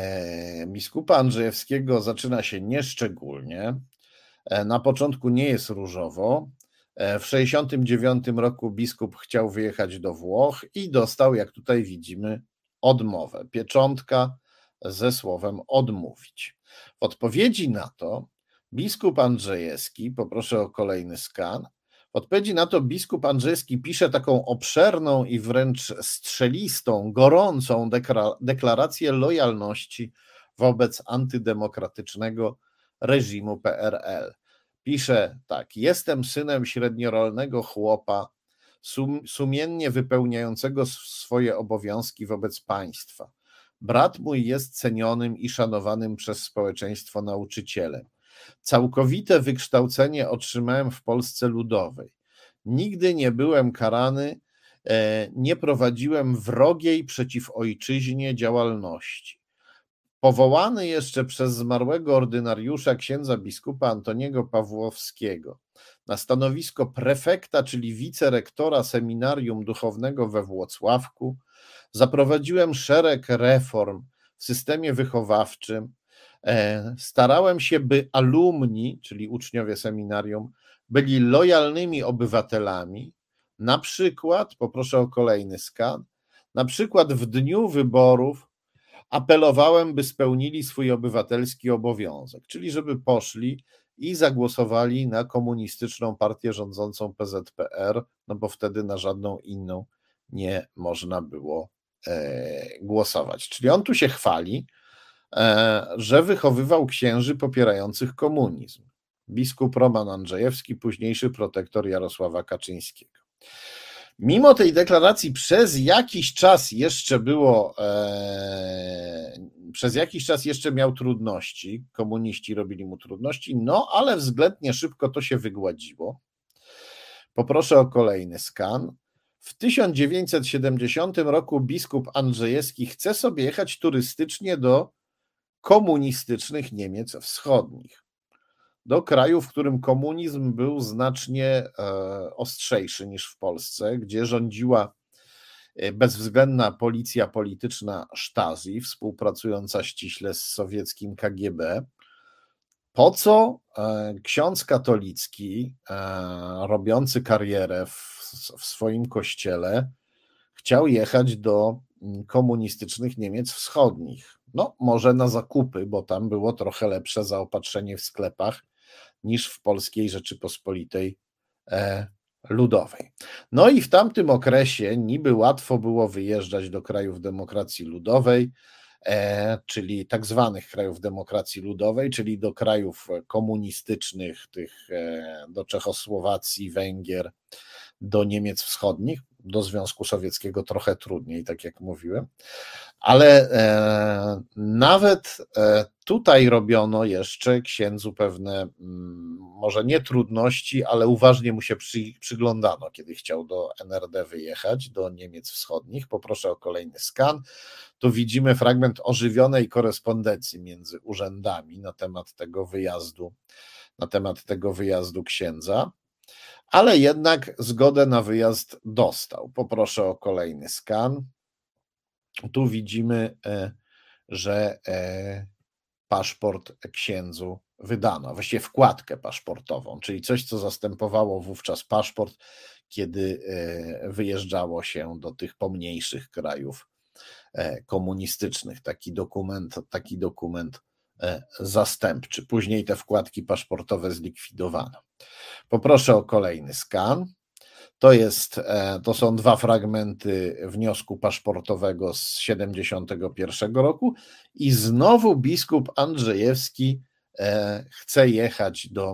biskupa Andrzejewskiego zaczyna się nieszczególnie. Na początku nie jest różowo. W sześćdziesiątym dziewiątym roku biskup chciał wyjechać do Włoch i dostał, jak tutaj widzimy, odmowę. Pieczątka ze słowem odmówić. W odpowiedzi na to biskup Andrzejewski, poproszę o kolejny skan, w odpowiedzi na to biskup Andrzejewski pisze taką obszerną i wręcz strzelistą, gorącą deklarację lojalności wobec antydemokratycznego reżimu P R L. Pisze tak: jestem synem średniorolnego chłopa, sum, sumiennie wypełniającego swoje obowiązki wobec państwa. Brat mój jest cenionym i szanowanym przez społeczeństwo nauczycielem. Całkowite wykształcenie otrzymałem w Polsce Ludowej. Nigdy nie byłem karany, nie prowadziłem wrogiej przeciw ojczyźnie działalności. Powołany jeszcze przez zmarłego ordynariusza księdza biskupa Antoniego Pawłowskiego na stanowisko prefekta, czyli wicerektora seminarium duchownego we Włocławku, zaprowadziłem szereg reform w systemie wychowawczym. Starałem się, by alumni, czyli uczniowie seminarium, byli lojalnymi obywatelami. Na przykład, poproszę o kolejny skan, na przykład w dniu wyborów apelowałem, by spełnili swój obywatelski obowiązek, czyli żeby poszli i zagłosowali na komunistyczną partię rządzącą P Z P R, no bo wtedy na żadną inną nie można było e, głosować. Czyli on tu się chwali, e, że wychowywał księży popierających komunizm. Biskup Roman Andrzejewski, późniejszy protektor Jarosława Kaczyńskiego. Mimo tej deklaracji przez jakiś czas jeszcze było, e, przez jakiś czas jeszcze miał trudności, komuniści robili mu trudności, no ale względnie szybko to się wygładziło. Poproszę o kolejny skan. W tysiąc dziewięćset siedemdziesiątym roku biskup Andrzejewski chce sobie jechać turystycznie do komunistycznych Niemiec Wschodnich. Do kraju, w którym komunizm był znacznie ostrzejszy niż w Polsce, gdzie rządziła bezwzględna policja polityczna Stasi, współpracująca ściśle z sowieckim K G B. Po co ksiądz katolicki, robiący karierę w, w swoim kościele, chciał jechać do komunistycznych Niemiec Wschodnich? No, może na zakupy, bo tam było trochę lepsze zaopatrzenie w sklepach niż w Polskiej Rzeczypospolitej Ludowej. No i w tamtym okresie niby łatwo było wyjeżdżać do krajów demokracji ludowej, e, czyli tak zwanych krajów demokracji ludowej, czyli do krajów komunistycznych, tych e, do Czechosłowacji, Węgier, do Niemiec Wschodnich, do Związku Sowieckiego trochę trudniej, tak jak mówiłem, ale e, nawet e, tutaj robiono jeszcze księdzu pewne, m, może nie trudności, ale uważnie mu się przy, przyglądano, kiedy chciał do N R D wyjechać, do Niemiec Wschodnich. Poproszę o kolejny skan. Tu widzimy fragment ożywionej korespondencji między urzędami na temat tego wyjazdu, na temat tego wyjazdu księdza. Ale jednak zgodę na wyjazd dostał. Poproszę o kolejny skan. Tu widzimy, że paszport księdzu wydano, właściwie wkładkę paszportową, czyli coś, co zastępowało wówczas paszport, kiedy wyjeżdżało się do tych pomniejszych krajów komunistycznych. Taki dokument, taki dokument zastępczy. Później te wkładki paszportowe zlikwidowano. Poproszę o kolejny skan. To, jest, to są dwa fragmenty wniosku paszportowego z siedemdziesiątego pierwszego roku i znowu biskup Andrzejewski chce jechać do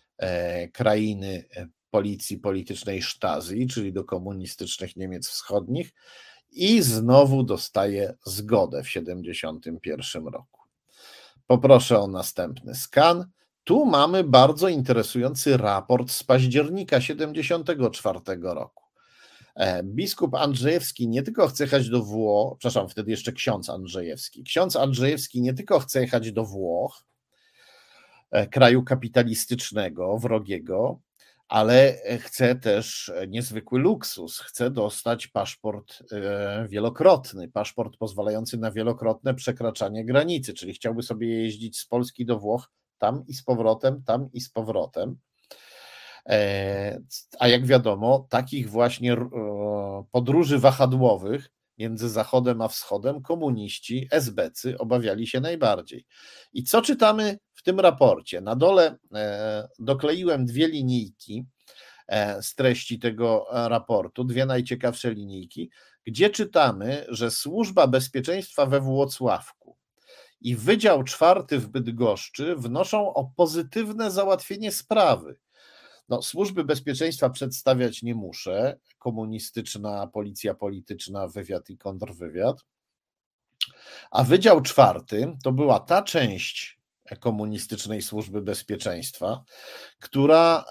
krainy policji politycznej Stasi, czyli do komunistycznych Niemiec Wschodnich i znowu dostaje zgodę w siedemdziesiątym pierwszym roku. Poproszę o następny skan. Tu mamy bardzo interesujący raport z października siedemdziesiątego czwartego roku. Biskup Andrzejewski nie tylko chce jechać do Włoch, przepraszam, wtedy jeszcze ksiądz Andrzejewski. Ksiądz Andrzejewski nie tylko chce jechać do Włoch, kraju kapitalistycznego, wrogiego, ale chce też niezwykły luksus. Chce dostać paszport wielokrotny, paszport pozwalający na wielokrotne przekraczanie granicy, czyli chciałby sobie jeździć z Polski do Włoch, tam i z powrotem, tam i z powrotem. A jak wiadomo, takich właśnie podróży wahadłowych między Zachodem a Wschodem komuniści, esbecy obawiali się najbardziej. I co czytamy w tym raporcie? Na dole dokleiłem dwie linijki z treści tego raportu, dwie najciekawsze linijki, gdzie czytamy, że Służba Bezpieczeństwa we Włocławku i Wydział Czwarty w Bydgoszczy wnoszą o pozytywne załatwienie sprawy. No, służby bezpieczeństwa przedstawiać nie muszę, komunistyczna policja polityczna, wywiad i kontrwywiad, a Wydział Czwarty to była ta część komunistycznej służby bezpieczeństwa, która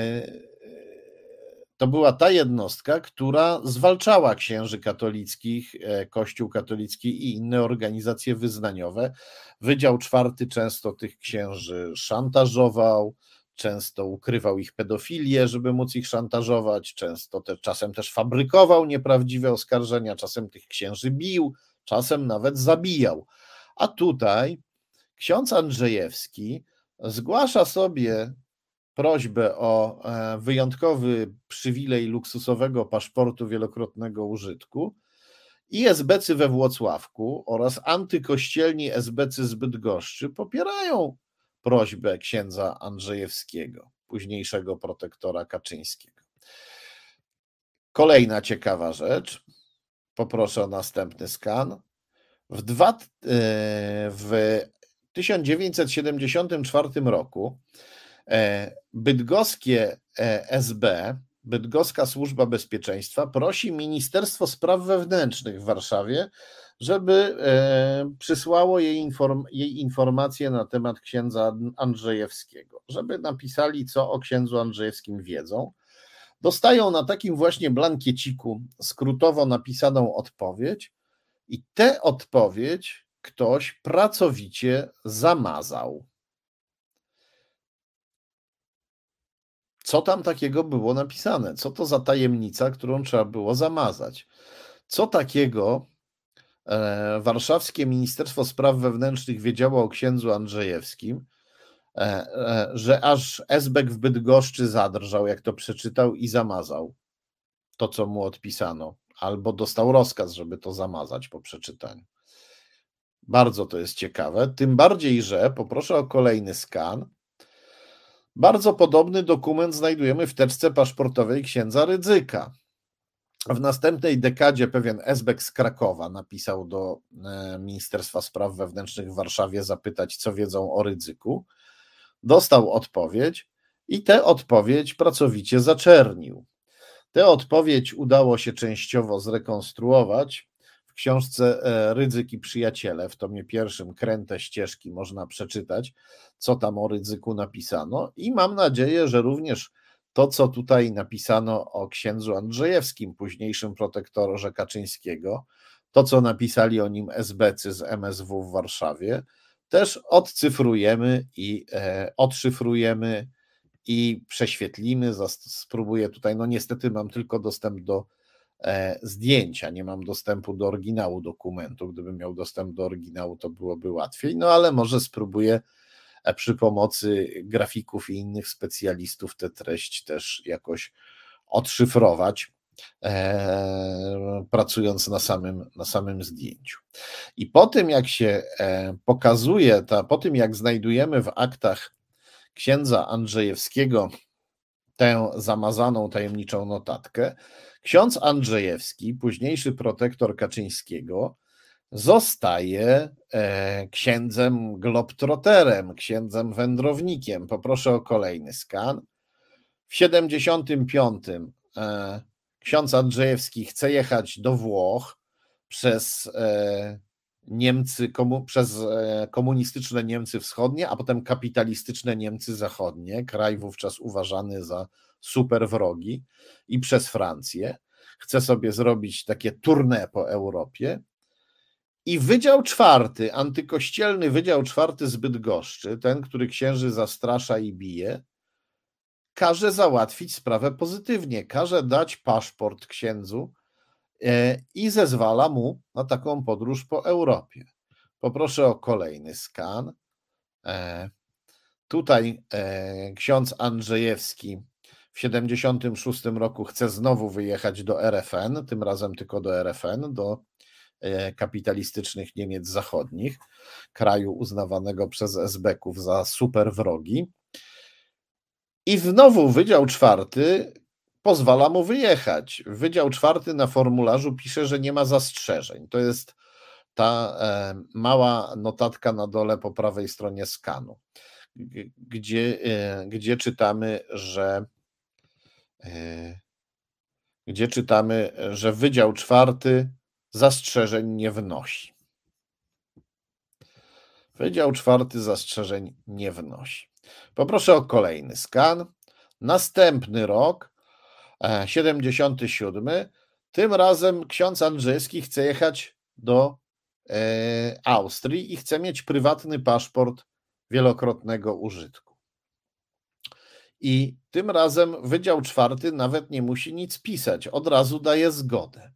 to była ta jednostka, która zwalczała księży katolickich, Kościół katolicki i inne organizacje wyznaniowe. Wydział Czwarty często tych księży szantażował, często ukrywał ich pedofilię, żeby móc ich szantażować, często te, czasem też fabrykował nieprawdziwe oskarżenia, czasem tych księży bił, czasem nawet zabijał. A tutaj ksiądz Andrzejewski zgłasza sobie prośbę o wyjątkowy przywilej luksusowego paszportu wielokrotnego użytku i esbecy we Włocławku oraz antykościelni esbecy z Bydgoszczy popierają prośbę księdza Andrzejewskiego, późniejszego protektora Kaczyńskiego. Kolejna ciekawa rzecz, poproszę o następny skan. W, dwa, w tysiąc dziewięćset siedemdziesiątym czwartym roku bydgoskie S B, Bydgoska Służba Bezpieczeństwa prosi Ministerstwo Spraw Wewnętrznych w Warszawie, żeby przysłało jej, inform, jej informacje na temat księdza Andrzejewskiego, żeby napisali, co o księdzu Andrzejewskim wiedzą. Dostają na takim właśnie blankieciku skrótowo napisaną odpowiedź i tę odpowiedź ktoś pracowicie zamazał. Co tam takiego było napisane? Co to za tajemnica, którą trzeba było zamazać? Co takiego e, warszawskie Ministerstwo Spraw Wewnętrznych wiedziało o księdzu Andrzejewskim, e, e, że aż esbek w Bydgoszczy zadrżał, jak to przeczytał i zamazał to, co mu odpisano, albo dostał rozkaz, żeby to zamazać po przeczytaniu. Bardzo to jest ciekawe, tym bardziej, że poproszę o kolejny skan. Bardzo podobny dokument znajdujemy w teczce paszportowej księdza Rydzyka. W następnej dekadzie pewien esbek z Krakowa napisał do Ministerstwa Spraw Wewnętrznych w Warszawie zapytać, co wiedzą o Rydzyku. Dostał odpowiedź i tę odpowiedź pracowicie zaczernił. Tę odpowiedź udało się częściowo zrekonstruować w książce Rydzyk i przyjaciele. W tomie pierwszym Kręte ścieżki można przeczytać, co tam o Rydzyku napisano, i mam nadzieję, że również to, co tutaj napisano o księdzu Andrzejewskim, późniejszym protektorze Kaczyńskiego, to, co napisali o nim esbecy z M S W w Warszawie, też odcyfrujemy i e, odszyfrujemy i prześwietlimy. Spróbuję tutaj, no niestety mam tylko dostęp do e, zdjęcia, nie mam dostępu do oryginału dokumentu. Gdybym miał dostęp do oryginału, to byłoby łatwiej, no ale może spróbuję przy pomocy grafików i innych specjalistów tę treść też jakoś odszyfrować, e, pracując na samym, na samym zdjęciu. I po tym, jak się e, pokazuje, ta, po tym jak znajdujemy w aktach księdza Andrzejewskiego tę zamazaną, tajemniczą notatkę, ksiądz Andrzejewski, późniejszy protektor Kaczyńskiego, zostaje księdzem globtroterem, księdzem wędrownikiem. Poproszę o kolejny skan. W siedemdziesiątym piątym ksiądz Andrzejewski chce jechać do Włoch przez Niemcy, komu, przez komunistyczne Niemcy wschodnie, a potem kapitalistyczne Niemcy zachodnie, kraj wówczas uważany za super wrogi, i przez Francję. Chce sobie zrobić takie tournée po Europie. I Wydział Czwarty, antykościelny Wydział Czwarty z Bydgoszczy, ten, który księży zastrasza i bije, każe załatwić sprawę pozytywnie, każe dać paszport księdzu i zezwala mu na taką podróż po Europie. Poproszę o kolejny skan. Tutaj ksiądz Andrzejewski w siedemdziesiątym szóstym roku chce znowu wyjechać do R F N, tym razem tylko do R F N, do kapitalistycznych Niemiec zachodnich, kraju uznawanego przez esbeków za super wrogi. I znowu Wydział Czwarty pozwala mu wyjechać. Wydział Czwarty na formularzu pisze, że nie ma zastrzeżeń. To jest ta mała notatka na dole po prawej stronie skanu, gdzie, gdzie czytamy, że gdzie czytamy, że Wydział Czwarty zastrzeżeń nie wnosi. Wydział Czwarty zastrzeżeń nie wnosi. Poproszę o kolejny skan. Następny rok, siedemdziesiąty siódmy. Tym razem ksiądz Andrzejewski chce jechać do Austrii i chce mieć prywatny paszport wielokrotnego użytku. I tym razem Wydział Czwarty nawet nie musi nic pisać, od razu daje zgodę.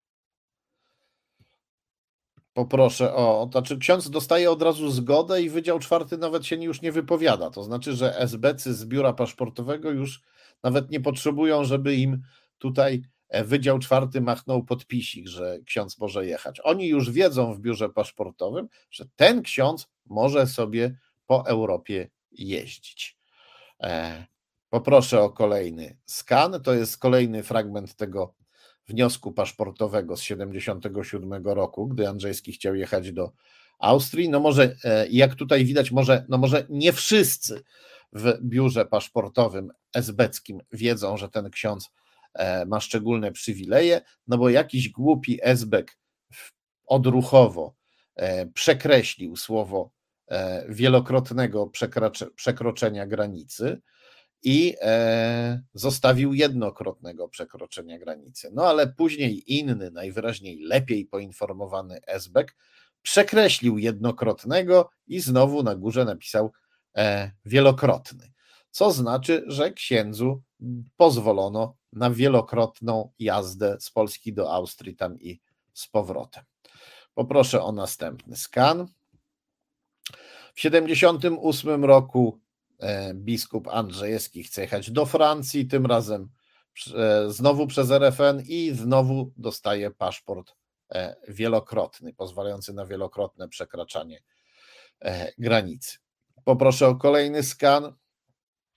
Poproszę o, to znaczy ksiądz dostaje od razu zgodę i Wydział Czwarty nawet się już nie wypowiada. To znaczy, że esbecy z biura paszportowego już nawet nie potrzebują, żeby im tutaj Wydział Czwarty machnął podpisik, że ksiądz może jechać. Oni już wiedzą w biurze paszportowym, że ten ksiądz może sobie po Europie jeździć. Poproszę o kolejny skan. To jest kolejny fragment tego wniosku paszportowego z siedemdziesiątego siódmego roku, gdy Andrzejewski chciał jechać do Austrii. No może, jak tutaj widać, może, no może nie wszyscy w biurze paszportowym esbeckim wiedzą, że ten ksiądz ma szczególne przywileje, no bo jakiś głupi esbek odruchowo przekreślił słowo wielokrotnego przekroczenia granicy i zostawił jednokrotnego przekroczenia granicy. No ale później inny, najwyraźniej lepiej poinformowany esbek przekreślił jednokrotnego i znowu na górze napisał wielokrotny, co znaczy, że księdzu pozwolono na wielokrotną jazdę z Polski do Austrii tam i z powrotem. Poproszę o następny skan. W siedemdziesiątym ósmym roku biskup Andrzejewski chce jechać do Francji, tym razem znowu przez R F N i znowu dostaje paszport wielokrotny, pozwalający na wielokrotne przekraczanie granicy. Poproszę o kolejny skan.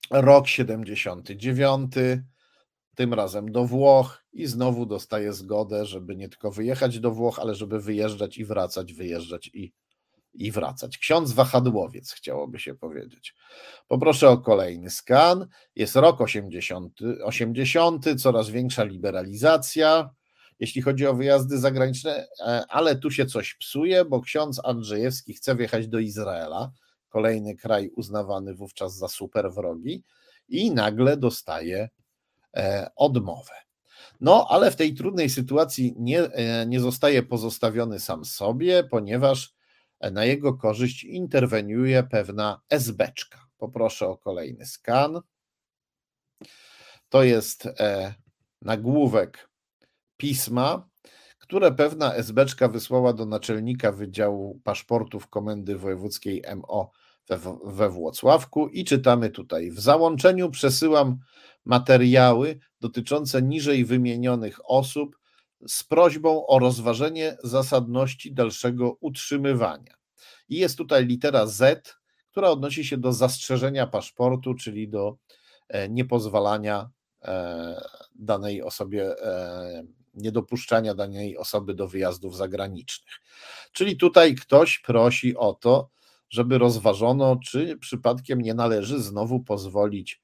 Rok siedemdziesiąty dziewiąty, tym razem do Włoch i znowu dostaje zgodę, żeby nie tylko wyjechać do Włoch, ale żeby wyjeżdżać i wracać, wyjeżdżać i, i wracać. Ksiądz wahadłowiec, chciałoby się powiedzieć. Poproszę o kolejny skan. Jest rok osiemdziesiąty, osiemdziesiąty, coraz większa liberalizacja, jeśli chodzi o wyjazdy zagraniczne, ale tu się coś psuje, bo ksiądz Andrzejewski chce wjechać do Izraela, kolejny kraj uznawany wówczas za super wrogi, i nagle dostaje odmowę. No, ale w tej trudnej sytuacji nie, nie zostaje pozostawiony sam sobie, ponieważ na jego korzyść interweniuje pewna esbeczka. Poproszę o kolejny skan. To jest nagłówek pisma, które pewna esbeczka wysłała do naczelnika Wydziału Paszportów Komendy Wojewódzkiej M O we, we Włocławku i czytamy tutaj: w załączeniu przesyłam materiały dotyczące niżej wymienionych osób z prośbą o rozważenie zasadności dalszego utrzymywania. I jest tutaj litera Z, która odnosi się do zastrzeżenia paszportu, czyli do niepozwalania danej osobie, niedopuszczania danej osoby do wyjazdów zagranicznych. Czyli tutaj ktoś prosi o to, żeby rozważono, czy przypadkiem nie należy znowu pozwolić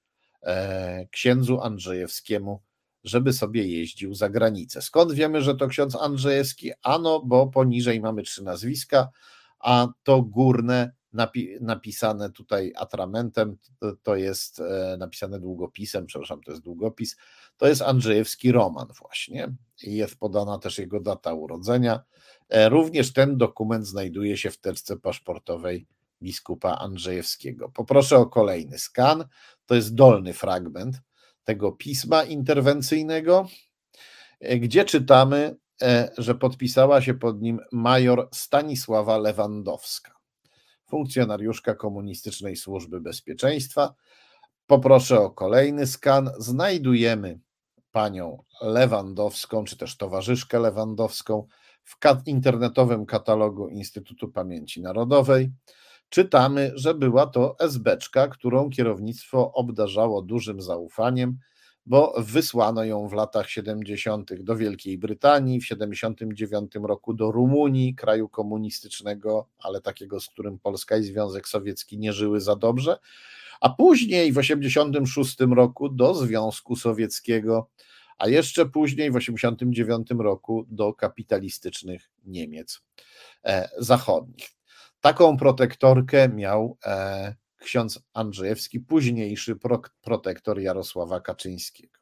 księdzu Andrzejewskiemu, żeby sobie jeździł za granicę. Skąd wiemy, że to ksiądz Andrzejewski? Ano, bo poniżej mamy trzy nazwiska, a to górne napi- napisane tutaj atramentem, to, to jest napisane długopisem, przepraszam, to jest długopis, to jest Andrzejewski Roman właśnie i jest podana też jego data urodzenia. Również ten dokument znajduje się w teczce paszportowej biskupa Andrzejewskiego. Poproszę o kolejny skan. To jest dolny fragment tego pisma interwencyjnego, gdzie czytamy, że podpisała się pod nim major Stanisława Lewandowska, funkcjonariuszka Komunistycznej Służby Bezpieczeństwa. Poproszę o kolejny skan. Znajdujemy panią Lewandowską, czy też towarzyszkę Lewandowską w internetowym katalogu Instytutu Pamięci Narodowej. Czytamy, że była to esbeczka, którą kierownictwo obdarzało dużym zaufaniem, bo wysłano ją w latach siedemdziesiątych do Wielkiej Brytanii, w siedemdziesiątym dziewiątym roku do Rumunii, kraju komunistycznego, ale takiego, z którym Polska i Związek Sowiecki nie żyły za dobrze, a później w osiemdziesiątym szóstym roku do Związku Sowieckiego, a jeszcze później w osiemdziesiątym dziewiątym roku do kapitalistycznych Niemiec zachodnich. Taką protektorkę miał ksiądz Andrzejewski, późniejszy protektor Jarosława Kaczyńskiego.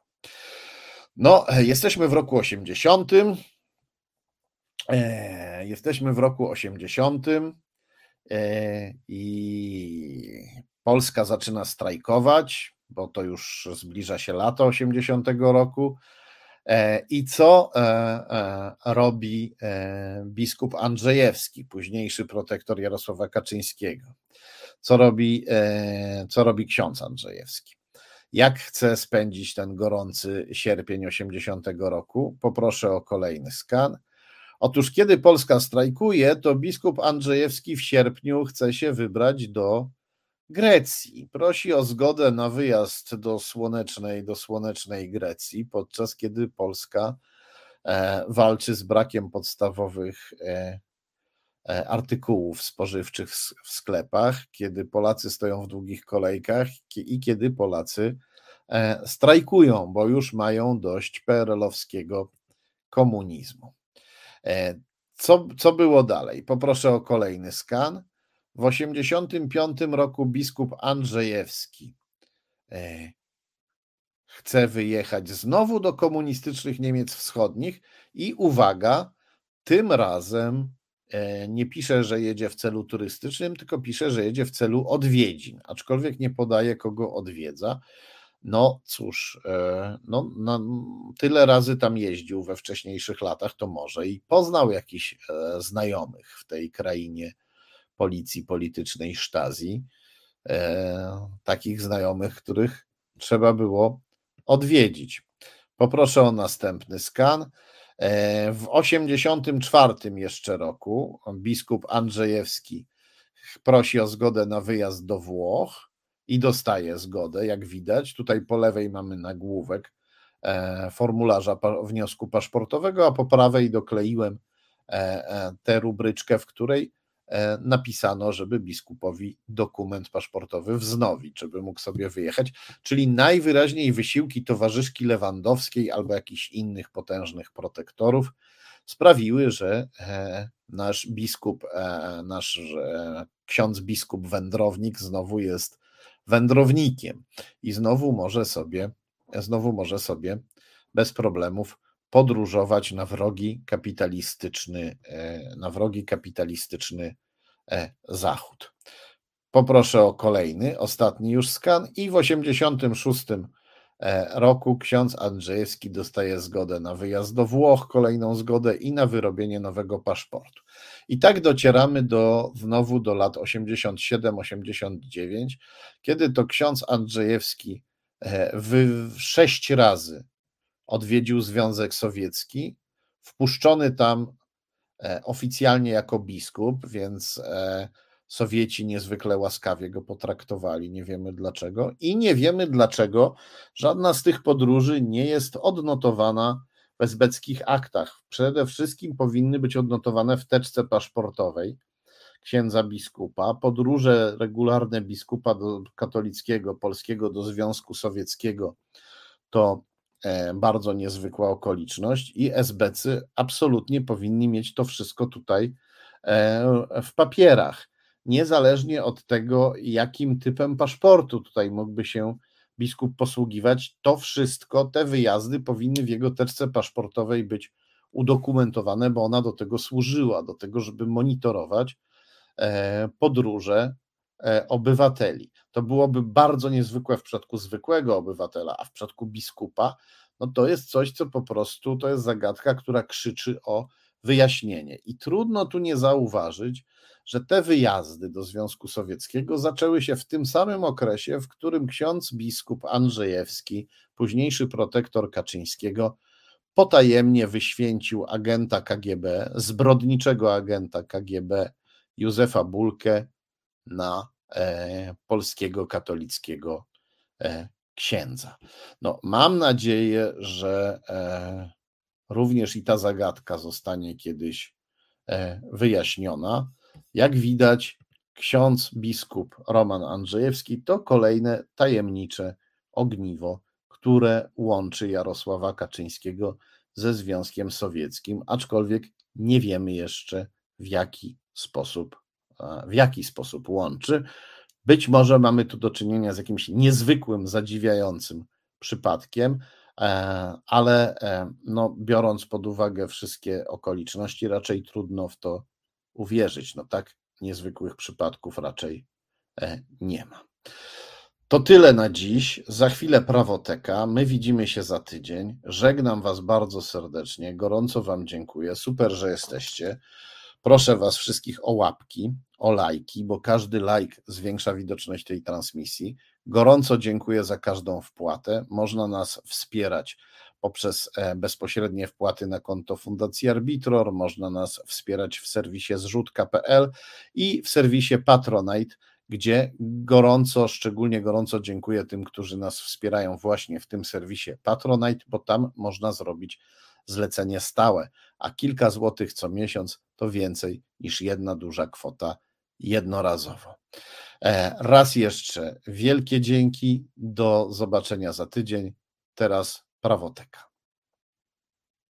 No, jesteśmy w roku osiemdziesiątym. Jesteśmy w roku osiemdziesiątym i Polska zaczyna strajkować, bo to już zbliża się lato osiemdziesiątego roku. I co robi biskup Andrzejewski, późniejszy protektor Jarosława Kaczyńskiego? Co robi, co robi ksiądz Andrzejewski? Jak chce spędzić ten gorący sierpień osiemdziesiątego roku? Poproszę o kolejny skan. Otóż kiedy Polska strajkuje, to biskup Andrzejewski w sierpniu chce się wybrać do Grecji. Prosi o zgodę na wyjazd do słonecznej, do słonecznej Grecji, podczas kiedy Polska walczy z brakiem podstawowych artykułów spożywczych w sklepach, kiedy Polacy stoją w długich kolejkach i kiedy Polacy strajkują, bo już mają dość P R L-owskiego komunizmu. Co, co było dalej? Poproszę o kolejny skan. W osiemdziesiątym piątym roku biskup Andrzejewski chce wyjechać znowu do komunistycznych Niemiec Wschodnich i uwaga, tym razem nie pisze, że jedzie w celu turystycznym, tylko pisze, że jedzie w celu odwiedzin, aczkolwiek nie podaje, kogo odwiedza. No cóż, no, no, tyle razy tam jeździł we wcześniejszych latach, to może i poznał jakichś znajomych w tej krainie policji politycznej Stasi, e, takich znajomych, których trzeba było odwiedzić. Poproszę o następny skan. E, w osiemdziesiątym czwartym jeszcze roku biskup Andrzejewski prosi o zgodę na wyjazd do Włoch i dostaje zgodę, jak widać. Tutaj po lewej mamy nagłówek formularza wniosku paszportowego, a po prawej dokleiłem tę rubryczkę, w której napisano, żeby biskupowi dokument paszportowy wznowić, żeby mógł sobie wyjechać, czyli najwyraźniej wysiłki towarzyszki Lewandowskiej albo jakichś innych potężnych protektorów sprawiły, że nasz biskup, nasz ksiądz biskup wędrownik znowu jest wędrownikiem i znowu może sobie, znowu może sobie bez problemów podróżować na wrogi kapitalistyczny, na wrogi kapitalistyczny Zachód. Poproszę o kolejny, ostatni już skan i w osiemdziesiątym szóstym roku ksiądz Andrzejewski dostaje zgodę na wyjazd do Włoch, kolejną zgodę i na wyrobienie nowego paszportu. I tak docieramy do, znowu do lat osiemdziesiąt siedem osiemdziesiąt dziewięć, kiedy to ksiądz Andrzejewski w sześć razy odwiedził Związek Sowiecki, wpuszczony tam oficjalnie jako biskup, więc Sowieci niezwykle łaskawie go potraktowali, nie wiemy dlaczego i nie wiemy dlaczego żadna z tych podróży nie jest odnotowana w esbeckich aktach. Przede wszystkim powinny być odnotowane w teczce paszportowej księdza biskupa. Podróże regularne biskupa do katolickiego, polskiego do Związku Sowieckiego to bardzo niezwykła okoliczność i esbecy absolutnie powinni mieć to wszystko tutaj w papierach, niezależnie od tego, jakim typem paszportu tutaj mógłby się biskup posługiwać. To wszystko, te wyjazdy powinny w jego teczce paszportowej być udokumentowane, bo ona do tego służyła, do tego, żeby monitorować podróże obywateli. To byłoby bardzo niezwykłe w przypadku zwykłego obywatela, a w przypadku biskupa, no to jest coś, co po prostu, to jest zagadka, która krzyczy o wyjaśnienie. I trudno tu nie zauważyć, że te wyjazdy do Związku Sowieckiego zaczęły się w tym samym okresie, w którym ksiądz biskup Andrzejewski, późniejszy protektor Kaczyńskiego, potajemnie wyświęcił agenta K G B, zbrodniczego agenta K G B Józefa Bulkę na e, polskiego katolickiego e, księdza. No, mam nadzieję, że e, również i ta zagadka zostanie kiedyś e, wyjaśniona. Jak widać, ksiądz biskup Roman Andrzejewski to kolejne tajemnicze ogniwo, które łączy Jarosława Kaczyńskiego ze Związkiem Sowieckim, aczkolwiek nie wiemy jeszcze w jaki sposób, w jaki sposób łączy. Być może mamy tu do czynienia z jakimś niezwykłym, zadziwiającym przypadkiem, ale no, biorąc pod uwagę wszystkie okoliczności, raczej trudno w to uwierzyć. No tak niezwykłych przypadków raczej nie ma. To tyle na dziś. Za chwilę Prawoteka. My widzimy się za tydzień. Żegnam Was bardzo serdecznie. Gorąco Wam dziękuję. Super, że jesteście. Proszę Was wszystkich o łapki, o lajki, bo każdy like zwiększa widoczność tej transmisji. Gorąco dziękuję za każdą wpłatę. Można nas wspierać poprzez bezpośrednie wpłaty na konto Fundacji Arbitror, można nas wspierać w serwisie zrzutka kropka p l i w serwisie Patronite, gdzie gorąco, szczególnie gorąco dziękuję tym, którzy nas wspierają właśnie w tym serwisie Patronite, bo tam można zrobić zlecenie stałe, a kilka złotych co miesiąc to więcej niż jedna duża kwota jednorazowo. Raz jeszcze wielkie dzięki, do zobaczenia za tydzień. Teraz Prawoteka.